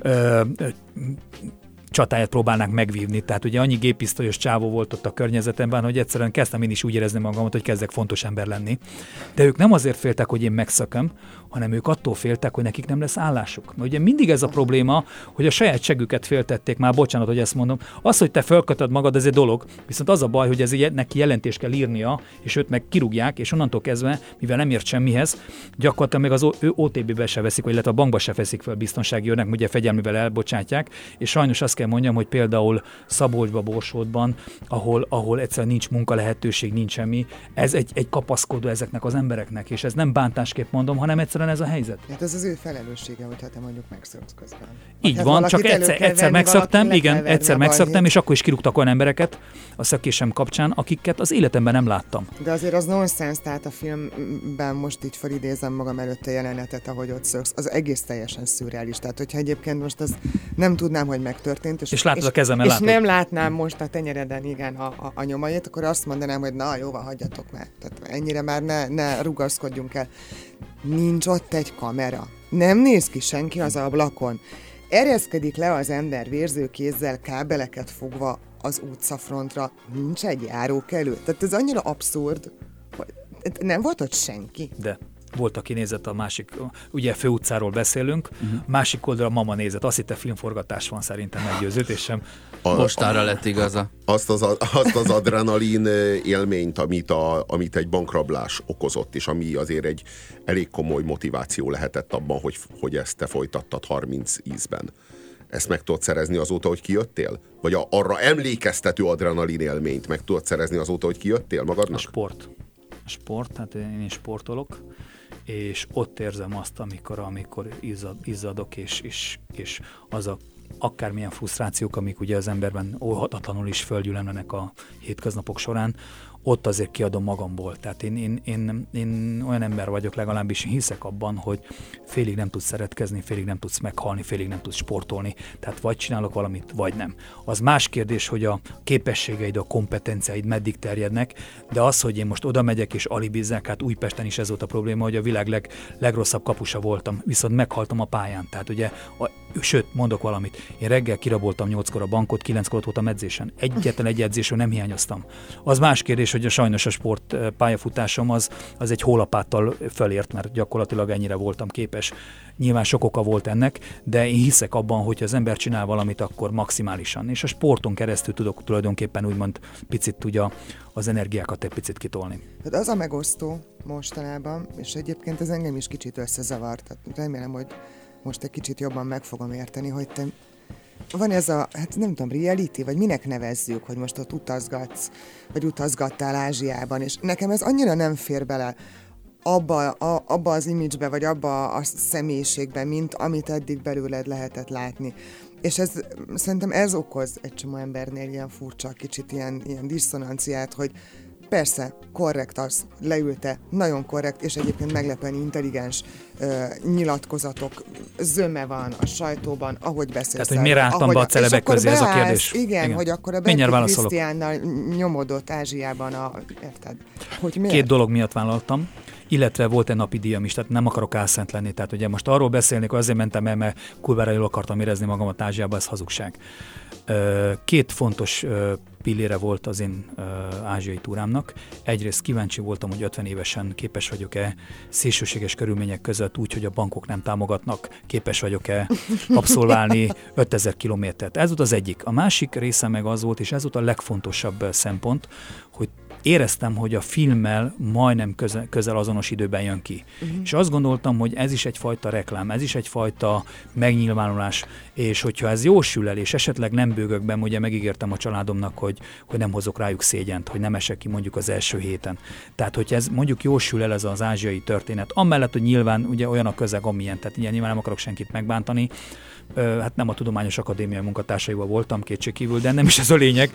csatáját próbálnánk megvívni. Tehát ugye annyi géppisztolyos csávó volt ott a környezetemben, hogy egyszerűen kezdtem én is úgy érezni magamat, hogy kezdek fontos ember lenni. De ők nem azért féltek, hogy én megszököm, hanem ők attól féltek, hogy nekik nem lesz állásuk. Mert ugye mindig ez a probléma, hogy a saját següket féltették, már bocsánat, hogy ezt mondom. Az, hogy te fölkötöd magad, ez egy dolog, viszont az a baj, hogy ez neki jelentést kell írnia, és őt meg kirúgják, és onnantól kezdve, mivel nem ért semmihez, gyakorlatilag meg az OTB-be se veszik, vagy illetve a bankba se veszik fel biztonsági őrnek, ugye fegyelmivel elbocsátják, és sajnos azt kell mondjam, hogy például Szabolcsba, Borsódban, ahol egyszerűen nincs munka lehetőség, nincs semmi, ez egy kapaszkodó ezeknek az embereknek, és ez nem bántásképp mondom, hanem egyszerűen ez a helyzet. Hát ez az ő felelőssége, hogyha te mondjuk megszöksz közben. Így hát van, csak egyszer megszöktem, igen, egyszer megszöktem, és akkor is kirúgtak olyan embereket a szökésem kapcsán, akiket az életemben nem láttam. De azért az nonsens, tehát a filmben most így felidézem magam előtt a jelenetet, ahogy ott szöksz, az egész teljesen szürreális. Tehát, hogyha egyébként most azt nem tudnám, hogy megtörtént, és látod a kezemmel, és nem látnám most a tenyereden igen a nyomait, akkor azt mondanám, hogy na jóval hagyjatok már. Tehát ennyire már ne rugaszkodjunk el. Nincs ott egy kamera. Nem néz ki senki az ablakon. Ereszkedik le az ember vérzőkézzel, kábeleket fogva az utcafrontra. Nincs egy járókelő. Tehát ez annyira abszurd. Nem volt ott senki. De volt, aki nézett a másik, ugye főutcáról beszélünk, másik oldalra mama nézett, azt hitte filmforgatás van, szerintem meggyőződésem. Most arra lett igaza. Azt az adrenalin élményt, amit egy bankrablás okozott, és ami azért egy elég komoly motiváció lehetett abban, hogy ezt te folytattad 30 ízben. Ezt meg tudod szerezni azóta, hogy kijöttél? Vagy arra emlékeztető adrenalin élményt meg tudod szerezni azóta, hogy kijöttél magadnak? A sport, hát én sportolok, és ott érzem azt, amikor izzadok, és az a akármilyen frusztrációk, amik ugye az emberben óhatatlanul is földgyűlömlenek a hétköznapok során, ott azért kiadom magamból. Tehát én olyan ember vagyok, legalábbis hiszek abban, hogy félig nem tudsz szeretkezni, félig nem tudsz meghalni, félig nem tudsz sportolni. Tehát vagy csinálok valamit, vagy nem. Az más kérdés, hogy a képességeid, a kompetenciáid meddig terjednek, de az, hogy én most oda megyek és alibizzek, hát Újpesten is ez volt a probléma, hogy a világ legrosszabb kapusa voltam, viszont meghaltam a pályán. Tehát ugye, sőt, mondok valamit, én reggel kiraboltam 8-kor a bankot, 9-kor ott voltam edzésen. Egyetlen egy edzésről nem hiányoztam. Az más kérdés, hogy sajnos a sport pályafutásom az egy hólapáttal fölért, mert gyakorlatilag ennyire voltam képes. Nyilván sok oka volt ennek, de én hiszek abban, hogy az ember csinál valamit, akkor maximálisan. És a sporton keresztül tudok tulajdonképpen úgymond picit tudja az energiákat egy picit kitolni. Az a megosztó mostanában, és egyébként ez engem is kicsit összezavart. Tehát remélem, hogy most egy kicsit jobban meg fogom érteni, hogy te van ez a, hát nem tudom, reality, vagy minek nevezzük, hogy most ott utazgatsz, vagy utazgattál Ázsiában, és nekem ez annyira nem fér bele abba az image-be, vagy abba a személyiségbe, mint amit eddig belőled lehetett látni. És szerintem ez okoz egy csomó embernél ilyen furcsa, kicsit ilyen diszonanciát, hogy persze, korrekt az, leülte, nagyon korrekt, és egyébként meglepően intelligens nyilatkozatok zöme van a sajtóban, ahogy beszélsz. Tehát, hogy miért álltam be a celebek közé, ez a kérdés. Igen, hogy akkor a Berki Krisztiánnal nyomodott Ázsiában érted? Hogy miért? 2 dolog miatt vállaltam, illetve volt egy napi díjam is, tehát nem akarok álszent lenni. Tehát ugye most arról beszélnék, hogy azért mentem el, mert kurvára jól akartam érezni magamat Ázsiába, ez hazugság. 2 fontos pillére volt az én ázsiai túrámnak. Egyrészt kíváncsi voltam, hogy 50 évesen képes vagyok-e szélsőséges körülmények között, úgy, hogy a bankok nem támogatnak, képes vagyok-e abszolválni 5000 kilométert. Ez volt az egyik. A másik része meg az volt, és ez volt a legfontosabb szempont, hogy éreztem, hogy a filmmel majdnem közel azonos időben jön ki. És azt gondoltam, hogy ez is egyfajta reklám, ez is egyfajta megnyilvánulás, és hogyha ez jól sül el, és esetleg nem bőgök be, ugye megígértem a családomnak, hogy nem hozok rájuk szégyent, hogy nem esek ki mondjuk az első héten. Tehát, hogy ez mondjuk jól sül el ez az ázsiai történet, amellett, hogy nyilván ugye olyan a közeg, amilyen, tehát ugye nyilván nem akarok senkit megbántani, hát nem a Tudományos Akadémia munkatársaival voltam kétségkívül, de nem is ez a lényeg,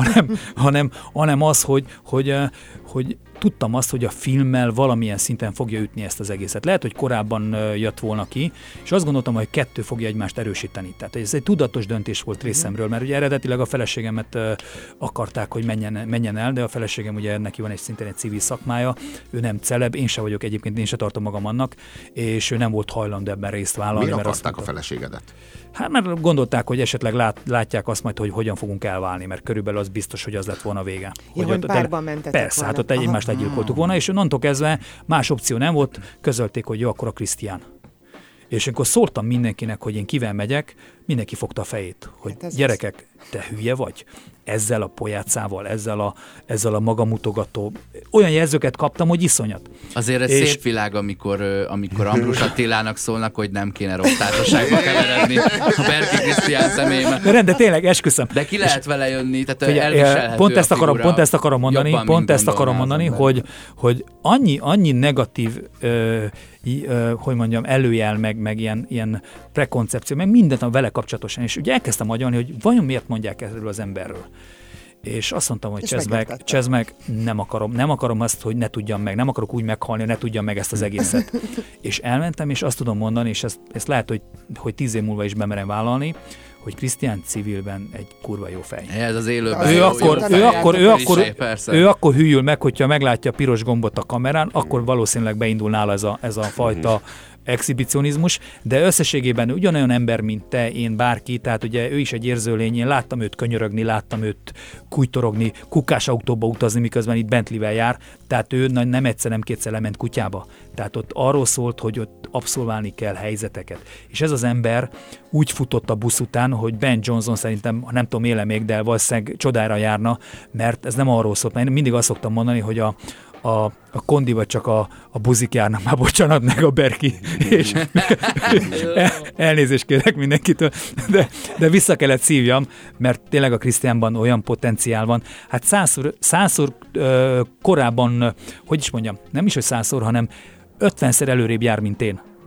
hanem az, hogy tudtam azt, hogy a filmmel valamilyen szinten fogja ütni ezt az egészet. Lehet, hogy korábban jött volna ki, és azt gondoltam, hogy 2 fogja egymást erősíteni. Tehát ez egy tudatos döntés volt részemről, mert ugye eredetileg a feleségemet akarták, hogy menjen el, de a feleségem ugye neki van szintén egy civil szakmája, ő nem celeb, én se vagyok egyébként, én se tartom magam annak, és ő nem volt hajlandó ebben részt vállalni. Miért akarták a feleségedet? Hát mert gondolták, hogy esetleg látják azt majd, hogy hogyan fogunk elválni, mert körülbelül az biztos, hogy az lett volna vége. Hogy párban mentetek persze, volna. Hát ott egymást legyilkoltuk volna, és onnantól kezdve más opció nem volt, közölték, hogy jó, akkor a Krisztián. És amikor szóltam mindenkinek, hogy én kivel megyek, mindenki fogta a fejét, hogy hát gyerekek, te hülye vagy? Ezzel a pojácával, ezzel a magamutogató, olyan jelzőket kaptam, hogy iszonyat. Azért ez szép világ, amikor Ambrus Attilának szólnak, hogy nem kéne rossz társaságba keveredni a Berki Krisztián személyében. De tényleg, esküszöm. De ki lehet vele jönni, tehát elviselhető pont ezt akarom mondani, hogy annyi negatív hogy mondjam, előjel, meg ilyen prekoncepció, meg mindent vele kapcsolatosan, és ugye elkezdtem agyalni, hogy vajon miért mondják erről az emberről. És azt mondtam, hogy csezd meg, nem akarom azt, hogy ne tudjam meg, nem akarok úgy meghalni, hogy ne tudjam meg ezt az egészet. És elmentem, és azt tudom mondani, és ezt lehet, hogy 10 év múlva is bemerem vállalni, hogy Krisztián civilben egy kurva jó fej. Ez az élőben. Ő akkor hűl meg, hogyha meglátja a piros gombot a kamerán, akkor valószínűleg beindul nála ez a fajta exhibicionizmus, de összességében ugyanolyan ember, mint te, én, bárki, tehát ugye ő is egy érző lény, én láttam őt könyörögni, láttam őt kújtorogni, kukás autóba utazni, miközben itt Bentleyvel jár, tehát ő nem egyszer, nem kétszer lement kutyába. Tehát ott arról szólt, hogy ott abszolválni kell helyzeteket. És ez az ember úgy futott a busz után, hogy Ben Johnson szerintem, nem tudom, éle még, de valószínűleg csodára járna, mert ez nem arról szólt, mert én mindig azt szoktam mondani, hogy a kondi vagy csak a buzik járnak, már bocsánat meg a Berki, és elnézést kérek mindenkitől, de vissza kellett szívjam, mert tényleg a Krisztiánban olyan potenciál van. Hát százszor korábban, hogy is mondjam, nem is, hogy 100-szor, hanem 50-szer előrébb jár, mint én.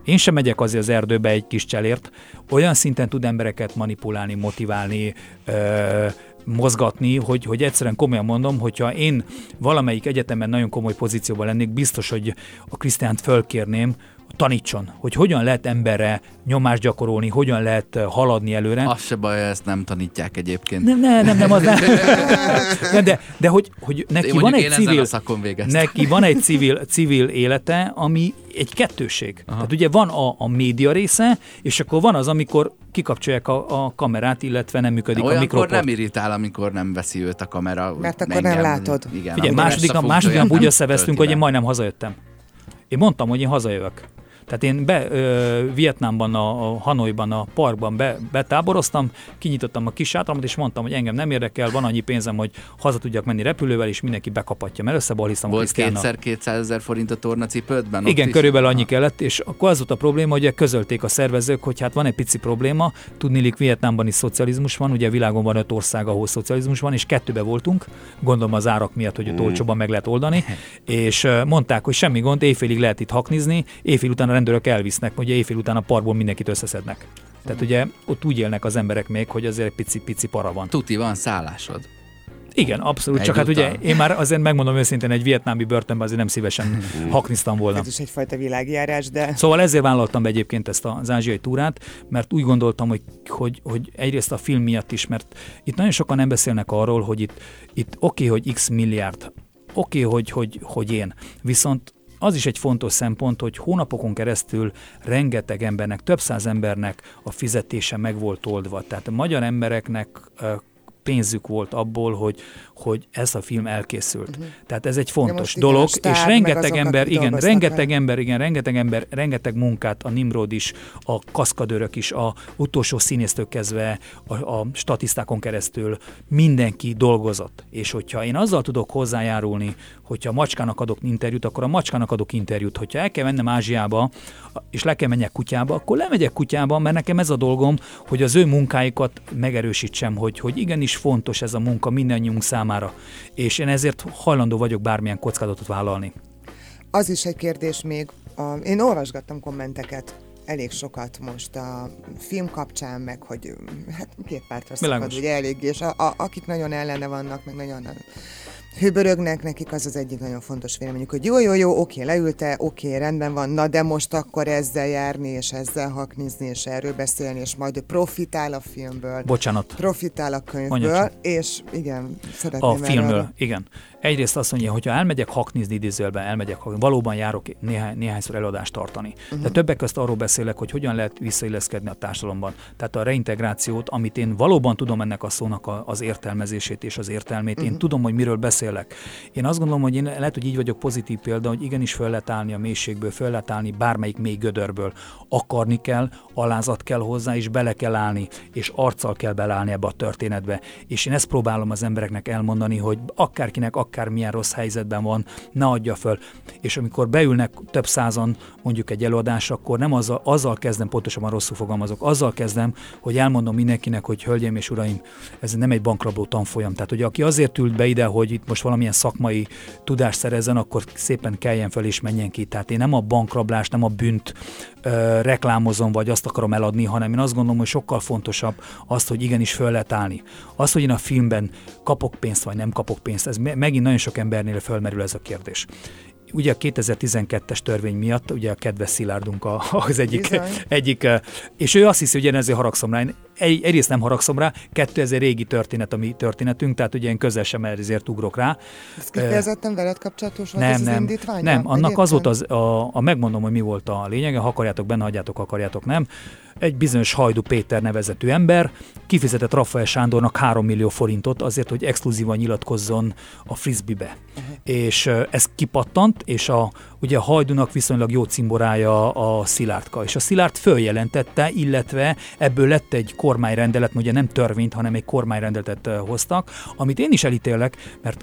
Én sem megyek azért az erdőbe egy kis cselért, olyan szinten tud embereket manipulálni, motiválni, mozgatni, hogy egyszerűen komolyan mondom, hogyha én valamelyik egyetemen nagyon komoly pozícióban lennék, biztos, hogy a Krisztiánt fölkérném, tanítson, hogy hogyan lehet emberre nyomást gyakorolni, hogyan lehet haladni előre. Az se baj, ezt nem tanítják egyébként. Nem, az nem. De hogy neki van egy civil élete, ami egy kettőség. Aha. Tehát ugye van a média része, és akkor van az, amikor kikapcsolják a kamerát, illetve nem működik a mikrofon. Olyankor nem irritál, amikor nem veszi őt a kamera. Mert akkor nem látod. Igen, figyelj, másodikán úgy összevesztünk, hogy én majdnem hazajöttem. Én mondtam, hogy én hazajövök. Tehát én Vietnámban, a Hanoiban, a parkban betáboroztam, kinyitottam a kis sátramat, és mondtam, hogy engem nem érdekel, van annyi pénzem, hogy haza tudjak menni repülővel, és mindenki bekapatja, mert összebalhiztam a Krisztiánnal. Volt 200 000 forint a tornacipődben? Igen, körülbelül annyi kellett, és akkor az volt a probléma, hogy közölték a szervezők, hogy hát van egy pici probléma, tudniillik Vietnámban is szocializmus van, ugye a világon van 5 ország, ahol szocializmus van, és 2-be voltunk, gondolom az árak miatt, hogy ott olcsóban meg lehet oldani, és mondták, hogy semmi gond, éjfélig lehet itt haknizni, éjfél után a rendőrök elvisznek, hogy éjfél után a parkból mindenkit összeszednek. Tehát ugye ott úgy élnek az emberek még, hogy azért egy pici para van. Tuti, van szállásod. Igen, abszolút, csak hát ugye én már azért megmondom őszintén, egy vietnámi börtönben azért nem szívesen hakniztam volna. Ez is egyfajta világjárás, de... Szóval ezért vállaltam be egyébként ezt az ázsiai túrát, mert úgy gondoltam, hogy egyrészt a film miatt is, mert itt nagyon sokan nem beszélnek arról, hogy itt oké, hogy x milliárd, oké, hogy én, viszont az is egy fontos szempont, hogy hónapokon keresztül rengeteg embernek, több száz embernek a fizetése meg volt oldva. Tehát a magyar embereknek pénzük volt abból, hogy ez a film elkészült. Tehát ez egy fontos dolog, és rengeteg ember, rengeteg munkát, a Nimrod is, a kaszkadőrök is, a utolsó színésztől kezdve, a statisztákon keresztül mindenki dolgozott. És hogyha én azzal tudok hozzájárulni, hogyha a macskának adok interjút, akkor a macskának adok interjút. Hogyha el kell mennem Ázsiába, és le kell menjek kutyába, akkor lemegyek kutyába, mert nekem ez a dolgom, hogy az ő munkáikat megerősítsem, hogy igenis fontos ez a munka mindannyiunk számára. És én ezért hajlandó vagyok bármilyen kockázatot vállalni. Az is egy kérdés még. Én olvasgattam kommenteket, elég sokat most a film kapcsán, meg hogy hát két pártra szakad, ugye elég, és akik nagyon ellene vannak, meg nagyon hőbörögnek, nekik az egyik nagyon fontos véleményük, hogy jó, oké, leülte, oké, rendben van, na de most akkor ezzel járni, és ezzel haknizni, és erről beszélni, és majd ő profitál a filmből. Bocsánat. Profitál a könyvből, és igen, szeretném a filmből, igen. Egyrészt azt mondja, hogyha elmegyek haknizni idézőjelben, valóban járok néhányszor előadást tartani. De többek közt arról beszélek, hogy hogyan lehet visszailleszkedni a társadalomban. Tehát a reintegrációt, amit én valóban tudom ennek a szónak az értelmezését és az értelmét, én tudom, hogy miről beszélek. Én azt gondolom, hogy én lehet, hogy így vagyok pozitív példa, hogy igenis föl lehet állni a mélységből, föl lehet állni bármelyik mély gödörből. Akarni kell, alázat kell hozzá, és bele kell állni, és arccal kell beleállni ebbe a történetbe. És én ezt próbálom az embereknek elmondani, hogy akárkinek akármilyen rossz helyzetben van, ne adja föl. És amikor beülnek több százan mondjuk egy előadásra, akkor nem azzal kezdem, pontosabban rosszul fogalmazok, azzal kezdem, hogy elmondom mindenkinek, hogy hölgyeim és uraim, ez nem egy bankrabló tanfolyam. Tehát, hogy aki azért ült be ide, hogy itt most valamilyen szakmai tudást szerezzen, akkor szépen keljen fel és menjen ki. Tehát én nem a bankrablást, nem a bűnt reklámozom, vagy azt akarom eladni, hanem én azt gondolom, hogy sokkal fontosabb azt, hogy igenis föl lehet állni. Az, hogy én a filmben kapok pénzt, vagy nem kapok pénzt, ez megint nagyon sok embernél fölmerül ez a kérdés. Ugye a 2012-es törvény miatt, ugye a kedves Szilárdunk az egyik, és ő azt hiszi, hogy én ezért haragszom rá. Egyrészt nem haragszom rá, 2000 régi történet a mi történetünk, tehát ugye én közel sem ezért ugrok rá. Ez kifejezetten veled kapcsolatos volt ez az indítvány? Nem, annak az volt megmondom, hogy mi volt a lényege, ha akarjátok benne, hagyjátok nem. Egy bizonyos Hajdú Péter nevezetű ember kifizetett Raffael Sándornak 3 millió forintot azért, hogy exkluzívan nyilatkozzon a frisbee-be. És ez kipattant, és ugye a Hajdúnak viszonylag jó cimborája a Szilárdka. És a Szilárd följelentette, illetve ebből lett egy kormányrendelet, ugye nem törvényt, hanem egy kormányrendeletet hoztak, amit én is elítélek, mert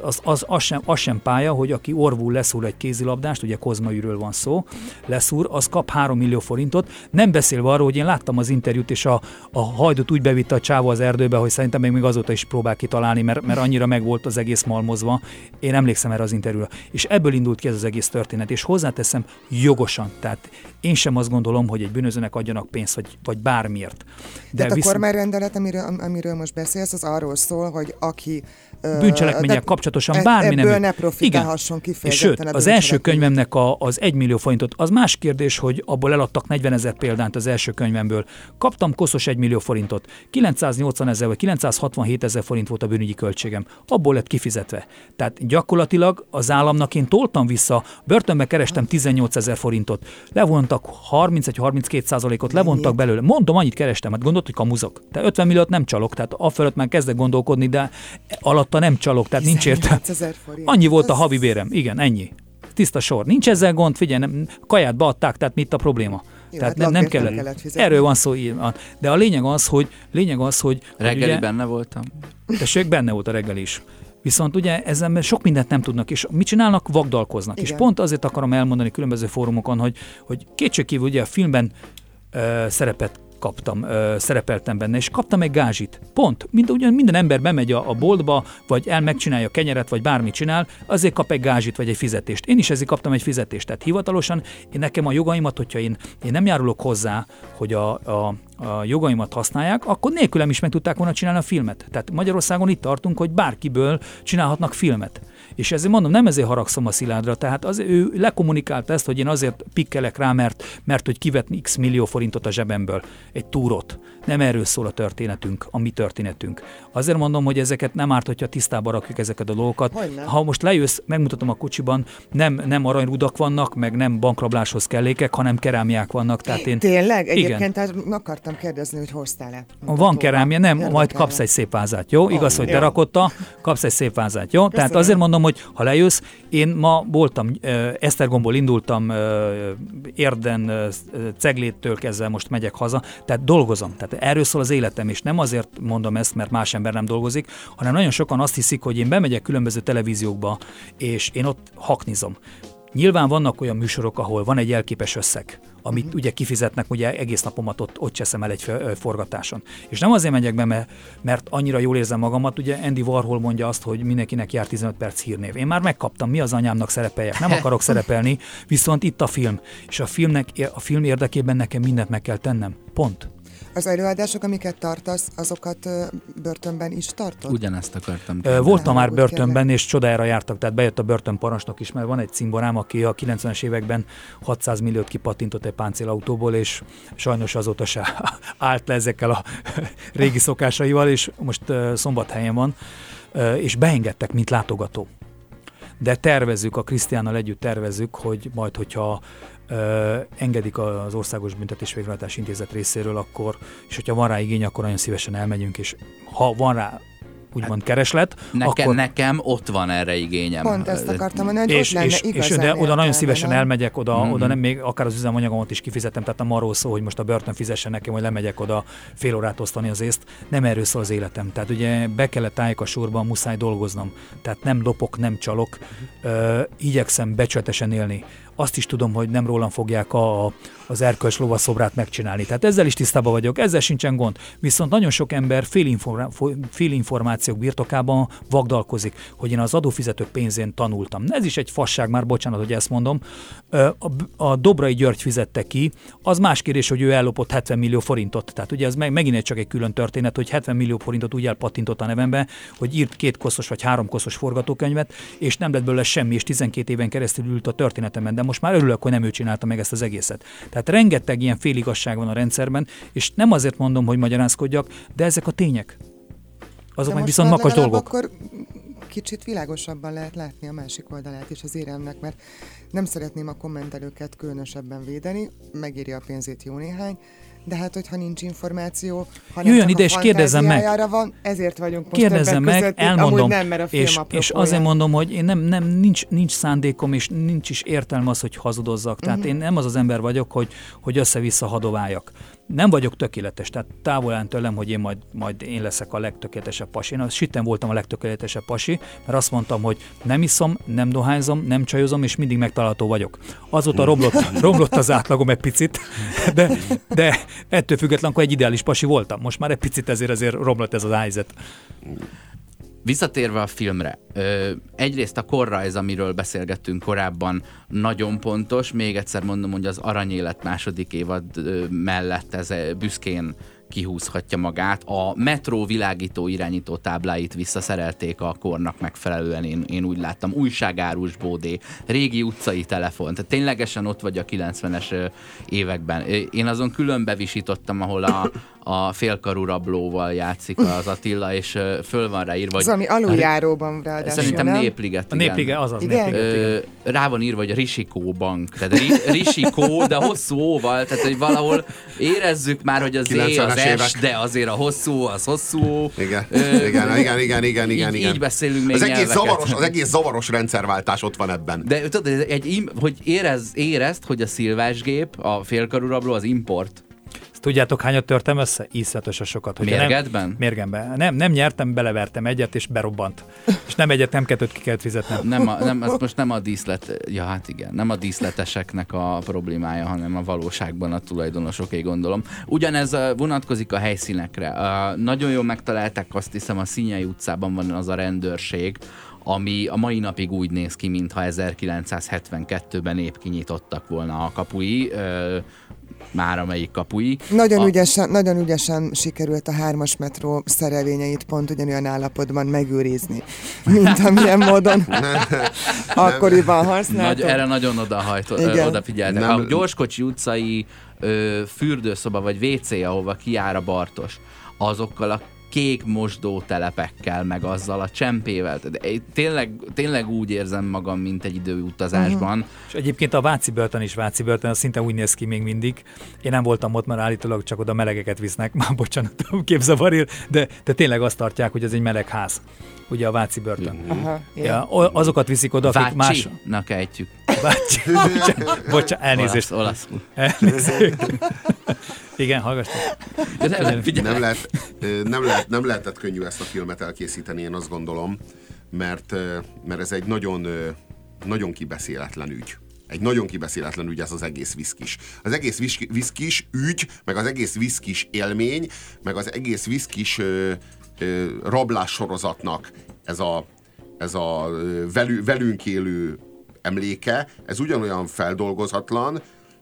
az sem pálya, hogy aki orvul leszúr egy kézilabdást, ugye Kozma Űről van szó, leszúr, az kap 3 millió forintot, nem beszélve arról, hogy én láttam láttam az interjút, és a Hajdut úgy bevitte a csávó az erdőbe, hogy szerintem még azóta is próbál kitalálni, mert annyira meg volt az egész malmozva. Én emlékszem erre az interjúra. És ebből indult ki ez az egész történet, és hozzáteszem jogosan. Tehát én sem azt gondolom, hogy egy bűnözőnek adjanak pénzt, vagy bármiért. De a kormányrendelet, amiről most beszélsz, az arról szól, hogy aki bűncselekménnyel kapcsolatosan bármi nem. Ebből ne profitálhasson kifejezetten. Sőt, az első könyvemnek az 1 millió forintot, az más kérdés, hogy abból eladtak 40 000 példányt az első könyvemből. Kaptam koszos 1 millió forintot. 980 000 vagy 967 000 forint volt a bűnügyi költségem. Abból lett kifizetve. Tehát gyakorlatilag az államnak én toltam vissza, börtönbe kerestem 18 000 forintot. Levontak 31-32%-ot, levontak belőle. Mondom, annyit kerestem, hát gondolt, hogy kamuzok. Tehát 50 milliót nem csalok, tehát afölött már kezdek gondolkodni, de alatta nem csalok, tehát nincs értelme. Annyi volt a havi bérem, igen, ennyi. Tiszta sor. Nincs ezzel gond, figyelj, kaját beadták, tehát mit a probléma? Jó, tehát hát nem kellett. Erről van szó. De a lényeg az, hogy reggeli ugye, benne voltam. Tessék, benne volt a reggel is. Viszont ugye ezzel sok mindent nem tudnak, és mit csinálnak? Vagdalkoznak. Igen. És pont azért akarom elmondani különböző fórumokon, hogy kétségkívül ugye a filmben szerepeltem benne, és kaptam egy gázsit. Pont. Minden ember bemegy a boltba, vagy megcsinálja a kenyeret, vagy bármit csinál, azért kap egy gázsit, vagy egy fizetést. Én is ezért kaptam egy fizetést. Tehát hivatalosan nekem a jogaimat, hogyha én nem járulok hozzá, hogy a jogaimat használják, akkor nélkülem is meg tudták volna csinálni a filmet. Tehát Magyarországon itt tartunk, hogy bárkiből csinálhatnak filmet. És ezért mondom, nem ezért haragszom a Szilárdra, tehát ő lekommunikálta ezt, hogy én azért pikkelek rá, mert hogy kivetni x millió forintot a zsebemből, egy túrot. Nem erről szól a történetünk, a mi történetünk. Azért mondom, hogy ezeket nem árt, hogyha tisztába rakjuk ezeket a dolgokat. Hogyne. Ha most lejössz, megmutatom a kocsiban, nem aranyrudak vannak, meg nem bankrabláshoz kellékek, hanem kerámiák vannak. Tehát tényleg? Egyébként akartam kérdezni, hogy hoztál-e? Van kerámia, nem, majd kapsz egy szép vázát, jó? Igaz, hogy terakotta, kapsz egy szép vázát, jó? Tehát azért mondom, hogy ha lejössz, én ma voltam, Esztergomból indultam, Érden, Cegléttől kezdve most megyek haza, tehát dolgozom. Tehát erről szól az életem, és nem azért mondom ezt, mert más ember nem dolgozik, hanem nagyon sokan azt hiszik, hogy én bemegyek különböző televíziókba, és én ott haknizom. Nyilván vannak olyan műsorok, ahol van egy jelképes összeg, amit ugye kifizetnek, ugye egész napomat ott cseszem el egy forgatáson. És nem azért megyek be, mert annyira jól érzem magamat, ugye Andy Warhol mondja azt, hogy mindenkinek jár 15 perc hírnév. Én már megkaptam, mi az anyámnak szerepeljek, nem akarok szerepelni, viszont itt a film. És a film érdekében nekem mindent meg kell tennem. Pont. Az előadások, amiket tartasz, azokat börtönben is tartod? Ugyanezt akartam. Voltam már börtönben, és csodájára jártak, tehát bejött a börtönparancsnok is, mert van egy cimborám, aki a 90-es években 600 milliót kipattintott egy páncélautóból, és sajnos azóta se állt le ezekkel a régi szokásaival, és most Szombathelyen van, és beengedtek, mint látogató. De tervezzük, a Krisztiánnal együtt tervezzük, hogy majd, hogyha engedik az Országos Büntetés-végrehajtási Intézet részéről, akkor, és hogyha van rá igény, akkor nagyon szívesen elmegyünk, és ha van rá úgymond kereslet, akkor... Nekem ott van erre igényem. Pont ezt akartam mondani, hogy ott lenne igazán de oda nagyon szívesen elmegyek, oda nem, még akár az üzemanyagomat is kifizetem, tehát nem arról szól, hogy most a börtön fizessen nekem, hogy lemegyek oda fél órát osztani az észt. Nem erről szól az életem. Tehát ugye be kellett álljak a sorban, muszáj dolgoznom. Tehát nem lopok, nem csalok, igyekszem becsületesen élni. Azt is tudom, hogy nem rólam fogják az erkölcs lovaszobrát megcsinálni. Tehát ezzel is tisztában vagyok, ezzel sincsen gond. Viszont nagyon sok ember félinformációk birtokában vagdalkozik, hogy én az adófizetők pénzén tanultam. Ez is egy fasság, már bocsánat, hogy ezt mondom. A Dobrai György fizette ki, az más kérdés, hogy ő ellopott 70 millió forintot. Tehát ugye ez megint csak egy külön történet, hogy 70 millió forintot úgy elpattintott a nevembe, hogy írt 2 koszos vagy 3 koszos forgatókönyvet, és nem lett belőle semmi, és 12 éven keresztül ült a történetemen. De most már örülök, hogy nem ő csinálta meg ezt az egészet. Tehát rengeteg ilyen féligazság van a rendszerben, és nem azért mondom, hogy magyarázkodjak, de ezek a tények. Azok meg viszont makas dolgok. Akkor kicsit világosabban lehet látni a másik oldalát is az éremnek, mert nem szeretném a kommentelőket különösebben védeni, megéri a pénzét jó néhány, de hát, hogyha nincs információ, hanem jöjjön ide és kérdezzem meg. Van, ezért vagyunk most kérdezzem meg, között, elmondom, nem, mert a film és azért mondom, hogy én nincs szándékom, és nincs is értelme az, hogy hazudozzak. Tehát én nem az ember vagyok, hogy össze-vissza hadováljak. Nem vagyok tökéletes, tehát távol áll tőlem, hogy én majd én leszek a legtökéletesebb pasi. Én a sitten voltam a legtökéletesebb pasi, mert azt mondtam, hogy nem iszom, nem dohányzom, nem csajozom, és mindig megtalálható vagyok. Azóta romlott az átlagom egy picit, de ettől függetlenül akkor egy ideális pasi voltam. Most már egy picit ezért romlott ez az helyzet. Visszatérve a filmre, egyrészt a korrajz, amiről beszélgettünk korábban, nagyon pontos. Még egyszer mondom, hogy az Aranyélet második évad mellett ez büszkén kihúzhatja magát. A metró világító irányító tábláit visszaszerelték a kornak megfelelően, én úgy láttam. Újságárus bódé, régi utcai telefon, tehát ténylegesen ott vagy a 90-es években. Én azon külön bevisítottam, ahol a félkarú rablóval játszik az Attila, és föl van rá írva, hogy... ami aluljáróban ráadásul, szerintem nem? Népliget, igen. A Népliget, azaz. Igen? Népliget, rá van írva, hogy Risikó Bank. Tehát Risikó, de hosszú óval, tehát hogy valahol érezzük már, hogy az E az S, de azért a hosszú, az hosszú. Igen. Így beszélünk még Az egész zavaros rendszerváltás ott van ebben. De tudod, hogy érezd, hogy a szilvásgép, a félkarú rabló az import. Tudjátok, hányat törtem össze? Iszonyatosan sokat. Mérgedben? Mérgemben. Nem nyertem, belevertem egyet, és berobbant. És nem egyet, nem kettőt ki kellett fizetnem. Most nem a díszlet, ja hát igen, nem a díszleteseknek a problémája, hanem a valóságban a tulajdonosoké, gondolom. Ugyanez vonatkozik a helyszínekre. Nagyon jól megtalálták, azt hiszem, a Színyei utcában van az a rendőrség, ami a mai napig úgy néz ki, mintha 1972-ben épp kinyitottak volna a kapui, már amelyik kapui. Nagyon ügyesen sikerült a 3-as metró szerelvényeit pont ugyanolyan állapotban megőrizni, mint amilyen módon akkoriban használtuk. Erre nagyon odafigyeltek. A Gyorskocsi utcai fürdőszoba vagy WC, ahova kijár a Bartos, azokkal a kék mosdótelepekkel, meg azzal a csempével. Tényleg úgy érzem magam, mint egy időutazásban. És egyébként a Váci börtön, az szinte úgy néz ki még mindig. Én nem voltam ott, mert állítólag csak oda melegeket visznek. Már bocsánat, képzavar ér, de tényleg azt tartják, hogy ez egy meleg ház. Ugye a Váci börtön. Ja, azokat viszik oda, akik más... Vácsinak ejtjük. Bocsánat, elnézést. Olaszul. Igen, hallgassuk. Nem lehetett könnyű ezt a filmet elkészíteni, én azt gondolom, mert ez egy nagyon kibeszéletlen ügy. Egy nagyon kibeszéletlen ügy ez az egész viszkis. Az egész viszkis ügy, meg az egész viszkis élmény, meg az egész viszkis rablás sorozatnak ez a velünk élő emléke, ez ugyanolyan feldolgozatlan,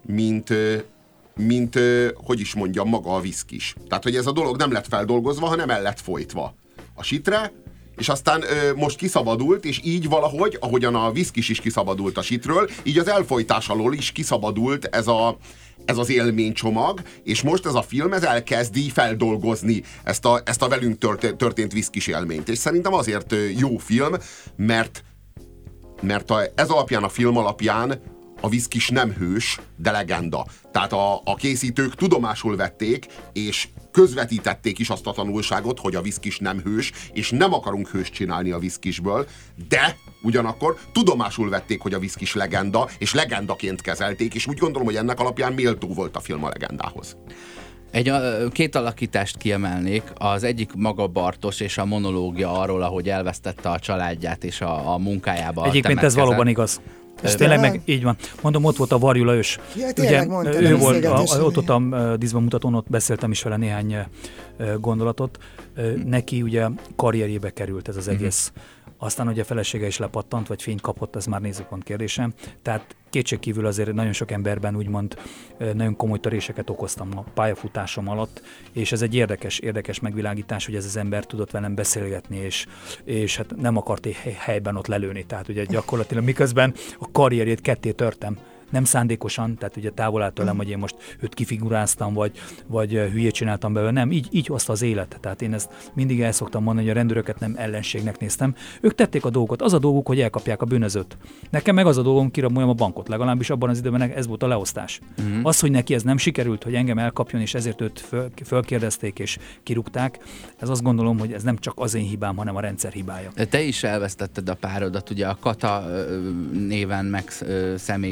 mint hogy is mondjam, maga a viszkis. Tehát, hogy ez a dolog nem lett feldolgozva, hanem el lett folytva a sitre, és aztán most kiszabadult, és így valahogy, ahogyan a viszkis is kiszabadult a sitről, így az elfojtás alól is kiszabadult ez az élménycsomag, és most ez a film elkezdi feldolgozni ezt a velünk történt viszkis élményt. És szerintem azért jó film, mert ez alapján, a film alapján a viszkis nem hős, de legenda. Tehát a készítők tudomásul vették, és közvetítették is azt a tanulságot, hogy a viszkis nem hős, és nem akarunk hőst csinálni a viszkisből, de ugyanakkor tudomásul vették, hogy a viszkis legenda, és legendaként kezelték, és úgy gondolom, hogy ennek alapján méltó volt a film a legendához. Két alakítást kiemelnék. Az egyik maga Bartos és a monológia arról, ahogy elvesztette a családját és a munkájába. Egyébként ez valóban igaz. Ez tényleg meg így van. Mondom, ott volt a Varjula Ős. Ja, ugye, ő volt, ott a díszben mutatón, ott beszéltem is vele néhány gondolatot. Neki ugye karrierjébe került ez az egész. Aztán ugye a felesége is lepattant, vagy fényt kapott, ez már nézőpont kérdésem. Tehát kétségkívül azért nagyon sok emberben úgymond nagyon komoly töréseket okoztam a pályafutásom alatt, és ez egy érdekes megvilágítás, hogy ez az ember tudott velem beszélgetni, és hát nem akart helyben ott lelőni. Tehát ugye gyakorlatilag miközben a karrierjét ketté törtem, nem szándékosan, tehát ugye távol állt tőlem, hogy én most őt kifiguráztam, vagy hülyét csináltam belőle, nem, így hozta az élet. Tehát én ezt mindig el szoktam mondani, hogy a rendőröket nem ellenségnek néztem. Ők tették a dolgot, az a dolguk, hogy elkapják a bűnözőt. Nekem meg az a dolgom, kiraboljam a bankot, legalábbis abban az időben ez volt a leosztás. Az, hogy neki ez nem sikerült, hogy engem elkapjon, és ezért őt fölkérdezték és kirúgták, ez azt gondolom, hogy ez nem csak az én hibám, hanem a rendszer hibája. Te is elvesztetted a párodat, ugye a Kata néven meg személy is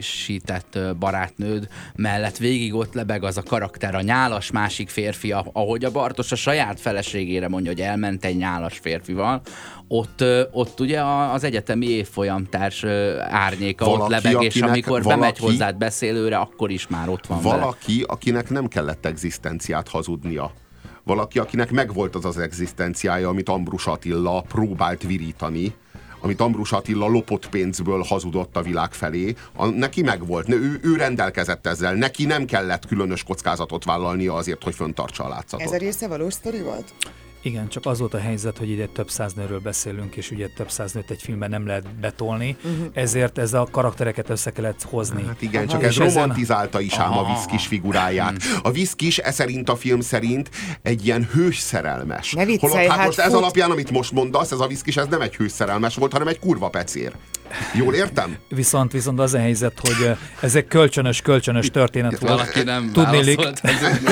megerősített barátnőd mellett végig ott lebeg az a karakter, a nyálas másik férfi, ahogy a Bartos a saját feleségére mondja, hogy elment egy nyálas férfival, ott ugye az egyetemi évfolyamtárs árnyéka ott lebeg, és amikor bemegy hozzád beszélőre, akkor is már ott van valaki, akinek nem kellett egzisztenciát hazudnia. Valaki, akinek megvolt az egzisztenciája, amit Ambrus Attila próbált virítani, amit Ambrus Attila lopott pénzből hazudott a világ felé, neki megvolt, ő rendelkezett ezzel, neki nem kellett különös kockázatot vállalnia azért, hogy föntartsa a látszatot. Ez a része valós sztori volt? Igen, csak az volt a helyzet, hogy ide több száz nőről beszélünk, és ugye több száz nőt egy filmben nem lehet betolni, ezért ez a karaktereket össze kellett hozni. Hát igen, csak ez romantizálta is ám a Viszkis figuráját. A Viszkis szerint a film szerint egy ilyen hős szerelmes. Ne viccelj, hát most ez alapján, amit most mondasz, ez a Viszkis, ez nem egy hős szerelmes volt, hanem egy kurva pecér. Jól értem? Viszont az a helyzet, hogy ez egy kölcsönös történet volt. Valaki nem válaszolt.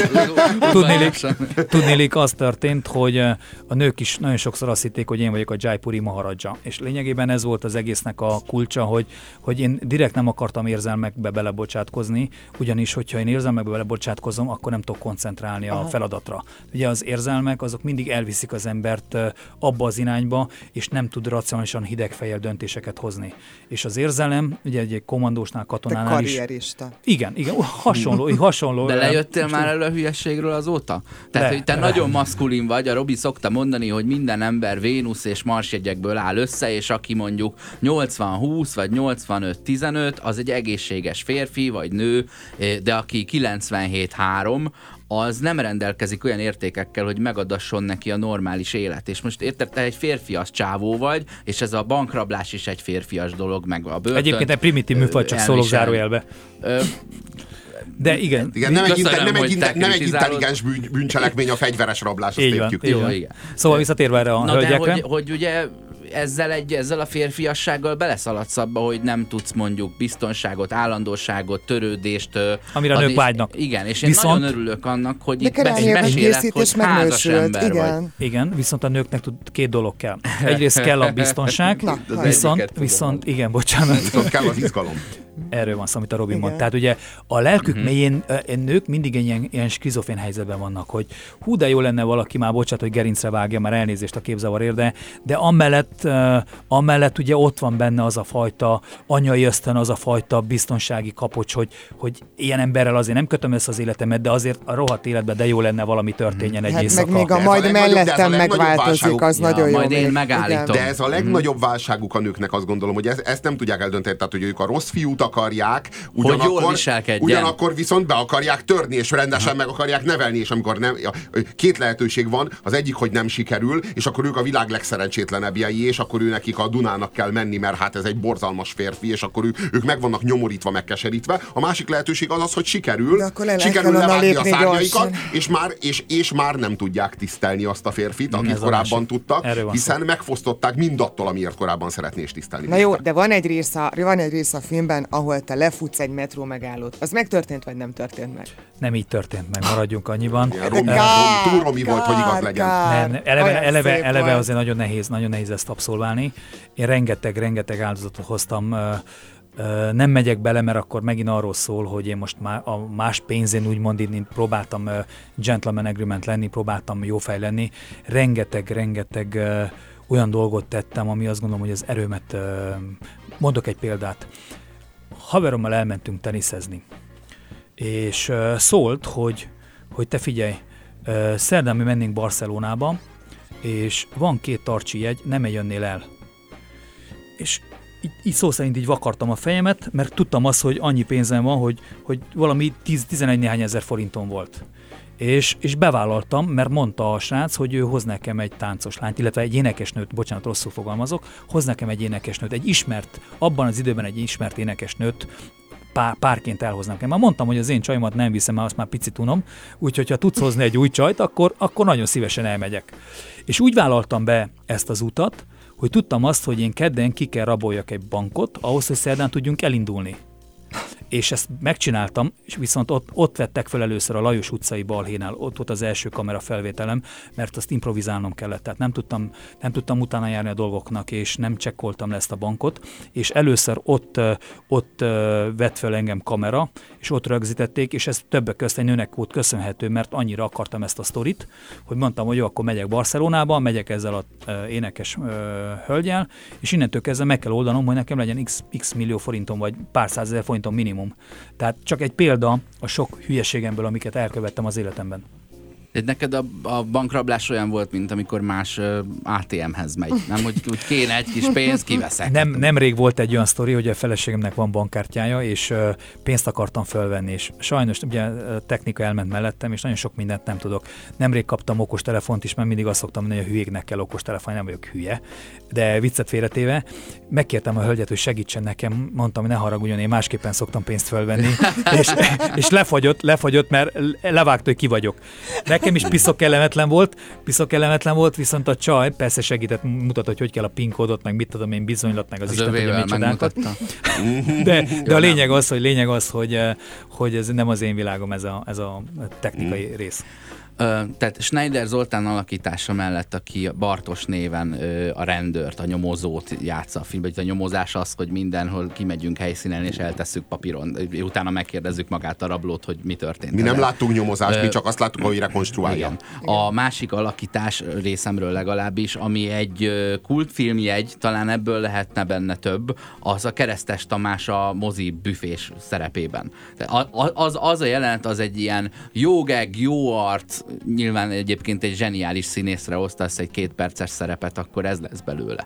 Tudnélik, az történt, hogy a nők is nagyon sokszor azt hitték, hogy én vagyok a Jaipuri Maharaja. És lényegében ez volt az egésznek a kulcsa, hogy én direkt nem akartam érzelmekbe belebocsátkozni, ugyanis, hogyha én érzelmekbe belebocsátkozom, akkor nem tudok koncentrálni a feladatra. Ugye az érzelmek, azok mindig elviszik az embert abba az irányba, és nem tud racionálisan hideg fejjel döntéseket hozni. És az érzelem, ugye egy kommandósnál, katonánál is. Karrierista. Igen, hasonló. De lejöttél már elő a hülyeségről azóta? Tehát, hogy te nagyon maszkulin vagy, a Robi szokta mondani, hogy minden ember Vénusz és Mars jegyekből áll össze, és aki mondjuk 80-20 vagy 85-15, az egy egészséges férfi vagy nő, de aki 97-3, az nem rendelkezik olyan értékekkel, hogy megadasson neki a normális élet. És most érted, te egy férfias csávó vagy, és ez a bankrablás is egy férfias dolog, meg a börtön. Egyébként egy primitív műfaj, csak szólok zárójelbe. De igen. Nem egy intelligens bűncselekmény a fegyveres rablás, azt értjük. Igen. Szóval visszatérve erre a hölgyekre. De hogy ugye ezzel a férfiassággal beleszaladsz abba, hogy nem tudsz mondjuk biztonságot, állandóságot, törődést. Amire a nők vágynak. Igen, és én nagyon örülök annak, hogy itt mesélek, hogy házas ember vagy. Igen, viszont a nőknek két dolog kell. Egyrészt kell a biztonság, viszont igen, bocsánat. Viszont kell az izgalom. Erről van szó, amit a Robi mond. Tehát ugye a lelkük mélyén nők mindig ilyen skizofrén helyzetben vannak, hogy hú, de jó lenne valaki, már bocsánat, hogy gerincre vágja, már elnézést a képzavarért, de amellett ugye ott van benne az a fajta anyai ösztön, az a fajta biztonsági kapocs, hogy ilyen emberrel azért nem kötöm össze az életemet, de azért a rohadt életben de jó lenne valami történjen egy éjszaka. Meg még a majd mellettem megváltozik, az nagyon jó. Majd én megállítom. De ez a legnagyobb válságuk a nőknek, azt gondolom, hogy ezt nem tudják eldönteni, tehát hogy ők a rossz fiút akarják, ugyanakkor viszont be akarják törni, és rendesen meg akarják nevelni, és amikor nem, két lehetőség van, az egyik, hogy nem sikerül, és akkor ők a világ legszerencsétlenebbjei, és akkor ő nekik a Dunának kell menni, mert hát ez egy borzalmas férfi, és akkor ők meg vannak nyomorítva, megkeserítve. A másik lehetőség az, hogy sikerül levágni a szárnyaikat, és már nem tudják tisztelni azt a férfit, akit korábban tudtak, hiszen megfosztották mindattól, amiért korábban szeretné és tisztelni. Na jó, de van egy rész a filmben, ahol te lefutsz egy metró megállót. Az megtörtént, vagy nem történt meg? Nem így történt meg, maradjunk annyiban. Túl Romi volt, hogy igaz legyen. Nem, eleve azért nagyon nehéz ezt abszolválni. Én rengeteg áldozatot hoztam. Nem megyek bele, mert akkor megint arról szól, hogy én most a más pénzén úgymond én próbáltam gentleman agreement lenni, próbáltam jófej lenni. Rengeteg olyan dolgot tettem, ami azt gondolom, hogy az erőmet... Mondok egy példát. Haverommal elmentünk teniszezni, és szólt, hogy te figyelj, szerdán mi mennénk Barcelonába, és van 2 tartsi jegy, nem jönnél el. És így szó szerint így vakartam a fejemet, mert tudtam azt, hogy annyi pénzem van, hogy valami 11 néhány ezer forinton volt. És bevállaltam, mert mondta a srác, hogy ő hoz nekem egy táncos lányt, illetve egy énekesnőt, bocsánat, rosszul fogalmazok, hoz nekem egy énekesnőt, abban az időben egy ismert énekesnőt párként elhoznám. Már mondtam, hogy az én csajomat nem viszem, mert azt már picit unom, úgyhogy ha tudsz hozni egy új csajt, akkor nagyon szívesen elmegyek. És úgy vállaltam be ezt az utat, hogy tudtam azt, hogy én kedden ki kell raboljak egy bankot, ahhoz, hogy szerdán tudjunk elindulni. és ezt megcsináltam, és viszont ott vettek fel először a Lajos utcai balhénál, ott volt az első kamera felvételem, mert azt improvizálnom kellett, tehát nem tudtam utána járni a dolgoknak, és nem csekkoltam le ezt a bankot, és először ott vett fel engem kamera, és ott rögzítették, és ez többek közt egy nőnek volt köszönhető, mert annyira akartam ezt a sztorit, hogy mondtam, hogy jó, akkor megyek Barcelonába, megyek ezzel a énekes hölgyel, és innentől kezdve meg kell oldanom, hogy nekem legyen x millió forintom, vagy pár százezer forintom minimum. Tehát csak egy példa a sok hülyeségemből, amiket elkövettem az életemben. Neked a bankrablás olyan volt, mint amikor más ATM-hez megy, nem? Hogy kéne egy kis pénz, kiveszek. Nemrég volt egy olyan sztori, hogy a feleségemnek van bankkártyája, és pénzt akartam fölvenni, és sajnos ugye technika elment mellettem, és nagyon sok mindent nem tudok. Nemrég kaptam okostelefont is, mert mindig azt szoktam mondani, hogy a hülyéknek kell okostelefon, nem vagyok hülye, de viccet félretéve, megkértem a hölgyet, hogy segítsen nekem, mondtam, hogy ne haragudjon, én másképpen szoktam pénzt fölvenni, és lefagyott, mert levágta, hogy ki vagyok. Nekem is piszok kellemetlen volt, viszont a csaj persze segített, mutatott, hogy kell a PIN kódot, meg mit tudom én, bizonylat, meg az Isten tudja micsodákat. De a lényeg az, hogy ez nem az én világom, ez a technikai rész. Tehát Schneider Zoltán alakítása mellett, aki Bartos néven a rendőrt, a nyomozót játsza a filmben, a nyomozás az, hogy mindenhol kimegyünk helyszínen és eltesszük papíron, utána megkérdezzük magát a rablót, hogy mi történt. Mi nem láttunk nyomozást, mi csak azt láttuk, hogy rekonstruálja. A másik alakítás részemről legalábbis, ami egy kultfilmjegy, talán ebből lehetne benne több, az a Keresztes Tamás a mozi büfés szerepében. Az a jelenet, az egy ilyen jó gag, jó arc, nyilván egyébként egy zseniális színészre osztasz egy 2 perces szerepet, akkor ez lesz belőle.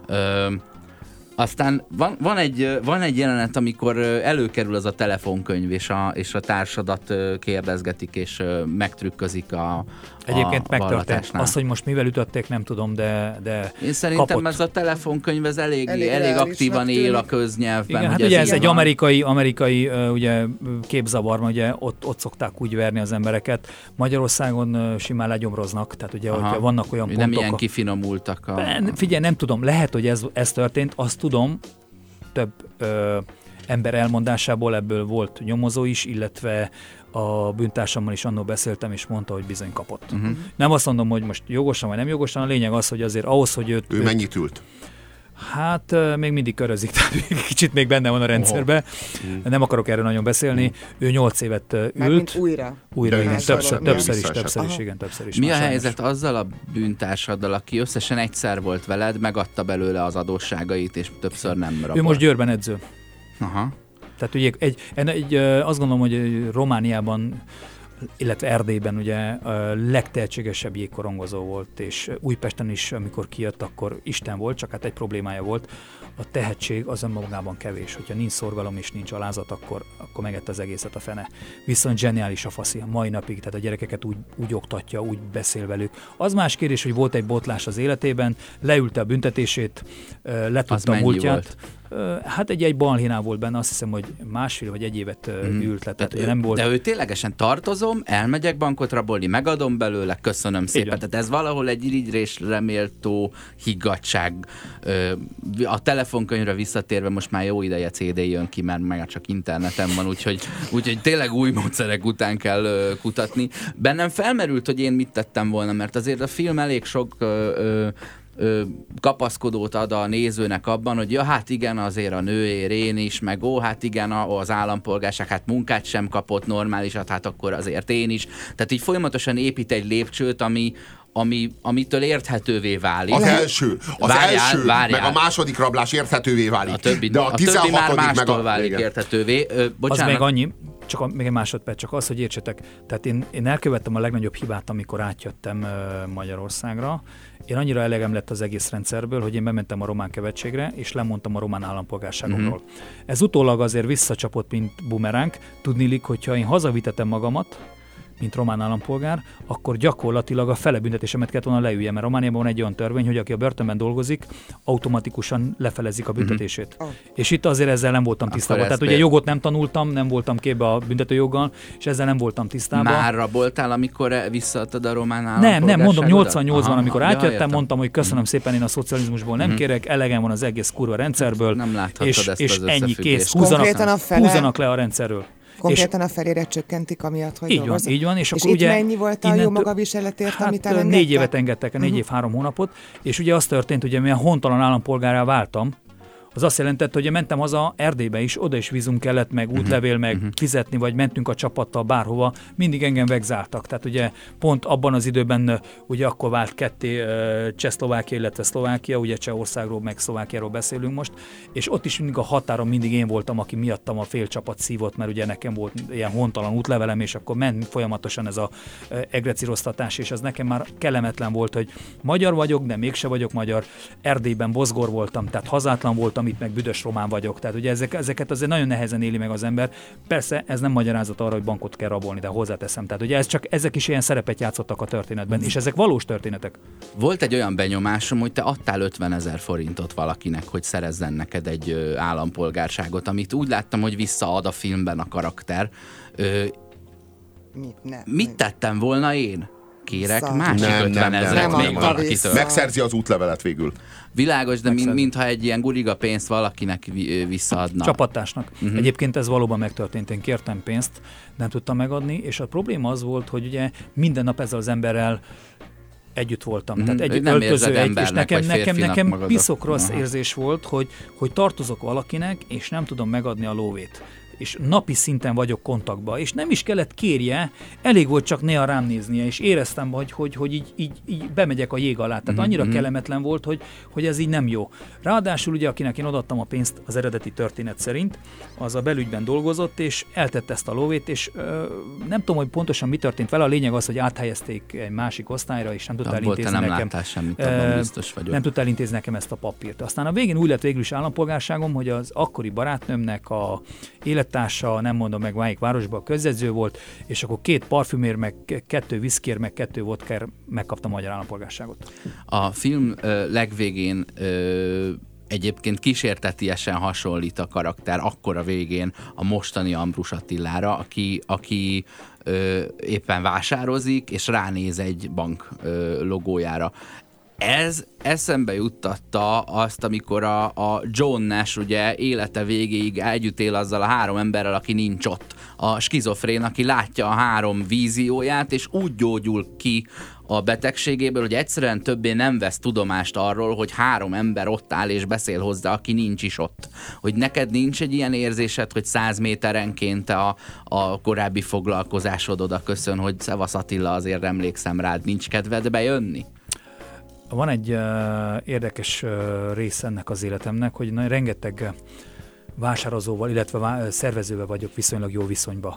Aztán van egy jelenet, amikor előkerül az a telefonkönyv, és a társadat kérdezgetik, és megtrükközik a Egyébként megtörtént. vallatásnál. Azt, hogy most mivel ütötték, nem tudom, de én szerintem kapott. Ez a telefonkönyv ez elég aktívan él a köznyelvben. Igen, hát ugye ez egy amerikai ugye, képzavar, ugye ott szokták úgy verni az embereket. Magyarországon simán legyomroznak, tehát ugye vannak olyan pontok. Nem ilyen kifinomultak. Figyelj, nem tudom, lehet, hogy ez történt, azt tudom, több ember elmondásából ebből volt nyomozó is, illetve a bűntársammal is annól beszéltem, és mondta, hogy bizony kapott. Nem azt mondom, hogy most jogosan vagy nem jogosan, a lényeg az, hogy azért ahhoz, hogy őt mennyit ült? Hát még mindig körözik, tehát kicsit még benne van a rendszerben. Nem akarok erről nagyon beszélni. Ő 8 évet ült. Mármint újra. Igen, többször is. Mi a helyzet azzal a bűntársaddal, aki összesen egyszer volt veled, megadta belőle az adósságait, és többször nem rabolt? Ő most Győrben edző. Aha. Tehát ugye azt gondolom, hogy Romániában, illetve Erdélyben ugye a legtehetségesebb jégkorongozó volt, és Újpesten is, amikor kijött, akkor Isten volt, csak hát egy problémája volt. A tehetség az önmagában kevés. Hogyha nincs szorgalom és nincs alázat, akkor megette az egészet a fene. Viszont zseniális a faszi, mai napig, tehát a gyerekeket úgy oktatja, úgy beszél velük. Az más kérdés, hogy volt egy botlás az életében, leülte a büntetését, letudta a múltját. Hát egy balhénál volt benne, azt hiszem, hogy 1,5 vagy 1 évet ült le. Tehát nem volt. De ő ténylegesen tartozom, elmegyek bankot rabolni, megadom belőle, köszönöm szépen. Tehát ez valahol egy irigyésre méltó higgadtság. A telefonkönyvre visszatérve most már jó ideje CD jön ki, mert meg csak interneten van, úgyhogy tényleg új módszerek után kell kutatni. Bennem felmerült, hogy én mit tettem volna, mert azért a film elég sok kapaszkodót ad a nézőnek abban, hogy ja, hát igen, azért a nőér én is, meg hát igen, az állampolgárság, hát munkát sem kapott normálisat, hát akkor azért én is. Tehát így folyamatosan épít egy lépcsőt, amitől érthetővé válik. Az első, meg a második rablás érthetővé válik. A többi már mástól válik érthetővé. Az még annyi, csak még egy másodperc, csak az, hogy értsetek. Tehát én elkövettem a legnagyobb hibát, amikor átjöttem Magyarországra. Én annyira elegem lett az egész rendszerből, hogy én bementem a román követségre, és lemondtam a román állampolgárságomról. Ez utólag azért visszacsapott, mint bumeránk. Tudniillik, hogyha én hazavitetem magamat, mint román állampolgár, akkor gyakorlatilag a fele büntetésemet kellett volna leülje, mert Romániában van egy olyan törvény, hogy aki a börtönben dolgozik, automatikusan lefelezik a büntetését. És itt azért ezzel nem voltam tisztában. Tehát ugye jogot nem tanultam, nem voltam képbe a büntetőjoggal, és ezzel nem voltam tisztában. Már raboltál, amikor visszaadtad a román állampolgárságodat? Nem, mondom, 88-ban, amikor átjöttem, mondtam, hogy köszönöm szépen, én a szocializmusból nem kérek, elegem van az egész kurva rendszerből, nem láthattad ezt és az ennyi kész, összefüggést. húzanak le a rendszerről. Konkrétan a felére csökkentik, amiatt, hogy dolgozik. Így van. És akkor itt ugye mennyi volt a jó magaviseletért, amit elengedtek? 4 évet engedtek, 4 év 3 hónapot, és ugye az történt, hogy milyen hontalan állampolgárrá váltam, az azt jelentette, hogy mentem haza Erdélybe is, oda is vízum kellett, meg útlevél, meg fizetni, vagy mentünk a csapattal bárhova, mindig engem vegzáltak. Tehát ugye pont abban az időben ugye akkor vált ketté Csehszlovákia, illetve Szlovákia, ugye Csehországról, meg Szlovákiáról beszélünk most, és ott is mindig a határon mindig én voltam, aki miattam a fél csapat szívott, mert ugye nekem volt ilyen hontalan útlevelem, és akkor ment folyamatosan ez a egrecíroztatás, és az nekem már kellemetlen volt, hogy magyar vagyok, de mégse vagyok magyar, Erdélyben bozgor voltam, tehát hazátlan voltam, itt meg büdös román vagyok. Tehát ugye ezeket azért nagyon nehezen éli meg az ember. Persze ez nem magyarázat arra, hogy bankot kell rabolni, de hozzáteszem. Tehát ugye ezek is ilyen szerepet játszottak a történetben, és ezek valós történetek. Volt egy olyan benyomásom, hogy te adtál 50 000 forintot valakinek, hogy szerezzen neked egy állampolgárságot, amit úgy láttam, hogy visszaad a filmben a karakter. Mit tettem volna én? Kérek másik 50 000 még valakitől. Megszerzi az útlevelet végül. Világos, de mintha egy ilyen guriga pénzt valakinek visszaadna. Csapattársnak. Egyébként ez valóban megtörtént. Én kértem pénzt, nem tudtam megadni, és a probléma az volt, hogy ugye minden nap ezzel az emberrel együtt voltam. Tehát együtt öltöző, és nekem piszok rossz érzés volt, hogy tartozok valakinek, és nem tudom megadni a lóvét. És napi szinten vagyok kontaktban, és nem is kellett kérje, elég volt csak néha rám néznie, és éreztem, hogy így bemegyek a jég alá. Tehát annyira kellemetlen volt, hogy ez így nem jó. Ráadásul ugye, akinek én odaadtam a pénzt az eredeti történet szerint, az a belügyben dolgozott, és eltette ezt a lóvét, és nem tudom, hogy pontosan mi történt vele. A lényeg az, hogy áthelyezték egy másik osztályra, és nem tudta elintézni nekem. Láttál semmit, abban biztos vagyok. Nem tudta elintézni nekem ezt a papírt. Aztán a végén úgy lett végül is állampolgárságom, hogy az akkori barátnőmnek a élettársa, nem mondom meg melyik városban, közjegyző volt, és akkor 2 parfümér, meg 2 viszkér, meg 2 vodker megkapta a magyar állampolgárságot. A film legvégén egyébként kísértetiesen hasonlít a karakter akkor a végén a mostani Ambrus Attilára, aki éppen vásározik, és ránéz egy bank logójára. Ez eszembe juttatta azt, amikor a John Nash ugye élete végéig együtt él azzal a 3 emberrel, aki nincs ott. A skizofrén, aki látja a 3 vízióját, és úgy gyógyul ki a betegségéből, hogy egyszerűen többé nem vesz tudomást arról, hogy 3 ember ott áll és beszél hozzá, aki nincs is ott. Hogy neked nincs egy ilyen érzésed, hogy 100 méterenként a korábbi foglalkozásod oda köszön, hogy szevasz Attila, azért emlékszem rád, nincs kedved bejönni? Van egy érdekes része ennek az életemnek, hogy rengeteg vásározóval, illetve szervezővel vagyok viszonylag jó viszonyba.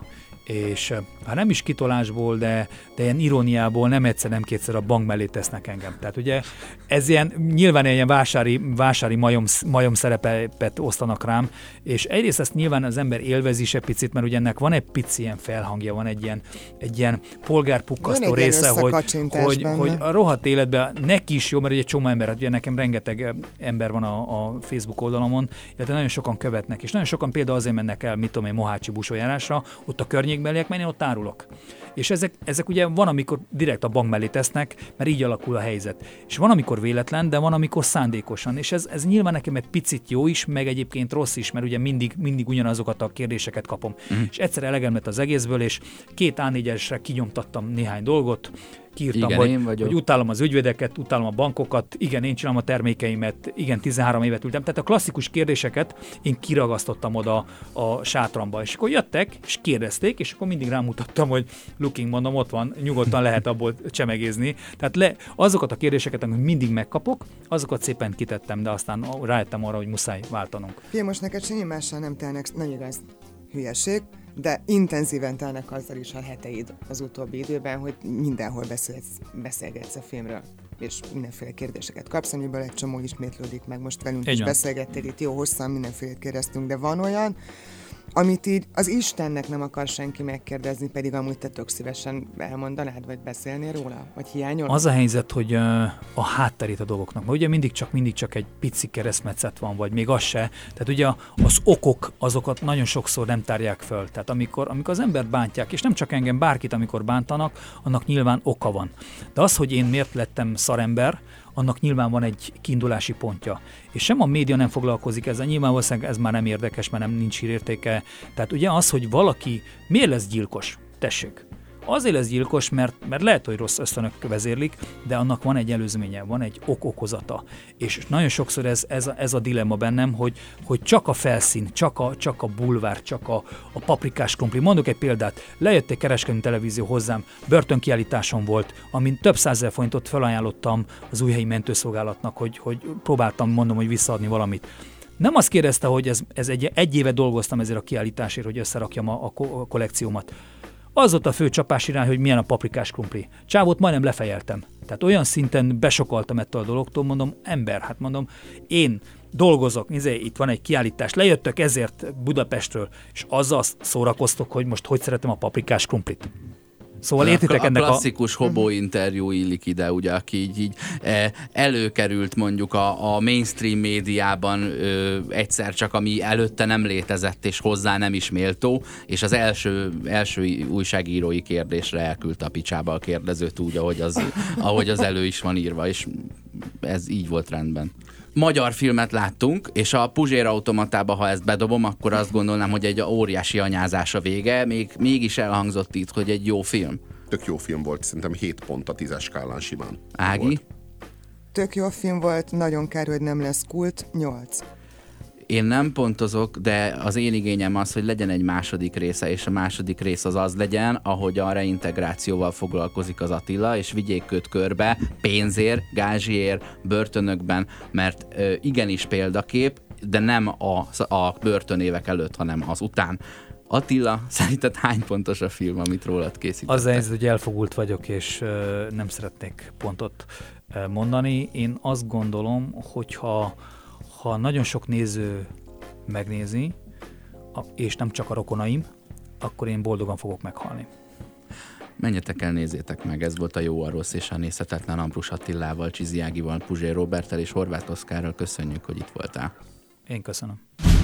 És hát nem is kitolásból, de ilyen iróniából nem egyszer, nem kétszer a bank mellé tesznek engem. Tehát ugye ez nyilván ilyen vásári majom szerepet osztanak rám, és egyrészt ezt nyilván az ember élvezi se picit, mert ugye ennek van egy pici ilyen felhangja, van egy ilyen polgárpukkasztó része, hogy a rohadt életben neki is jó, mert ugye csomó ember, hát ugye nekem rengeteg ember van a Facebook oldalamon, illetve nagyon sokan követnek, és nagyon sokan például azért mennek el, mit tudom én, Mohácsi buszójárásra, ott a környékbeliek, mert én ott árulok. És ezek ugye van, amikor direkt a bank mellé tesznek, mert így alakul a helyzet. És van, amikor véletlen, de van, amikor szándékosan. És ez nyilván nekem egy picit jó is, meg egyébként rossz is, mert ugye mindig ugyanazokat a kérdéseket kapom. És egyszer elegem lett az egészből, és 2 A4-esre kinyomtattam néhány dolgot, kiírtam, igen, hogy utálom az ügyvédeket, utálom a bankokat, igen, én csinálom a termékeimet, igen, 13 évet ültem. Tehát a klasszikus kérdéseket én kiragasztottam oda a sátramba. És akkor jöttek, és kérdezték, és akkor mindig rámutattam, hogy looking, mondom, ott van, nyugodtan lehet abból csemegézni. Tehát azokat a kérdéseket, amit mindig megkapok, azokat szépen kitettem, de aztán rájöttem arra, hogy muszáj váltanunk. Fia, most neked semmi mással nem telnek, nem igaz hülyeség, de intenzíven telnek azzal is a heteid az utóbbi időben, hogy mindenhol beszélgetsz a filmről, és mindenféle kérdéseket kapsz, amiből egy csomó ismétlődik meg. Most velünk is beszélgettél itt, jó hosszan mindenfélét kérdeztünk, de van olyan, amit így az Istennek nem akar senki megkérdezni, pedig amúgy te tök szívesen elmondanád, vagy beszélnél róla, vagy hiányol? Az a helyzet, hogy a hátterét a dolgoknak, mert ugye mindig csak egy pici keresztmetszet van, vagy még az se. Tehát ugye az okok, azokat nagyon sokszor nem tárják föl. Tehát amikor az embert bántják, és nem csak engem, bárkit, amikor bántanak, annak nyilván oka van. De az, hogy én miért lettem szarember, annak nyilván van egy kiindulási pontja. És sem a média nem foglalkozik ezzel, nyilván valószínűleg ez már nem érdekes, mert nem nincs hírértéke. Tehát ugye az, hogy valaki miért lesz gyilkos? Tessék. Azért lesz gyilkos, mert lehet, hogy rossz ösztönök vezérlik, de annak van egy előzménye, van egy okozata. És nagyon sokszor ez a dilemma bennem, hogy csak a felszín, csak a bulvár, csak a paprikás krumpli. Mondok egy példát, lejött egy kereskedelmi televízió hozzám, börtönkiállításon volt, amin több 100 000 forintot felajánlottam az Újhelyi Mentőszolgálatnak, hogy próbáltam, mondom, hogy visszaadni valamit. Nem azt kérdezte, hogy ez egy éve dolgoztam ezért a kiállításért, hogy összerakjam a kollekciómat. Az volt a fő csapás irány, hogy milyen a paprikás krumpli. Csávót majdnem lefejeltem. Tehát olyan szinten besokaltam ettől a dologtól, mondom, ember, hát mondom, én dolgozok, itt van egy kiállítás, lejöttök ezért Budapestről, és azzal szórakoztok, hogy most hogy szeretem a paprikás krumplit. Szóval értitek ennek a klasszikus hobó interjú illik ide, ugye, aki így előkerült mondjuk a mainstream médiában egyszer csak, ami előtte nem létezett, és hozzá nem is méltó, és az első újságírói kérdésre elküldte a picsába a kérdezőt úgy, ahogy az elő is van írva, és ez így volt rendben. Magyar filmet láttunk, és a Puzsér automatába, ha ezt bedobom, akkor azt gondolnám, hogy egy óriási anyázás a vége, mégis elhangzott itt, hogy egy jó film. Tök jó film volt, szerintem 7 pont a 10-es skálán simán. Ági? Volt. Tök jó film volt, nagyon kár, hogy nem lesz kult, 8. Én nem pontozok, de az én igényem az, hogy legyen egy második része, és a második rész az legyen, ahogy a reintegrációval foglalkozik az Attila, és vigyék őt körbe pénzért, gázsiért, börtönökben, mert igenis példakép, de nem a börtönévek előtt, hanem az után. Attila, szerinted hány pontos a film, amit rólad készítettek? Az hogy elfogult vagyok, és nem szeretnék pontot mondani. Én azt gondolom, hogyha nagyon sok néző megnézi, és nem csak a rokonaim, akkor én boldogan fogok meghalni. Menjetek el, nézzétek meg, ez volt a Jó, a rossz és a nézhetetlen Ambrus Attilával, Csizi Ágival, Puzsér Roberttel és Horváth Oszkárral. Köszönjük, hogy itt voltál. Én köszönöm.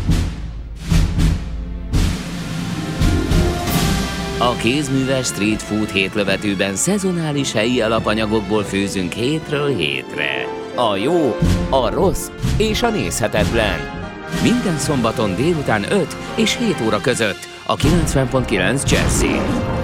A kézműves street food hétlövetőben szezonális helyi alapanyagokból főzünk hétről hétre. A jó, a rossz és a nézhetetlen. Minden szombaton délután 5 és 7 óra között a 90.9 Jazzin.